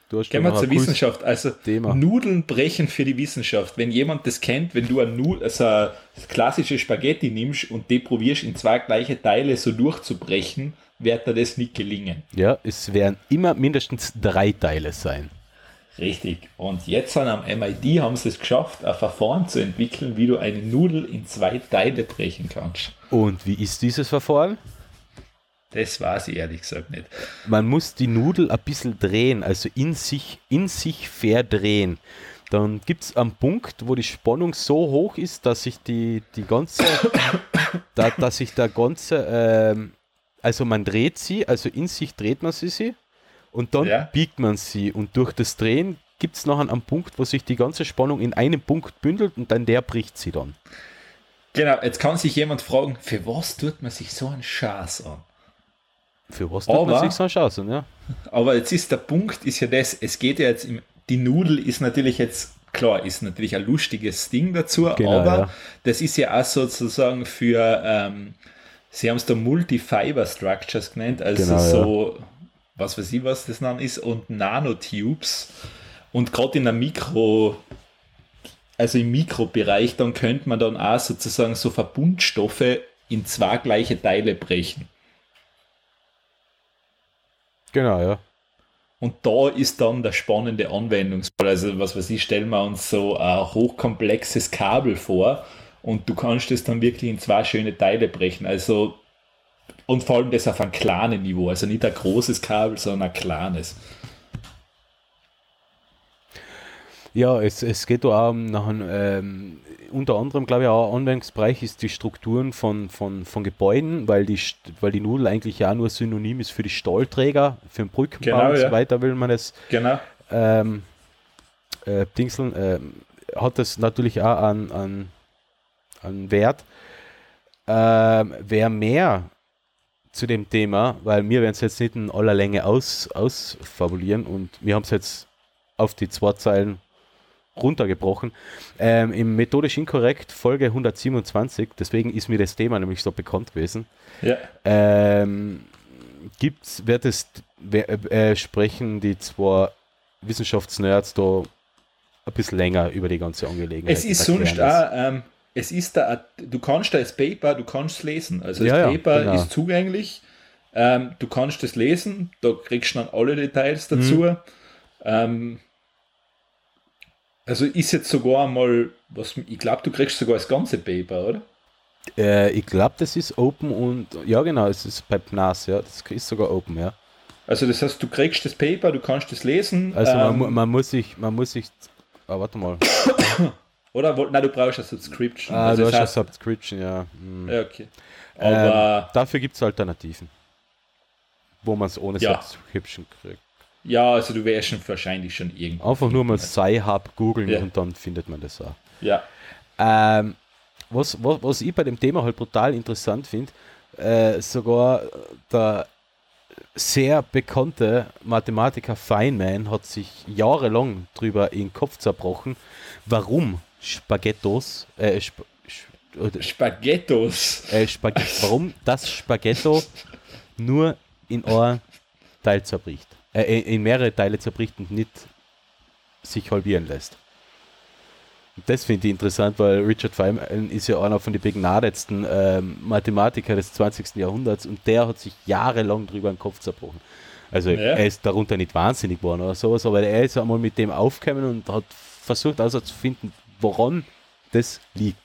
Du hast Gehen wir noch zur ein cooles Wissenschaft. Also Thema. Nudeln brechen für die Wissenschaft. Wenn jemand das kennt, wenn du ein Nudel, also ein klassische Spaghetti nimmst und die probierst in zwei gleiche Teile so durchzubrechen, wird dir das nicht gelingen. Ja, es werden immer mindestens drei Teile sein. Richtig. Und jetzt am M I T haben sie es geschafft, ein Verfahren zu entwickeln, wie du eine Nudel in zwei Teile brechen kannst. Und wie ist dieses Verfahren? Das weiß ich ehrlich gesagt nicht. Man muss die Nudel ein bisschen drehen, also in sich, in sich verdrehen. Dann gibt es einen Punkt, wo die Spannung so hoch ist, dass sich die, die ganze, da, dass sich der ganze, ähm, also man dreht sie, also in sich dreht man sie, sie und dann Ja. biegt man sie. Und durch das Drehen gibt es nachher einen Punkt, wo sich die ganze Spannung in einem Punkt bündelt und dann der bricht sie dann. Genau, jetzt kann sich jemand fragen, für was tut man sich so einen Schatz an? Für was tut Aber- man sich so anschauen, ja? Aber jetzt ist der Punkt, ist ja das, es geht ja jetzt, im, die Nudel ist natürlich jetzt, klar, ist natürlich ein lustiges Ding dazu, Genau, aber ja. das ist ja auch sozusagen für, ähm, sie haben es da Multi-Fiber-Structures genannt, also Genau, so, was weiß ich, was das dann ist, und Nanotubes. Und gerade in der Mikro, also im Mikrobereich, dann könnte man dann auch sozusagen so Verbundstoffe in zwei gleiche Teile brechen. Genau, ja. Und da ist dann der spannende Anwendungsfall. Also, was weiß ich, stellen wir uns so ein hochkomplexes Kabel vor und du kannst es dann wirklich in zwei schöne Teile brechen. Also, und vor allem das auf einem kleinen Niveau. Also nicht ein großes Kabel, sondern ein kleines. Ja, es, es geht da auch um nach einem, ähm, unter anderem, glaube ich, auch ein Anwendungsbereich ist die Strukturen von, von, von Gebäuden, weil die, St- weil die Nudel eigentlich ja nur synonym ist für die Stahlträger, für den Brückenbau Genau, und so ja. weiter, will man das Genau. ähm, äh, dingseln, ähm, hat das natürlich auch einen, einen, einen Wert. Ähm, wer mehr zu dem Thema, weil wir werden es jetzt nicht in aller Länge aus, ausfabulieren und wir haben es jetzt auf die zwei Zeilen runtergebrochen. Ähm, Im Methodisch Inkorrekt Folge hundertsiebenundzwanzig, deswegen ist mir das Thema nämlich so bekannt gewesen, Ja. ähm, gibt's, wird es, wer- äh, sprechen die zwei Wissenschaftsnerds da ein bisschen länger über die ganze Angelegenheit. Es ist erklären sonst das. auch, ähm, es ist da, du kannst da das Paper, du kannst es lesen. Also das Ja, ja, Paper genau. ist zugänglich. Ähm, du kannst es lesen, da kriegst du dann alle Details dazu. Mhm. Ähm, also ist jetzt sogar mal, was, ich glaube, du kriegst sogar das ganze Paper, oder? Äh, ich glaube, das ist Open und ja genau, es ist bei P N A S, ja, das ist sogar Open, ja. Also das heißt, du kriegst das Paper, du kannst es lesen. Also man, ähm, mu- man muss sich, man muss sich, ah, warte mal, oder? wo- Nein, du brauchst eine Subscription. ah, also du das hast eine heißt, Subscription, ja. hm. ja, okay. Aber ähm, dafür gibt es Alternativen, wo man es ohne Ja. Subscription kriegt. ja, also du wärst schon wahrscheinlich schon irgendwo. Einfach nur mal Sci-Hub googeln Ja. und dann findet man das auch. Ja. Ähm, was, was, was ich bei dem Thema halt brutal interessant finde, äh, sogar der sehr bekannte Mathematiker Feynman hat sich jahrelang drüber in den Kopf zerbrochen, warum Spaghettos, äh, Sp Sp oder, Spaghettos. äh, Spag warum das Spaghetto nur in ein Teil zerbricht, äh, in mehrere Teile zerbricht und nicht sich halbieren lässt. Und das finde ich interessant, weil Richard Feynman ist ja einer von den begnadetsten ähm, Mathematiker des zwanzigsten Jahrhunderts und der hat sich jahrelang drüber den Kopf zerbrochen. Also Ja. er ist darunter nicht wahnsinnig geworden oder sowas, aber er ist einmal mit dem aufgekommen und hat versucht herauszufinden, woran das liegt.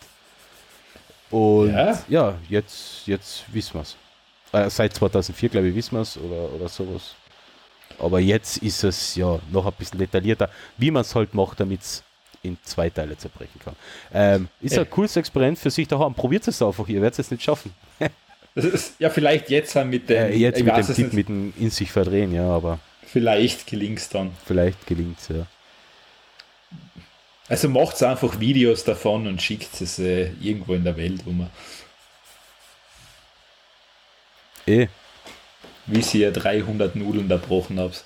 Und Ja. ja, jetzt, jetzt wissen wir es. Äh, seit zweitausendvier, glaube ich, wissen wir es oder, oder sowas. Aber jetzt ist es ja noch ein bisschen detaillierter, wie man es halt macht, damit es in zwei Teile zerbrechen kann. Ähm, ist Ja. ein cooles Experiment für sich daheim. Probiert es einfach, ihr werdet es nicht schaffen. Das ist, ja, vielleicht jetzt halt mit dem, Äh, jetzt ich mit weiß dem es Tipp nicht, mit dem in sich verdrehen, ja, aber vielleicht gelingt es dann. vielleicht gelingt es, ja. Also macht einfach Videos davon und schickt es äh, irgendwo in der Welt rum. Eh, Wie sie ihr dreihundert Nudeln erbrochen habt.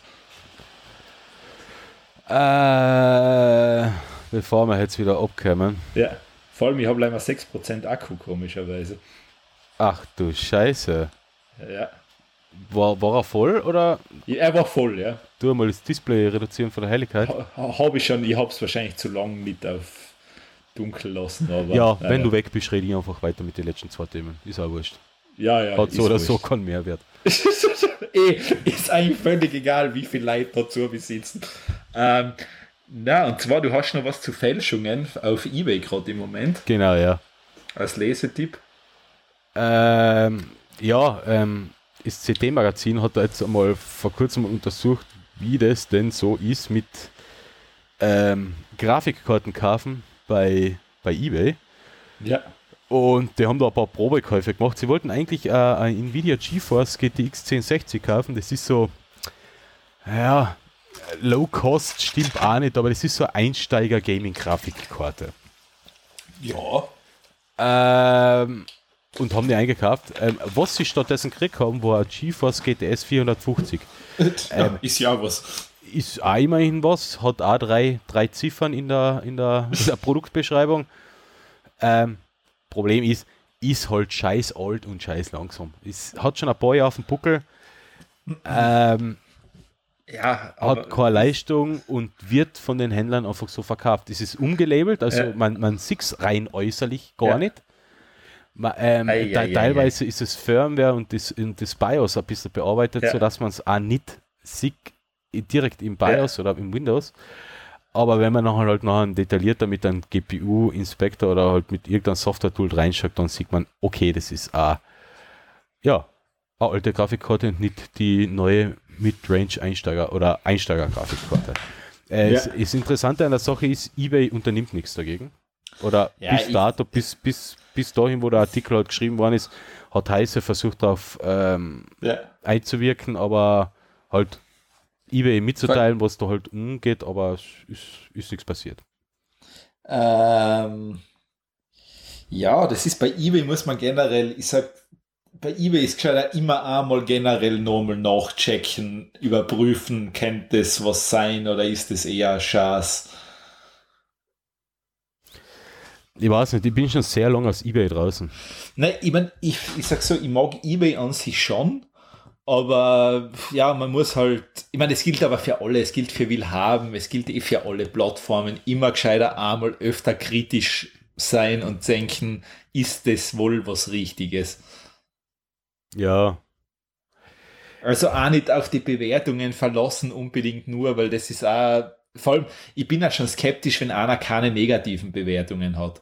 äh, bevor wir jetzt wieder abkommen. Ja, vor allem, ich habe leider sechs Prozent Akku, komischerweise. Ach du Scheiße. Ja, war, war er voll oder? Ja, er war voll, ja. Du mal das Display reduzieren von der Helligkeit. Ha, habe ich schon, ich habe es wahrscheinlich zu lang mit auf dunkel lassen, aber. Ja, wenn ja. du weg bist, rede ich einfach weiter mit den letzten zwei Themen. Ist auch wurscht. Ja, ja. Hat so oder wurscht. So keinen Mehrwert. eh, ist eigentlich völlig egal, wie viele Leute dazu besitzen. Ähm, na, und zwar, du hast noch was zu Fälschungen auf eBay gerade im Moment. Genau, ja. Als Lesetipp. Ähm, ja, ähm, das C T-Magazin hat da jetzt einmal vor kurzem untersucht, wie das denn so ist mit ähm, Grafikkarten kaufen bei, bei eBay. Ja. Und die haben da ein paar Probekäufe gemacht. Sie wollten eigentlich äh, ein Nvidia GeForce G T X zehn sechzig kaufen. Das ist so, ja, Low Cost stimmt auch nicht, aber das ist so eine Einsteiger-Gaming-Grafikkarte. Ja. Ähm, und haben die eingekauft. Ähm, was sie stattdessen gekriegt haben, war ein GeForce G T S vierhundertfünfzig. ähm, ist ja was. Ist auch immerhin was, hat auch drei, drei Ziffern in der, in der, in der Produktbeschreibung. Ähm, Problem ist, ist halt scheiß alt und scheiß langsam. Es hat schon ein paar Jahre auf dem Buckel. Ähm, ja, hat keine Leistung und wird von den Händlern einfach so verkauft. Es ist umgelabelt, also ja. man, man sieht es rein äußerlich gar ja. nicht. Man, ähm, ei, te- ei, teilweise ei. ist das Firmware und das, und das BIOS ein bisschen bearbeitet, ja. sodass man es auch nicht sieht, direkt im BIOS ja. oder im Windows. Aber wenn man nachher halt noch detaillierter mit einem G P U-Inspektor oder halt mit irgendeinem Software-Tool reinschaut, dann sieht man, okay, das ist auch, ja, eine alte Grafikkarte und nicht die neue Mid-Range-Einsteiger- oder Einsteiger-Grafikkarte. Äh, Ja. das, das Interessante an der Sache ist, eBay unternimmt nichts dagegen. Oder Ja, bis ich- dato, bis, bis, bis dahin, wo der Artikel halt geschrieben worden ist, hat Heise versucht, darauf ähm, Ja. einzuwirken, aber halt eBay mitzuteilen, was da halt umgeht, aber es ist, ist nichts passiert. Ähm, ja, das ist bei eBay, muss man generell, ich sag, bei eBay ist gescheiter immer einmal generell nochmal nachchecken, überprüfen, könnte das was sein oder ist das eher ein Schatz? Ich weiß nicht, ich bin schon sehr lange aus eBay draußen. Nein, ich mein, ich, ich sag so, ich mag eBay an sich schon, aber ja, man muss halt, ich meine, es gilt aber für alle, es gilt für Willhaben, es gilt eh für alle Plattformen, immer gescheiter einmal öfter kritisch sein und denken, ist das wohl was Richtiges? Ja, Also auch nicht auf die Bewertungen verlassen unbedingt nur, weil das ist auch, vor allem, ich bin ja schon skeptisch, wenn einer keine negativen Bewertungen hat.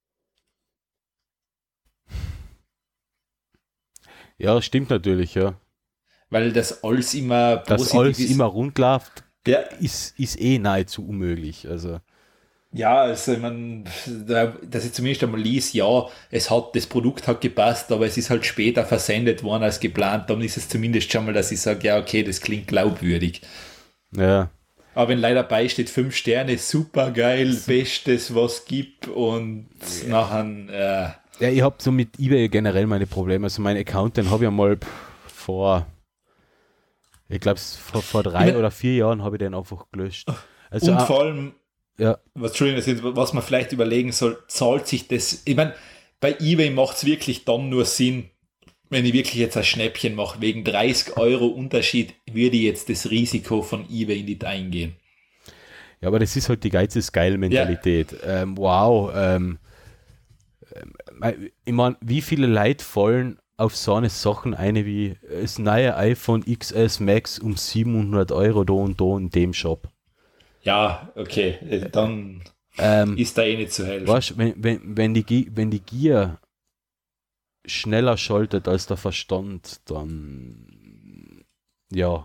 ja, stimmt natürlich, ja. Weil das alles immer Dass positiv alles ist. immer rund läuft, Ja, ist, ist eh nahezu unmöglich. Also, ja, also ich meine, da- dass ich zumindest einmal liest, ja, es hat, das Produkt hat gepasst, aber es ist halt später versendet worden als geplant, dann ist es zumindest schon mal, dass ich sage, ja, okay, das klingt glaubwürdig. ja. Aber wenn leider beisteht, fünf Sterne, super geil, bestes, was gibt und nachher, äh, Ja, ich habe so mit eBay generell meine Probleme. Also mein Account, den habe ich einmal vor, ich glaube, vor, vor drei Ich mein- oder vier Jahren habe ich den einfach gelöscht. Also, und ah, vor allem, ja, was, Entschuldigung, das ist, was man vielleicht überlegen soll, zahlt sich das, ich meine, bei eBay macht es wirklich dann nur Sinn, wenn ich wirklich jetzt ein Schnäppchen mache, wegen dreißig Euro Unterschied, würde ich jetzt das Risiko von eBay nicht eingehen. ja, aber das ist halt die Geiz ist geil Mentalität. Ähm, wow, ähm, ähm, ich meine, wie viele Leute fallen auf so eine Sachen eine wie das neue iPhone X S Max um siebenhundert Euro da und da in dem Shop. Ja, okay, äh, dann Ähm, ist da eh nicht zu helfen. weißt, wenn, wenn, wenn, die, Gi- wenn die Gier schneller schaltet als der Verstand, dann ja,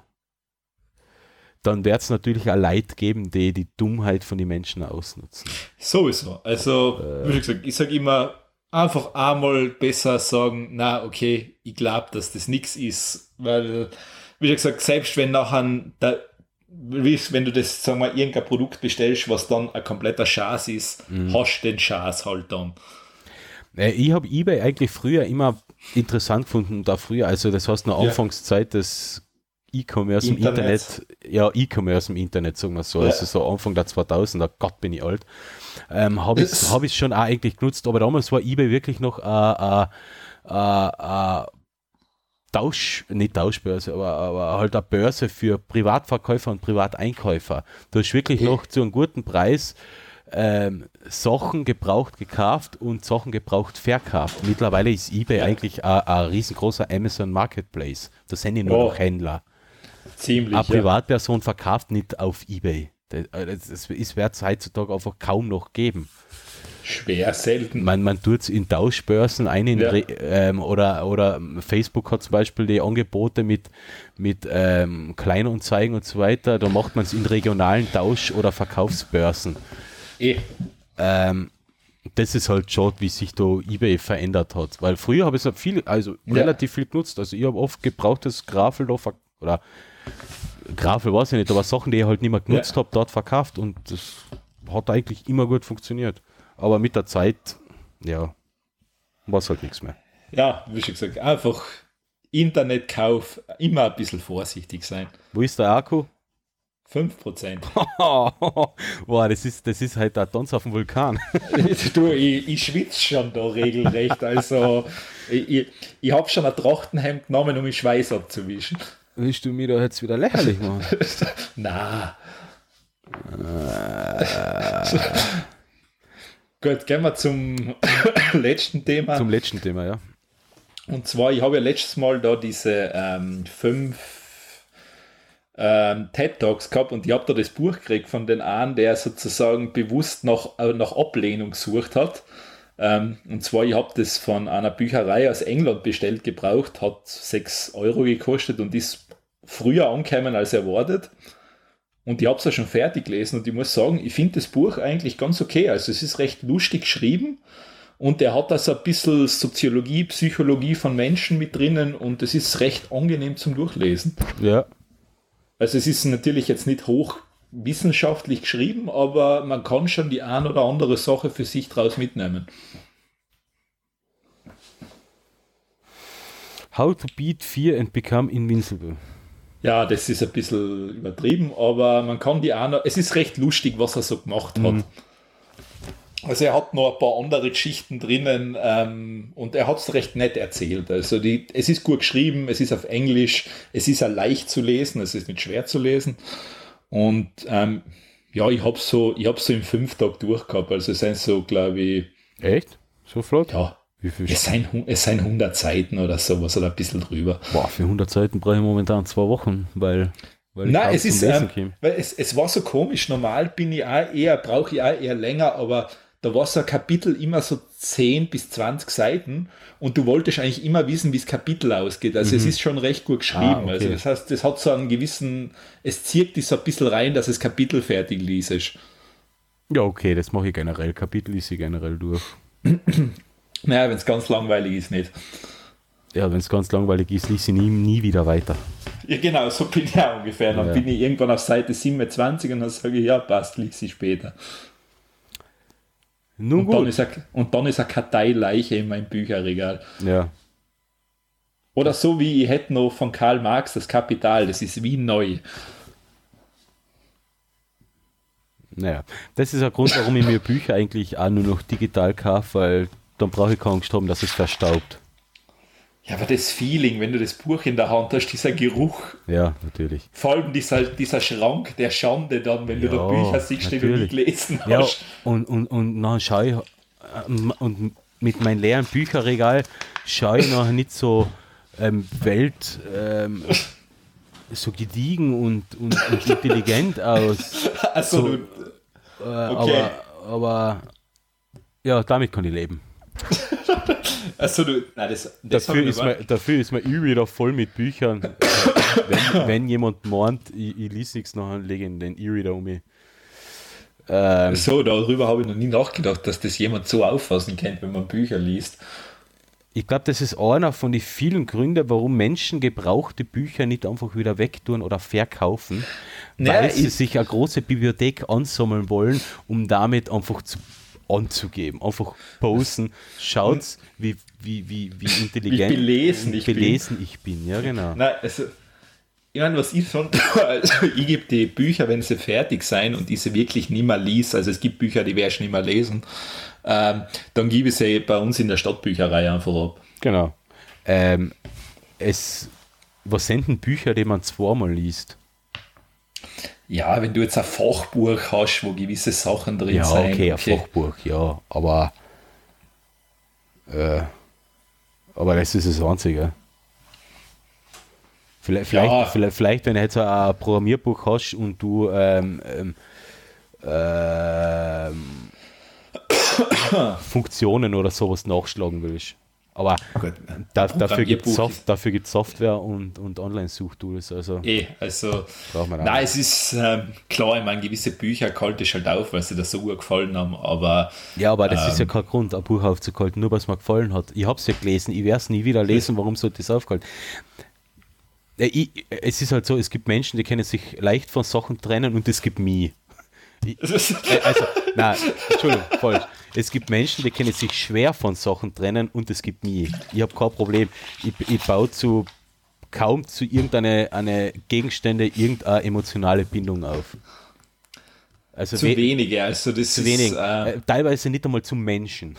dann wird es natürlich ein Leid geben, die die Dummheit von den Menschen ausnutzen. Sowieso. Also, Äh. wie gesagt, ich sage immer, einfach einmal besser sagen, na, okay, ich glaube, dass das nichts ist, weil, wie gesagt, selbst wenn nachher, der, wie, wenn du das, sagen wir, irgendein Produkt bestellst, was dann ein kompletter Schatz ist, Mhm. hast du den Schatz halt dann. Äh, Ich habe eBay eigentlich früher immer interessant gefunden, da früher, also das heißt noch Ja. Anfangszeit des E-Commerce im Internet. Internet, ja, E-Commerce im Internet, sagen wir so, Ja. also so Anfang der zweitausender, Gott bin ich alt, ähm, habe ich Es- hab ich schon auch eigentlich genutzt, aber damals war eBay wirklich noch äh, äh, äh, äh, Tausch, nicht Tauschbörse, aber, aber halt eine Börse für Privatverkäufer und Privateinkäufer. Du hast wirklich Ja. noch zu einem guten Preis ähm, Sachen gebraucht gekauft und Sachen gebraucht verkauft. Mittlerweile ist eBay Ja. eigentlich ein, ein riesengroßer Amazon Marketplace. Da sind ja nur Ja. noch Händler. Ziemlich. Eine Ja. Privatperson verkauft nicht auf eBay. Das, das ist, wird es heutzutage einfach kaum noch geben. Schwer, selten. Man, man tut es in Tauschbörsen ein in Ja. Re, ähm, oder, oder Facebook hat zum Beispiel die Angebote mit, mit ähm, Kleinanzeigen und so weiter. Da macht man es in regionalen Tausch- oder Verkaufsbörsen. Eh. Ähm, das ist halt schon, wie sich da eBay verändert hat. Weil früher habe ich es halt viel, also Ja. relativ viel genutzt. Also ich habe oft gebrauchtes Grafel da verk- oder Grafel weiß ich nicht, aber Sachen, die ich halt nicht mehr genutzt Ja. habe, dort verkauft und das hat eigentlich immer gut funktioniert. Aber mit der Zeit, ja, war es halt nichts mehr. Ja, wie schon gesagt, einfach Internetkauf, immer ein bisschen vorsichtig sein. Wo ist der Akku? fünf Prozent. Boah, das ist, das ist halt der Tanz auf dem Vulkan. Du, ich, ich schwitze schon da regelrecht. Also, ich, ich, ich habe schon ein Trachtenhemd genommen, um den Schweiß abzuwischen. Willst du mir da jetzt wieder lächerlich machen? Na. Gut, gehen wir zum letzten Thema. Zum letzten Thema, ja. Und zwar, ich habe ja letztes Mal da diese ähm, fünf ähm, TED Talks gehabt und ich habe da das Buch gekriegt von den einen, der sozusagen bewusst nach, äh, nach Ablehnung gesucht hat. Ähm, und zwar, ich habe das von einer Bücherei aus England bestellt, gebraucht, hat sechs Euro gekostet und ist früher angekommen als erwartet. Und ich habe es ja schon fertig gelesen und ich muss sagen, ich finde das Buch eigentlich ganz okay. Also es ist recht lustig geschrieben und er hat da so ein bisschen Soziologie, Psychologie von Menschen mit drinnen und es ist recht angenehm zum Durchlesen. Ja. Also es ist natürlich jetzt nicht hochwissenschaftlich geschrieben, aber man kann schon die ein oder andere Sache für sich draus mitnehmen. How to beat fear and become invincible. Ja, das ist ein bisschen übertrieben, aber man kann die auch noch, es ist recht lustig, was er so gemacht hat. Mhm. Also er hat noch ein paar andere Geschichten drinnen ähm, und er hat es recht nett erzählt. Also die, es ist gut geschrieben, es ist auf Englisch, es ist auch leicht zu lesen, es ist nicht schwer zu lesen. Und ähm, ja, ich habe so, ich habe so im fünf Tag durchgehabt. Also es sind so, glaube ich, Echt? So flott? ja, Wie viel? es sind, hu- es sind hundert Seiten oder sowas oder ein bisschen drüber. Boah, für hundert Seiten brauche ich momentan zwei Wochen, weil, weil ich Nein, kaum es zum ist, Lesen ähm, komme. weil es, es war so komisch. Normal bin ich auch eher, brauche ich auch eher länger, aber da war so ein Kapitel immer so zehn bis zwanzig Seiten und du wolltest eigentlich immer wissen, wie das Kapitel ausgeht. Also es ist schon recht gut geschrieben. Ah, okay. Also das heißt, das hat so einen gewissen, es zieht dich so ein bisschen rein, dass das Kapitel fertig liest. Ja, okay, das mache ich generell. Kapitel ist ich generell durch. Naja, wenn es ganz langweilig ist, nicht. Ja, wenn es ganz langweilig ist, lese ich nie, nie wieder weiter. Ja, genau, so bin ich auch ungefähr. Dann Ja. bin ich irgendwann auf Seite siebenundzwanzig und dann sage ich, ja, passt, lies ich später. Nun Und dann, gut. ist eine, und dann ist eine Karteileiche in meinem Bücherregal. Ja. Oder so wie ich hätte noch von Karl Marx das Kapital, das ist wie neu. Naja, das ist ein Grund, warum ich mir Bücher eigentlich auch nur noch digital kaufe, weil dann brauche ich keine Angst haben, dass es verstaubt. Ja, aber das Feeling, wenn du das Buch in der Hand hast, dieser Geruch, Ja, natürlich. vor allem dieser, dieser Schrank der Schande dann, wenn du Ja, da Bücher siehst, die du nie natürlich. gelesen Ja, hast. und, und, und dann schaue ich, ähm, und mit meinem leeren Bücherregal schaue ich noch nicht so ähm, Welt, ähm, so gediegen und, und, und intelligent aus. Also, So, du, Äh, Okay. aber, aber ja, damit kann ich leben. also du, nein, das, das hab Dafür ich ist, aber- mein, dafür ist mein Ü wieder voll mit Büchern. wenn, wenn jemand meint, ich, ich lese nichts, nachher lege ich den E-Reader um mich. Ähm, So, darüber habe ich noch nie nachgedacht, dass das jemand so auffassen könnte, wenn man Bücher liest. ich glaube, das ist einer von den vielen Gründen, warum Menschen gebrauchte Bücher nicht einfach wieder wegtun oder verkaufen, Naja, weil sie ich- sich eine große Bibliothek ansammeln wollen, um damit einfach zu anzugeben. Einfach posten. Schaut, wie, wie, wie, wie intelligent Wie belesen ich bin. belesen ich bin. Ja, genau. Nein, also, ich meine, was ich schon, also ich gebe die Bücher, wenn sie fertig sein und ich sie wirklich nicht mehr lies, also es gibt Bücher, die werde ich nicht mehr lesen, ähm, dann gebe ich sie bei uns in der Stadtbücherei einfach ab. Genau. Ähm, es, was sind denn Bücher, die man zweimal liest? Ja, wenn du jetzt ein Fachbuch hast, wo gewisse Sachen drin Ja, sind. okay, ein Fachbuch, ja, aber äh, aber das ist das Einzige. Vielleicht, vielleicht, Ja. vielleicht, vielleicht, wenn du jetzt ein Programmierbuch hast und du ähm, ähm, ähm, Funktionen oder sowas nachschlagen willst. Aber Gut, da, dafür gibt es Programmierbuch Soft, dafür gibt's Software und, und Online-Suchtools. Also Eh, also, braucht man auch nein, nicht. es ist ähm, klar, ich meine, gewisse Bücher kalte ich halt auf, weil sie das so gut gefallen haben, aber Ja, aber das ist ja ähm, kein Grund, ein Buch aufzukalten, nur weil es mir gefallen hat. Ich habe es ja gelesen, ich werde es nie wieder lesen, warum sollte ich es aufkalten? Ja, ich, es ist halt so, es gibt Menschen, die können sich leicht von Sachen trennen und es gibt mich. Ich, äh, also, nein, Entschuldigung, falsch. Es gibt Menschen, die können sich schwer von Sachen trennen und es gibt mich. Ich habe kein Problem. Ich, ich baue zu kaum zu irgendeine eine Gegenstände irgendeine emotionale Bindung auf. Also zu we wenige, also das zu ist, wenig. Äh, Äh, teilweise nicht einmal zum Menschen.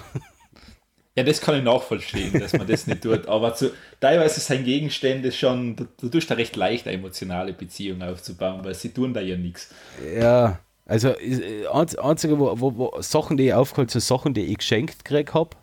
ja, das kann ich nachvollziehen, dass man das nicht tut, aber zu, teilweise sind Gegenstände schon, du, du tust da recht leicht eine emotionale Beziehung aufzubauen, weil sie tun da ja nichts. Ja, also äh, einz- einzige, wo, wo, wo Sachen, die ich aufgeholt, sind Sachen, die ich geschenkt gekriegt habe.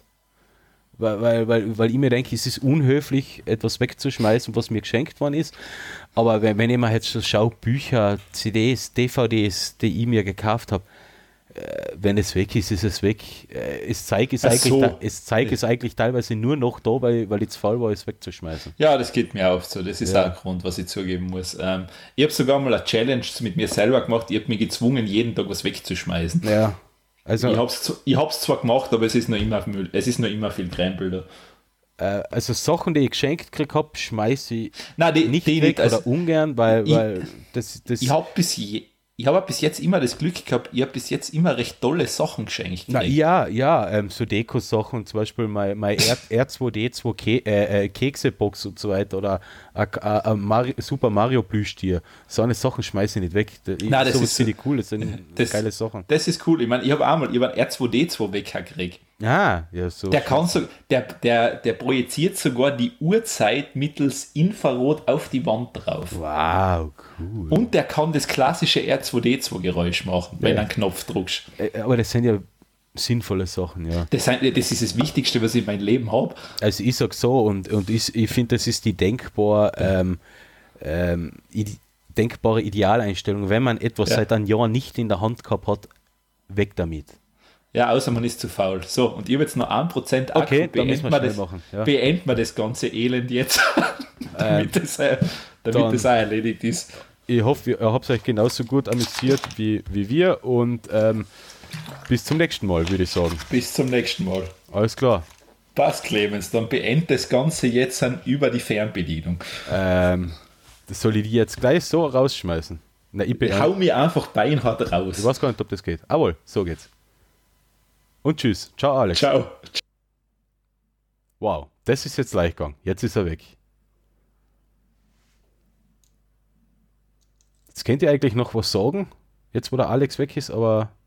Weil, weil, weil, weil ich mir denke, es ist unhöflich, etwas wegzuschmeißen, was mir geschenkt worden ist. Aber wenn, wenn ich mir jetzt so schaue, Bücher, C Ds, D V Ds, die ich mir gekauft habe, äh, wenn es weg ist, ist es weg. Äh, es zeigt es, Ach eigentlich, so. da, es zeigt es eigentlich teilweise nur noch da, weil, weil ich zu faul war, es wegzuschmeißen. Ja, das geht mir auch so. Das ist Ja. auch ein Grund, was ich zugeben muss. Ähm, ich habe sogar mal eine Challenge mit mir selber gemacht. Ich habe mich gezwungen, jeden Tag was wegzuschmeißen. Ja, also, Ich habe es ich hab's zwar gemacht, aber es ist noch immer Müll. Es ist noch immer viel Krempel da. äh, also Sachen, die ich geschenkt gekriegt habe, schmeiße ich Nein, die, nicht die weg nicht. Also, oder ungern, weil, ich- weil das, das ich habe bis, je, ich hab bis jetzt immer das Glück gehabt, ich habe bis jetzt immer recht tolle Sachen geschenkt. Na, gekriegt. ja, ja, ähm, so Deko-Sachen, zum Beispiel mein, mein R zwei D zwei Ke äh, äh, Keksebox und so weiter oder ein Mario, Super Mario Plüschtier. So eine Sachen schmeiße ich nicht weg. Da- Ich, Nein, das sowas ist- finde ich cool, das sind das- geile Sachen. Das ist cool. Ich meine, ich habe auch mal ich hab einen R zwei D zwei Wecker gekriegt. Ah, ja, so. Der, kann so, der, der, der projiziert sogar die Uhrzeit mittels Infrarot auf die Wand drauf. Wow, cool. Und der kann das klassische R zwei D zwei Geräusch machen, wenn du einen Knopf drückst. Äh, Aber das sind ja sinnvolle Sachen, ja. Das, sind, das ist das Wichtigste, was ich in meinem Leben habe. Also ich sag so und, und ich, ich finde, das ist die denkbar, ähm, ähm, ide denkbare Idealeinstellung. Wenn man etwas Ja. seit einem Jahr nicht in der Hand gehabt hat, weg damit. Ja, außer man ist zu faul. So, und ich habe jetzt noch ein Prozent Akku. Okay, dann müssen wir wir schnell das, machen, ja. beenden wir das ganze Elend jetzt, damit, das, äh, damit dann- das auch erledigt ist. Ich hoffe, ihr habt euch genauso gut amüsiert wie, wie wir und ähm, bis zum nächsten Mal, würde ich sagen. Bis zum nächsten Mal. Alles klar. Passt, Clemens, dann beend das Ganze jetzt an über die Fernbedienung. Ähm, das soll ich die jetzt gleich so rausschmeißen? Na, ich, bin, Hau mir einfach beinhart raus. ich weiß gar nicht, ob das geht. Jawohl, so geht's. Und tschüss. Ciao, Alex. Ciao. Wow, das ist jetzt leicht gegangen. Jetzt ist er weg. Jetzt könnt ihr eigentlich noch was sagen, jetzt wo der Alex weg ist, aber